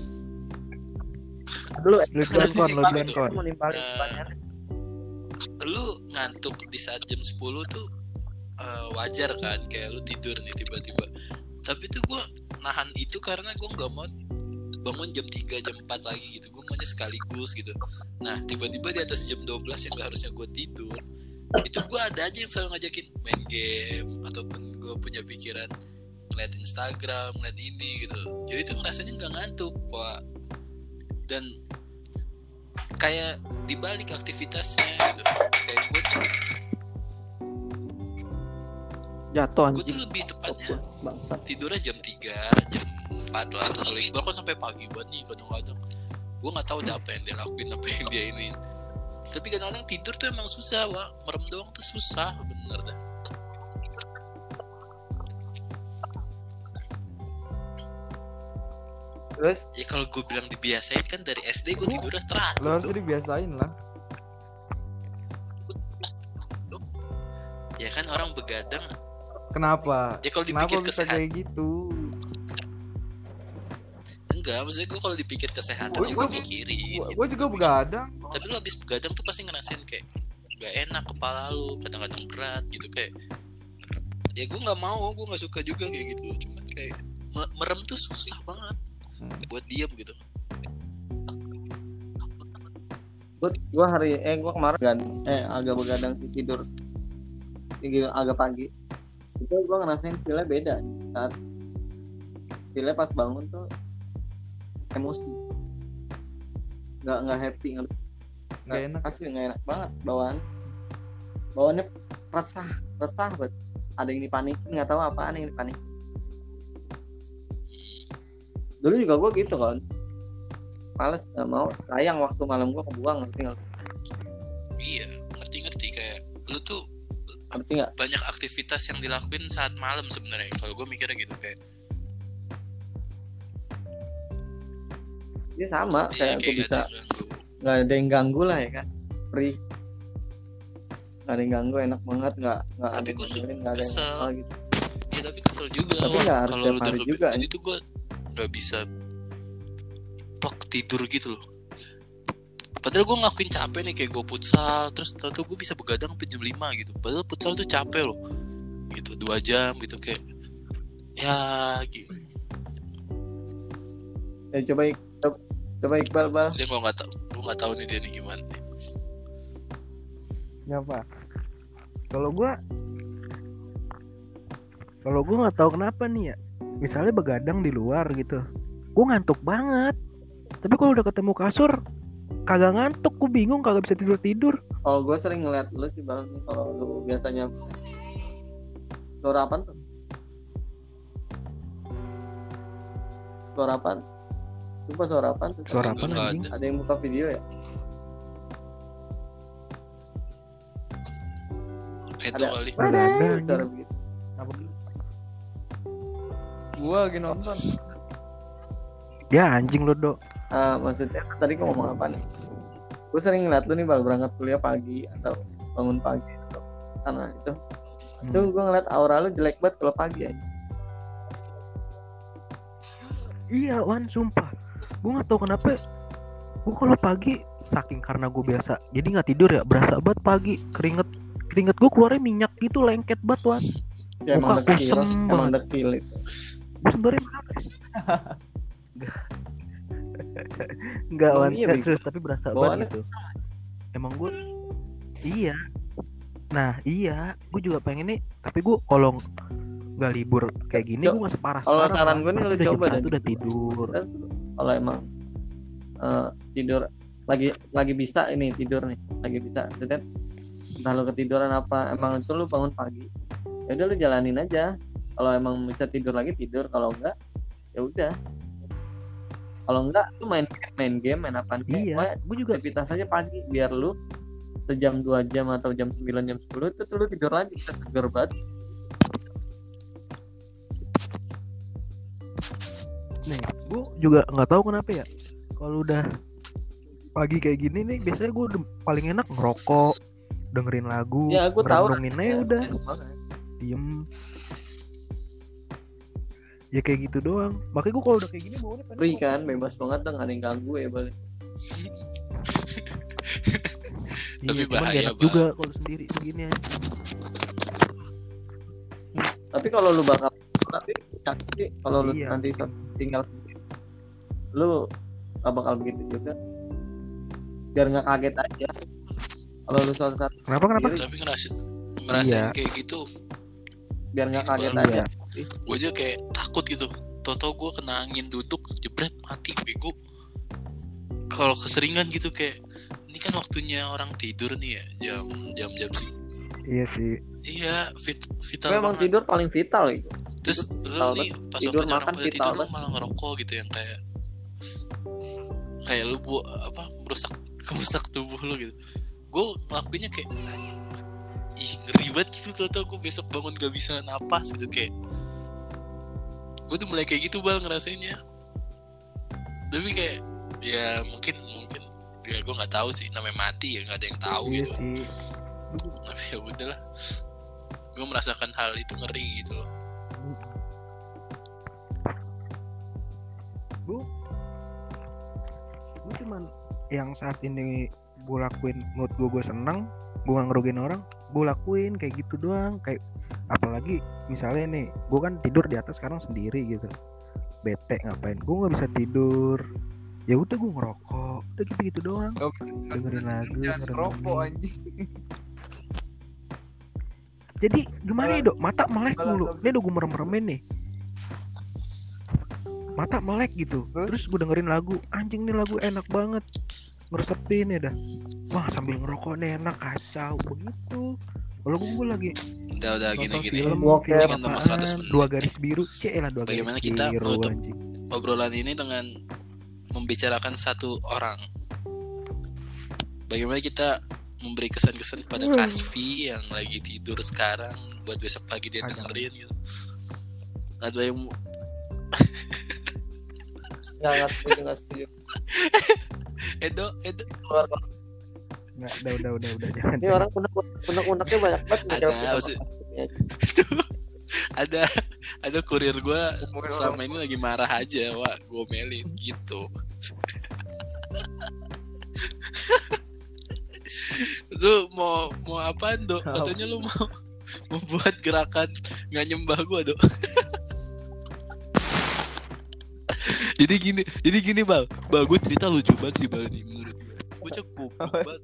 Dulu Lu duluan, Kon, lu duluan, Kon. mau nimpalin Eh, pertanyaan. Lu ngantuk di saat jam sepuluh tuh eh, wajar kan? Kayak lu tidur nih tiba-tiba. Tapi tuh gue nahan itu karena gue nggak mau bangun jam tiga jam empat lagi gitu. Gue maunya sekaligus gitu. Nah tiba-tiba di atas jam dua belas yang gak harusnya gue tidur, itu gue ada aja yang selalu ngajakin main game ataupun gue punya pikiran ngeliat Instagram, ngeliat ini gitu. Jadi tuh rasanya nggak ngantuk kok. Dan kayak dibalik aktivitasnya gitu. Kayak gue tuh Jatuh gue anjing. tuh lebih tepatnya Bangsat. tidurnya jam tiga jam empat lah. Kalau Iqbal kan sampai pagi banget nih kadang-kadang. Gue nggak tahu udah apa yang dia lakuin, apa yang dia ini. Tapi kadang-kadang tidur tuh emang susah, Wak. Merem doang tuh susah, bener dah. Terus Ya kalau gue bilang dibiasain kan dari S D gue tidurnya teratur. Lo harus dibiasain lah. Ya kan orang begadang. Kenapa? Ya kalau Kenapa dipikir bisa kesehatan, kayak gitu? enggak. Maksudnya gue kalau dipikir kesehatan, Gua- ya gua- gue pikirin. Gue gitu. juga begadang. Tapi lo abis begadang tuh pasti ngerasain kayak gak enak kepala lu, kadang-kadang berat gitu kayak. Ya gue nggak mau, gue nggak suka juga kayak gitu. Cuman kayak me- merem tuh susah banget Hmm. buat diam gitu. gue gue hari eh gue kemarin kan eh agak begadang sih tidur tidur agak pagi itu gue ngerasain feelnya beda saat feelnya pas bangun tuh emosi nggak nggak happy nggak Nggak enak. asli nggak enak banget bawaan bawaannya resah resah banget, ada yang dipanikin nggak tahu apaan yang dipanikin. Dulu juga gue gitu kan, males nggak mau, sayang waktu malam gue kebuang, ngerti nggak? Iya, ngerti-ngerti kayak lu tuh Ngerti nggak? banyak aktivitas yang dilakuin saat malam sebenarnya. Kalau gue mikirnya gitu kayak Dia sama iya, kayak gue kayak bisa gak ada yang ganggu. nggak ada yang ganggu lah ya kan, free, nggak ada yang ganggu, enak banget, nggak nggak ada Tapi yang gue su- ngomelin, nggak ada yang kesel. apa gitu. Ya tapi kesel juga. Tapi Wak. nggak harus Kalau tiap lu udah hari nggak- juga, jadi tuh gue nggak bisa plok tidur gitu loh. Padahal gue ngakuin capek nih, kayak gue futsal, terus tau-tau gue bisa begadang sampai jam lima gitu. Padahal futsal tuh capek loh, gitu dua jam gitu kayak ya gitu. Ya coba Ik- coba, coba Iqbal bal. Dia gue nggak tahu, gue nggak tahu nih dia nih gimana. Ngapa? Kalau gua kalau gua nggak tahu kenapa nih ya. Misalnya begadang di luar gitu. Gua ngantuk banget. Tapi kalau udah ketemu kasur kagak ngantuk, gua bingung kagak bisa tidur-tidur. Kalau gue sering ngeliat lu sih bal, kalau lu biasanya suara apaan tuh? Suara apaan? Sumpah suara apaan tuh? Suara Gue apa nggak anjing? ada. Ada yang buka video ya? Itu Ada. kali. Nggak ada, Suara anjing. begitu. Apa? Gua lagi nonton. Ya anjing lu, Dok. Ah, maksudnya tadi gue ngomong apa nih? Gue sering ngeliat lu nih bal berangkat kuliah pagi atau bangun pagi atau karena itu. Hmm. Itu gue ngeliat aura lu jelek banget kalau pagi ya. Iya, Wan, sumpah. Gua nggak tahu kenapa. Gua kalau pagi saking karena gue biasa jadi nggak tidur ya, berasa banget pagi, keringet keringet gue keluarnya minyak gitu, lengket banget, Wan. Ya emang Muka dekil, kusem emang banget. dekil itu. Gue sebenarnya males. Enggak, Oh, Wan. iya, Nggak, Bego. serius, tapi berasa Bawaannya banget gitu. Emang gue iya. Nah, iya, gue juga pengen nih, tapi gue kalau nggak libur kayak gini Co- gue nggak separah. kalau sekarang, saran Wan. gue nih Pasti lu udah jam coba satu deh. udah tidur. Kan kalau emang eh, tidur lagi lagi bisa ini tidur nih, lagi bisa. Maksudnya entah lu ketiduran apa, emang itu lu bangun pagi. Ya udah lu jalanin aja. Kalau emang bisa tidur lagi tidur, kalau enggak ya udah. Kalau enggak lu main main game, main apaan kayak Iya, gue juga aktivitas aja pagi biar lu sejam dua jam atau jam sembilan jam sepuluh itu tuh lu tidur lagi bisa seger banget. nih, gue juga nggak tahu kenapa ya. Kalau udah pagi kayak gini nih, biasanya gue paling enak ngerokok, dengerin lagu, Ya aku tahu merenungin aja rasanya udah, enak banget. diem. Ya kayak gitu doang. Makanya gue kalau udah kayak gini baunya pengen Free ngerokok. kan, bebas banget dah, nggak ada yang ganggu ya balik. Iya, Tapi cuman bahaya, enak Bang. juga kalau sendiri begini ya. Tapi kalau lu bakal tapi Cak sih kalau lu Iya. nanti tinggal sendiri, lu gak bakal begitu juga. Biar nggak kaget aja. Kalau lu suatu saat Kenapa kenapa? sendiri, Tapi ngerasain ngerasain Iya. kayak gitu, biar nggak kaget Iya. aja. gue aja kayak takut gitu. Tau-tau gue kena angin duduk, jebret mati bego. Kalau keseringan gitu kayak ini kan waktunya orang tidur nih ya, jam jam jam sih. Iya sih. Iya, fit, vital Tapi emang banget. tidur paling vital gitu. Terus vital lu nih pas Tidur, waktunya orang makan pada vital tidur lu banget. malah ngerokok gitu yang kayak kayak lu bu apa merusak merusak tubuh lu gitu. Gue ngelakuinnya kayak ih ngeri banget gitu, tau-tau gue besok bangun gak bisa napas gitu kayak gue tuh mulai kayak gitu bal ngerasainnya. Tapi kayak ya mungkin mungkin ya gue nggak tahu sih, namanya mati ya nggak ada yang tahu Iya gitu. sih. Tapi ya udahlah, gue merasakan hal itu ngeri gitu loh. Gue gue cuman yang saat ini gue lakuin menurut gue gue seneng, gue gak ngerugiin orang, gue lakuin kayak gitu doang. Kayak apalagi misalnya nih gue kan tidur di atas sekarang sendiri gitu, bete ngapain gue nggak bisa tidur, ya udah gue ngerokok, udah gitu gitu doang. Oh, Dengerin lagu, jangan dengerin rokok lagu. anjing. Jadi gimana ya dok, mata melek malah mulu, nggak dia udah gue merem-meremin nih, mata melek gitu. Terus? Terus gue dengerin lagu, anjing nih lagu enak banget, ngeresepin ya dah, wah sambil ngerokok nih enak, kacau begitu. Kalau gue lagi Udah udah gini nonton gini. film, Bokep. film Dengan nomor seratus apaan, menit dua nih. garis biru, cielah dua Bagaimana garis kita biru menutup anjing. obrolan ini dengan membicarakan satu orang. Bagaimana kita memberi kesan-kesan kepada Kasfi yang lagi tidur sekarang buat besok pagi dia Ada. dengerin gitu. Ada yang mau- Nggak nggak setuju nggak setuju. Edo Edo Keluar kok. Nggak, udah udah udah udah jangan. Ini orang unek unek uneknya banyak banget. Ada, mikir apa maksud- maksudnya. ada ada kurir gue Ngomongin selama ini lagi marah aja, wah gue melin gitu. Lu mau mau apaan dok? Katanya lu mau membuat gerakan nggak nyembah gue dok. jadi gini, jadi gini bal, bal gue cerita lucu banget sih bal ini menurut gue. Bocah goblok banget.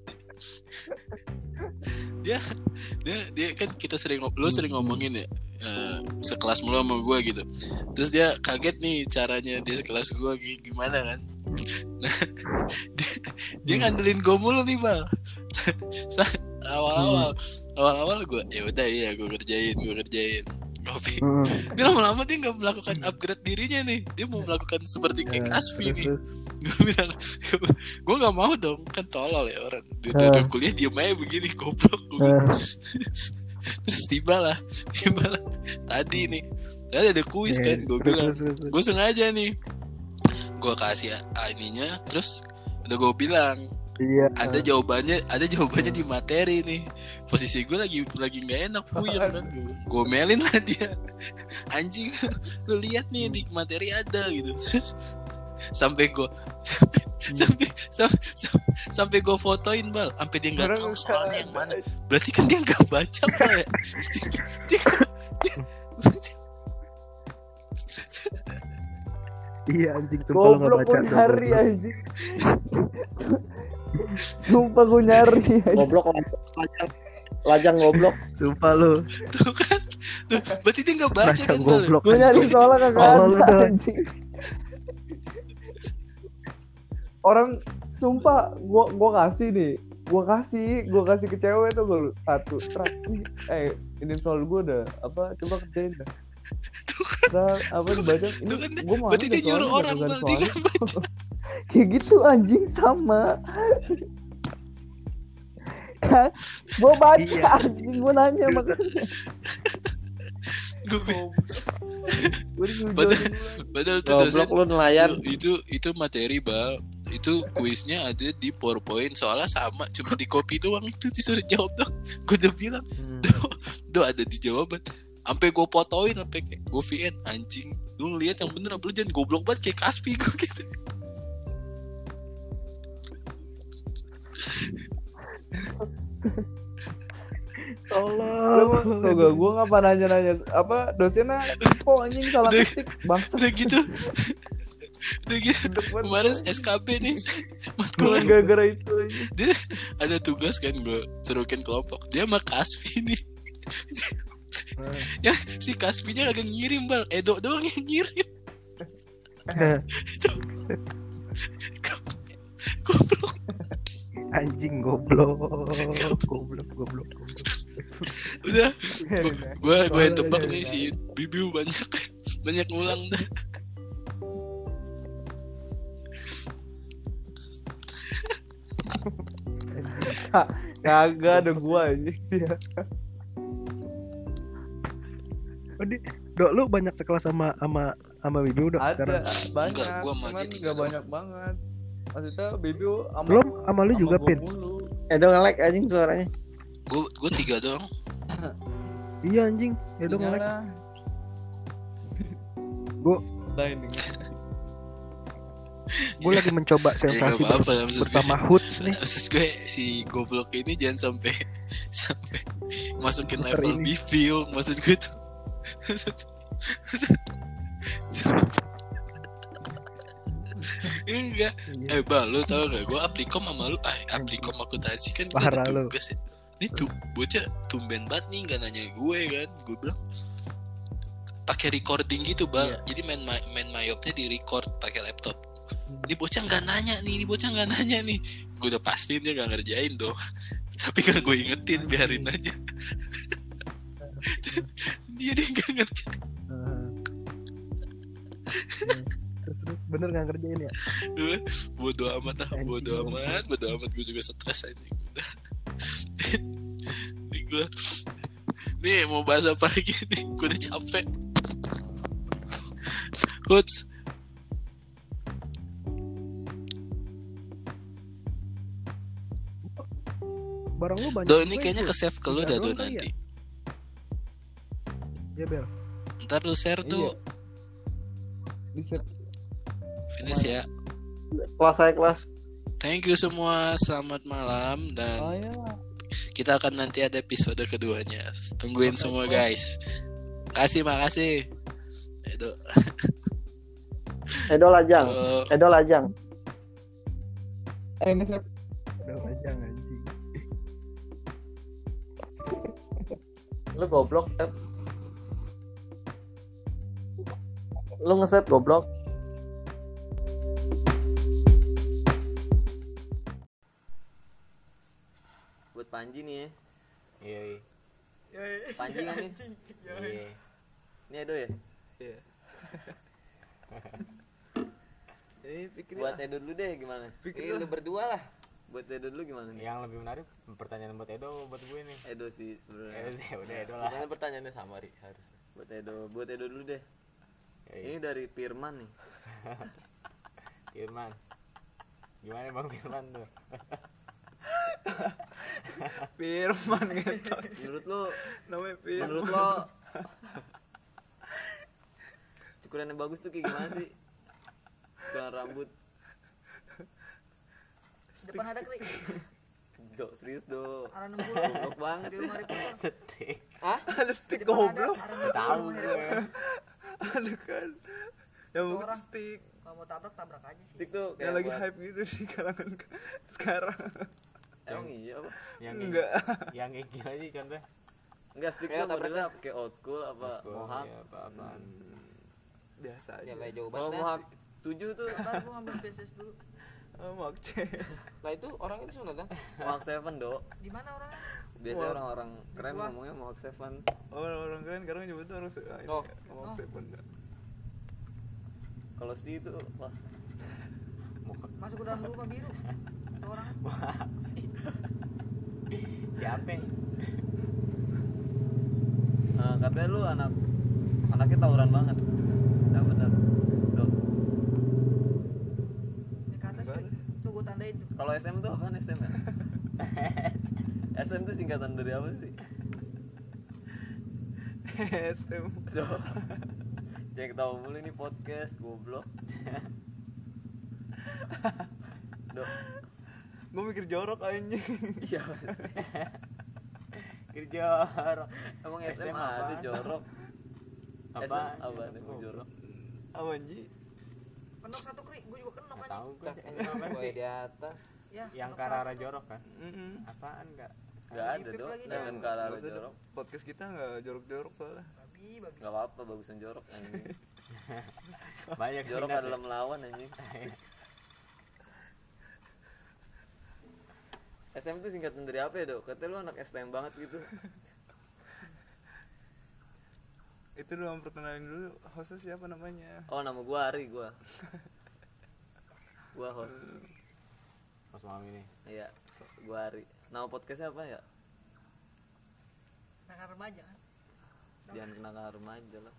Dia, dia, dia kan kita sering ngob- lu sering ngomongin ya, eh, sekelas mulu sama gue gitu. Terus dia kaget nih caranya dia sekelas gue gi- gimana kan? Nah, dia, dia ngandelin gue mulu nih bal. Sa- awal-awal, awal-awal gue, ya udah iya gue kerjain, gue kerjain. Tapi Hmm. dia lama-lama dia nggak melakukan upgrade dirinya nih, dia mau melakukan seperti kayak Ya, Kasfi terus, nih. terus. Gue bilang, gue nggak mau dong, kan tolol ya orang. Dia Ah. udah kuliah diem aja begini goblok. Gua bilang. Terus tiba lah, tiba lah tadi nih, tadi ada kuis Ya, kan, gue terus, bilang, terus, terus, terus. gue sengaja nih, gue kasih a- ininya, terus udah gue bilang Iya. ada jawabannya, ada jawabannya di materi nih. Posisi gue lagi lagi nggak enak puyeng kan, gue melin lah dia, anjing lu lihat nih di materi ada gitu. Terus sampai gue sampai sampai sampai, sampai gue fotoin bal, sampai dia nggak tahu soalnya yang mana. Berarti kan dia nggak baca bal ya. Dia- dia- Iya anjing, sumpah lu nggak Goblok baca. gue nyari anjing. Sumpah gue nyari anjing. Goblok lajang, lajang goblok. Sumpah lu. tuh kan, tuh, berarti dia nggak baca Baca kan bal. goblok. Gue nyari soalnya kagak Oh, lu ada dah. anjing. Orang sumpah gua gua kasih nih. Gua kasih, gua kasih ke cewek tuh gue satu. Trak, nih, eh ini soal gue udah apa coba kerjain dah. Nah, apa dibaca ini Tuh kan, gue mau berarti dia nyuruh orang bal, dia nggak baca. kayak gitu anjing sama. Kan gue baca Iya. anjing gue nanya makanya. Gue bi- Gue Padahal, padahal tuh dosen Goblok lu nelayan. itu itu materi bal, itu kuisnya ada di PowerPoint, soalnya sama cuma di copy doang, itu disuruh jawab dong. Gue udah bilang Hmm. do, do ada di jawaban, sampai gue fotoin, sampai kayak gue V N anjing, lu lihat yang bener apa, lu jangan goblok banget kayak Kaspi gue gitu. Tolong. Tuh gak gue ngapa nanya-nanya apa dosennya kok anjing salah Udah- ketik bangsa. Udah gitu. Udah gitu. Gedek banget. Kemarin S K P nih. Matkul Cuma gara-gara itu aja. dia ada tugas kan gue suruhin kelompok. Dia sama Kaspi nih. Ya si Kaspinya kagak ngirim bal. Edo doang yang ngirim. Goblok. Anjing goblok. Goblok goblok goblok. Udah. Gue gue yang tebak nih si Bibiu banyak banyak ngulang dah. Kagak ada gua anjing dia. Oh, di, Dok, lu banyak sekelas sama sama sama Bibi udah sekarang. Ada banyak. Enggak, gua sama cuman dia tiga nggak doang. banyak banget. Maksudnya Bibi sama Belum sama lu sama juga gua Pin. mulu. Edo nge-lag anjing suaranya. Gue gue tiga doang. Iya anjing. Ya dong Sinyal nge-lag. lah. Gua Udah ini. gua lagi mencoba Ya sensasi gak apa-apa lah, maksud gue. bersama Hoods nih. Maksud gue si goblok ini jangan sampai sampai masukin Puter level ini. Bibiu. Maksud gue tuh. Enggak. Iya. Eh bal, lu tau gak? Gue aplikom sama lu. Ah, aplikom akuntansi kan gue ada Parah lu. tugas ya. Ini tuh bocah tumben banget nih gak nanya gue kan. Gue bilang pakai recording gitu bal. Iya. Jadi main ma- main mayopnya di record pakai laptop. Ini bocah nggak nanya nih, ini bocah nggak nanya nih. Gue udah pastiin dia nggak ngerjain dong. Tapi gak gue ingetin, biarin aja. Dia dia nggak ngerjain. Heeh. Terus terus bener nggak ngerjain ya? Bodoh amat lah, Anjing, bodoh goblok. amat, bodoh amat. Gue juga stres aja. Udah. Nih gue, nih mau bahas apa lagi nih? Gue udah capek. Hoods, Barang lu banyak. do ini juga kayaknya itu. ke save ke lu Tiga dah do doang kali nanti. Ya Bel. Ntar lu share tuh, Di set finish ya. Kelas saya kelas. Thank you semua, selamat malam dan Oh ya. kita akan nanti ada episode keduanya. Tungguin semua guys. Kasih makasih. Edo. Edo lajang. Oh, Edo lajang. Eh ini set Udah panjang anjing. Lu goblok, Ep. Lu nge-save goblok. Buat Panji nih ya. Iya. Panji kan nih? Iya. Ini Edo ya? Iya. Ini pikir Buat Edo dulu deh gimana? Pikir Ini lah. lu berdua lah. Buat Edo dulu gimana nih? Yang lebih menarik pertanyaan buat Edo buat gue nih. Edo sih sebenarnya. Edo sih, udah Edo lah. Pertanyaan pertanyaannya sama Ri harus. Buat Edo, buat Edo dulu deh. Ya, iya. Ini dari Firman nih. Firman. Gimana Bang Firman tuh? Firman gitu. Menurut lu, Namanya Firman. menurut lo cukuran yang bagus tuh kayak gimana sih? Cukuran rambut. Depan ada klik. Do, serius do. Arah enam puluh. Goblok banget Di lu. rumah Ripon. Setik. Ada stick Di depan ada goblok. arah enam puluh. Tahu Rumah gue. Ripon. Ada kan. Yang bukan Orang. stick. Kalau mau tabrak tabrak aja sih. Stick tuh Yang kayak lagi buat- hype gitu sih kalangan sekarang. Emang iya apa? Yang Enggak. Yang kayak gimana sih contohnya? Enggak, stick tuh modelnya kayak old school apa mohawk. Ya, apa-apaan. Biasa aja. Ya kayak jawaban. Kalau mohawk tujuh tuh Ntar gua ngambil P S S dulu. Oh, Mark C. nah itu orang itu sebenarnya mohawk seven do. Di mana orangnya? Biasanya Mohawk. orang-orang keren Wah. ngomongnya mohawk seven. Oh, orang keren sekarang nyebut tuh orang se- ah, ini Oh. ya, ngomong Oh. seven. Kalau si itu wah Masuk ke dalam rumah biru. Itu orangnya. Siapa nih? Nah, katanya lu anak anaknya tawuran banget. Nah, bener. Do. Ini ke atas klik. Tuh gua tandain tuh. Kalau S M tuh apaan S M ya? S M tuh singkatan dari apa sih? S M. Do. Jangan ketawa mulu ini podcast goblok. Do. Gue mikir jorok anjing. Iya. jorok. Emang S M S M ada apaan? jorok. Apa? Apa? Apa emang jorok? Apa anjing? Kenok satu kri, gue juga kenok Enggak aja. tahu gue. Cak apa sih di atas? Ya. Yang kenok Karara satu. jorok kan? Mm-mm. Apaan enggak? Enggak ada Pipip dong. lagi Jangan dah. kalah Nggak usah, jorok. podcast kita nggak jorok-jorok soalnya. Babi, babi. Enggak apa-apa, bagusan jorok anjing. Banyak Jorok minat adalah ya. melawan anjing. S M itu singkatan dari apa ya, Dok? Katanya lu anak S T M banget gitu. Itu doang perkenalan dulu, hostnya siapa namanya? Oh, nama gua Ari gua. Gua host. Pas malam ini. Iya, gua Ari. Nama podcastnya apa ya? Nakal remaja kan. Jangan kenal remaja lah.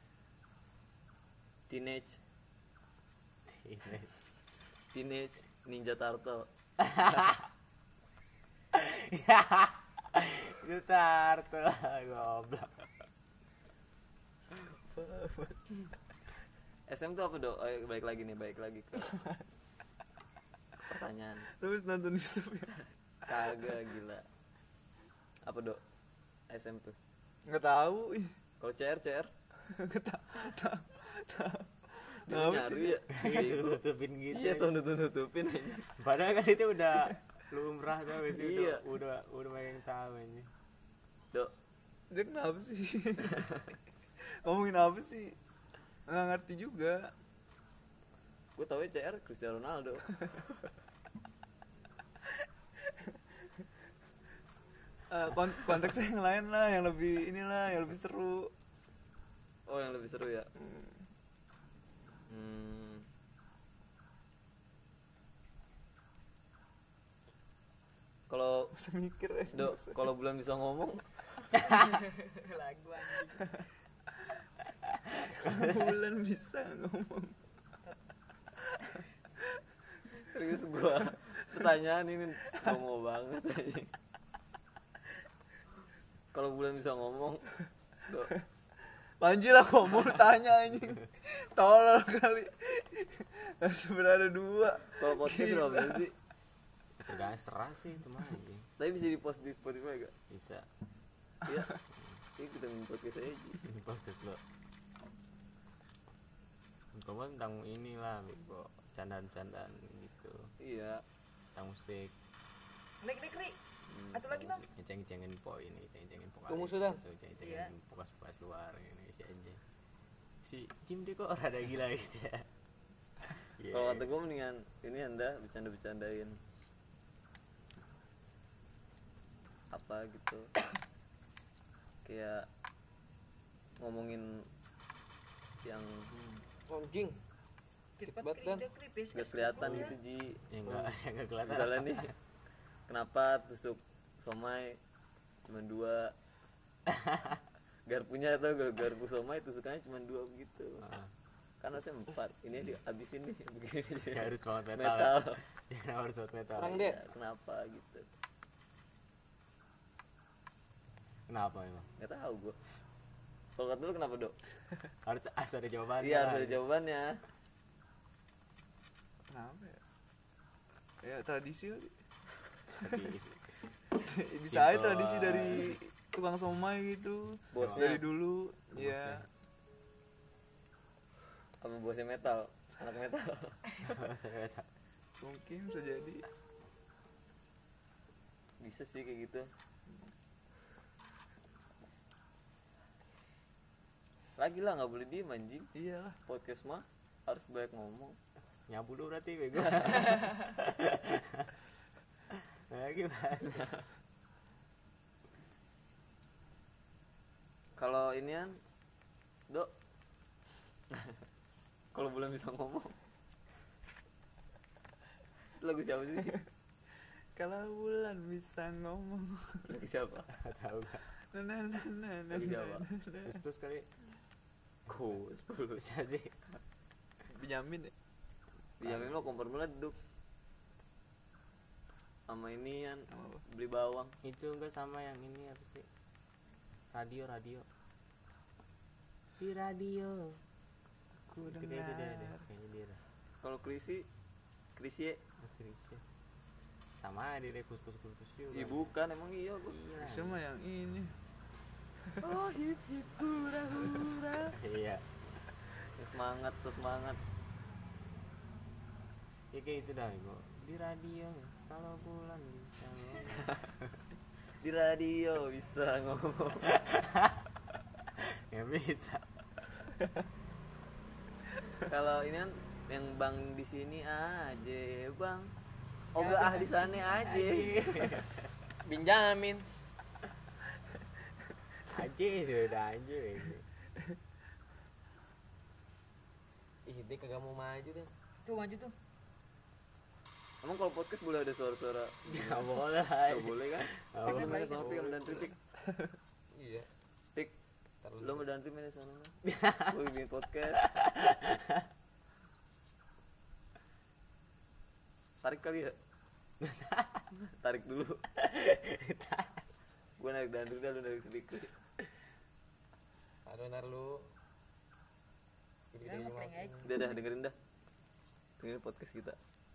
Teenage Teenage. Teenage Ninja Turtle. Itu turtle goblok. S M tuh apa, Dok? Ayo balik lagi nih, balik lagi ke pertanyaan. Lu harus nonton YouTube ya? Kagak gila. Apa, Dok? S M tuh. Nggak tahu. Ih, Kalau C R C R nggak tahu. Tahu. Tahu. dia Apa nyari sih? ya. Bego. Tutupin gitu. Iya, so nutup-nutupin aja. Padahal kan itu udah lumrah tau gak sih? Iya. Udah udah udah banyak yang tahu ini. Dok, Dia kenapa sih? Ngomongin apa sih? Nggak ngerti juga. gue tau ya C R Cristiano Ronaldo. Eh, kon- konteksnya yang lain lah, yang lebih inilah, yang lebih seru. Oh, yang lebih seru ya. Hmm. Kalau Bisa mikir ya. Dok, kalau bulan bisa ngomong, Lagu anjing. Bulan bisa ngomong. serius gua pertanyaan ini ngomong banget aja. Kalau bulan bisa ngomong, Dok, Panji lah ngomong tanya anjing. Tolol kali. Sebenarnya ada dua. kalau podcast Gila. berapa sih? Tergantung serah sih cuma anjing. Tapi bisa di-post di Spotify gak? Bisa. Iya. Ini kita bikin podcast aja. Ini podcast lo. Kamu tentang inilah, bego. Candaan-candaan gitu. Iya. Tentang musik. Nek nek nek. Hmm. Atau lagi bang. Ngeceng-cengin po ini, ceng-cengin vokalis. Tunggu sudah. gitu, Ceng-cengin Iya. vokas-vokas luar ini si anjing. Si Jim dia kok rada gila gitu ya. Iya. Kalau kata gue mendingan ini Anda bercanda-bercandain apa gitu. Kayak ngomongin yang Anjing. Cepat Cepat, kri, Dan. udah kri, besok gak kelihatan ya. gitu Ji. Ya enggak, enggak kelihatan. Misalnya nih, kenapa tusuk somai cuma dua, garpunya atau gar- garpu somai tusukannya cuma dua begitu. Ah, Kan harusnya empat, ini dihabisin nih begini. ya harus banget metal. Metal. Ya, ya harus banget metal. Perang, Iya, Dek. kenapa gitu? Kenapa emang? Nggak tahu gua. Kalau kata lu kenapa, Dok? Harus harus ada jawabannya. Iya, lah. harus ada jawabannya. Kenapa ya? Ya tradisi kali. Tapi Bisa aja Simple tradisi lah. dari tukang somai gitu. Bosnya. Dari dulu. Bosnya. Iya. Apa bosnya metal? Anak metal. Mungkin bisa jadi. Bisa sih kayak gitu. Lagi lah nggak boleh diem anjing. Iyalah. Podcast mah harus banyak ngomong. nyabu dulu berarti bego. Nah, gimana? Kalau inian, Dok. Kalau belum bisa ngomong. Lagu siapa sih? Kalau bulan bisa ngomong. Lagu siapa? Tahu enggak? Nah, nah, nah, nah, nah, Lagu siapa? nah. Terus kali Cool. bisa sih. Benyamin ya? Dijamin lo kompor meleduk. Sama inian Apa? beli bawang. Itu enggak sama yang ini apa sih? Radio radio. Di radio. Ku Itu kayaknya dia deh, dengar. kayaknya dia dah. Kalau Krisi, Krisi Chris ya. sama aja deh kus-kus-kus juga. Ih bukan emang iya gua. Iya. Sama yang ini. Oh hip hip hura hura. Iya. Semangat tuh semangat. Ya kayak itu dah gua di radio kalau bulan bisa ngomong. Di radio bisa ngomong. Nggak bisa. Kalau ini kan yang bang di sini aja bang. Oh enggak ah di sana aja. Benjamin. Aja sudah aja. Ih dia kagak mau maju deh. Tuh maju tuh. Emang kalau podcast boleh ada suara-suara? Nggak boleh. Nggak boleh kan? Nggak Tik boleh. mana sama Pik dan Tik. Iya. Tik. Lo mau dan mana sana? Gue bikin podcast. Tarik kali ya? Tarik dulu. Gue narik dan dulu dah, lu narik sedikit. Aduh nar lu. Udah dah dengerin dah. Dengerin podcast kita.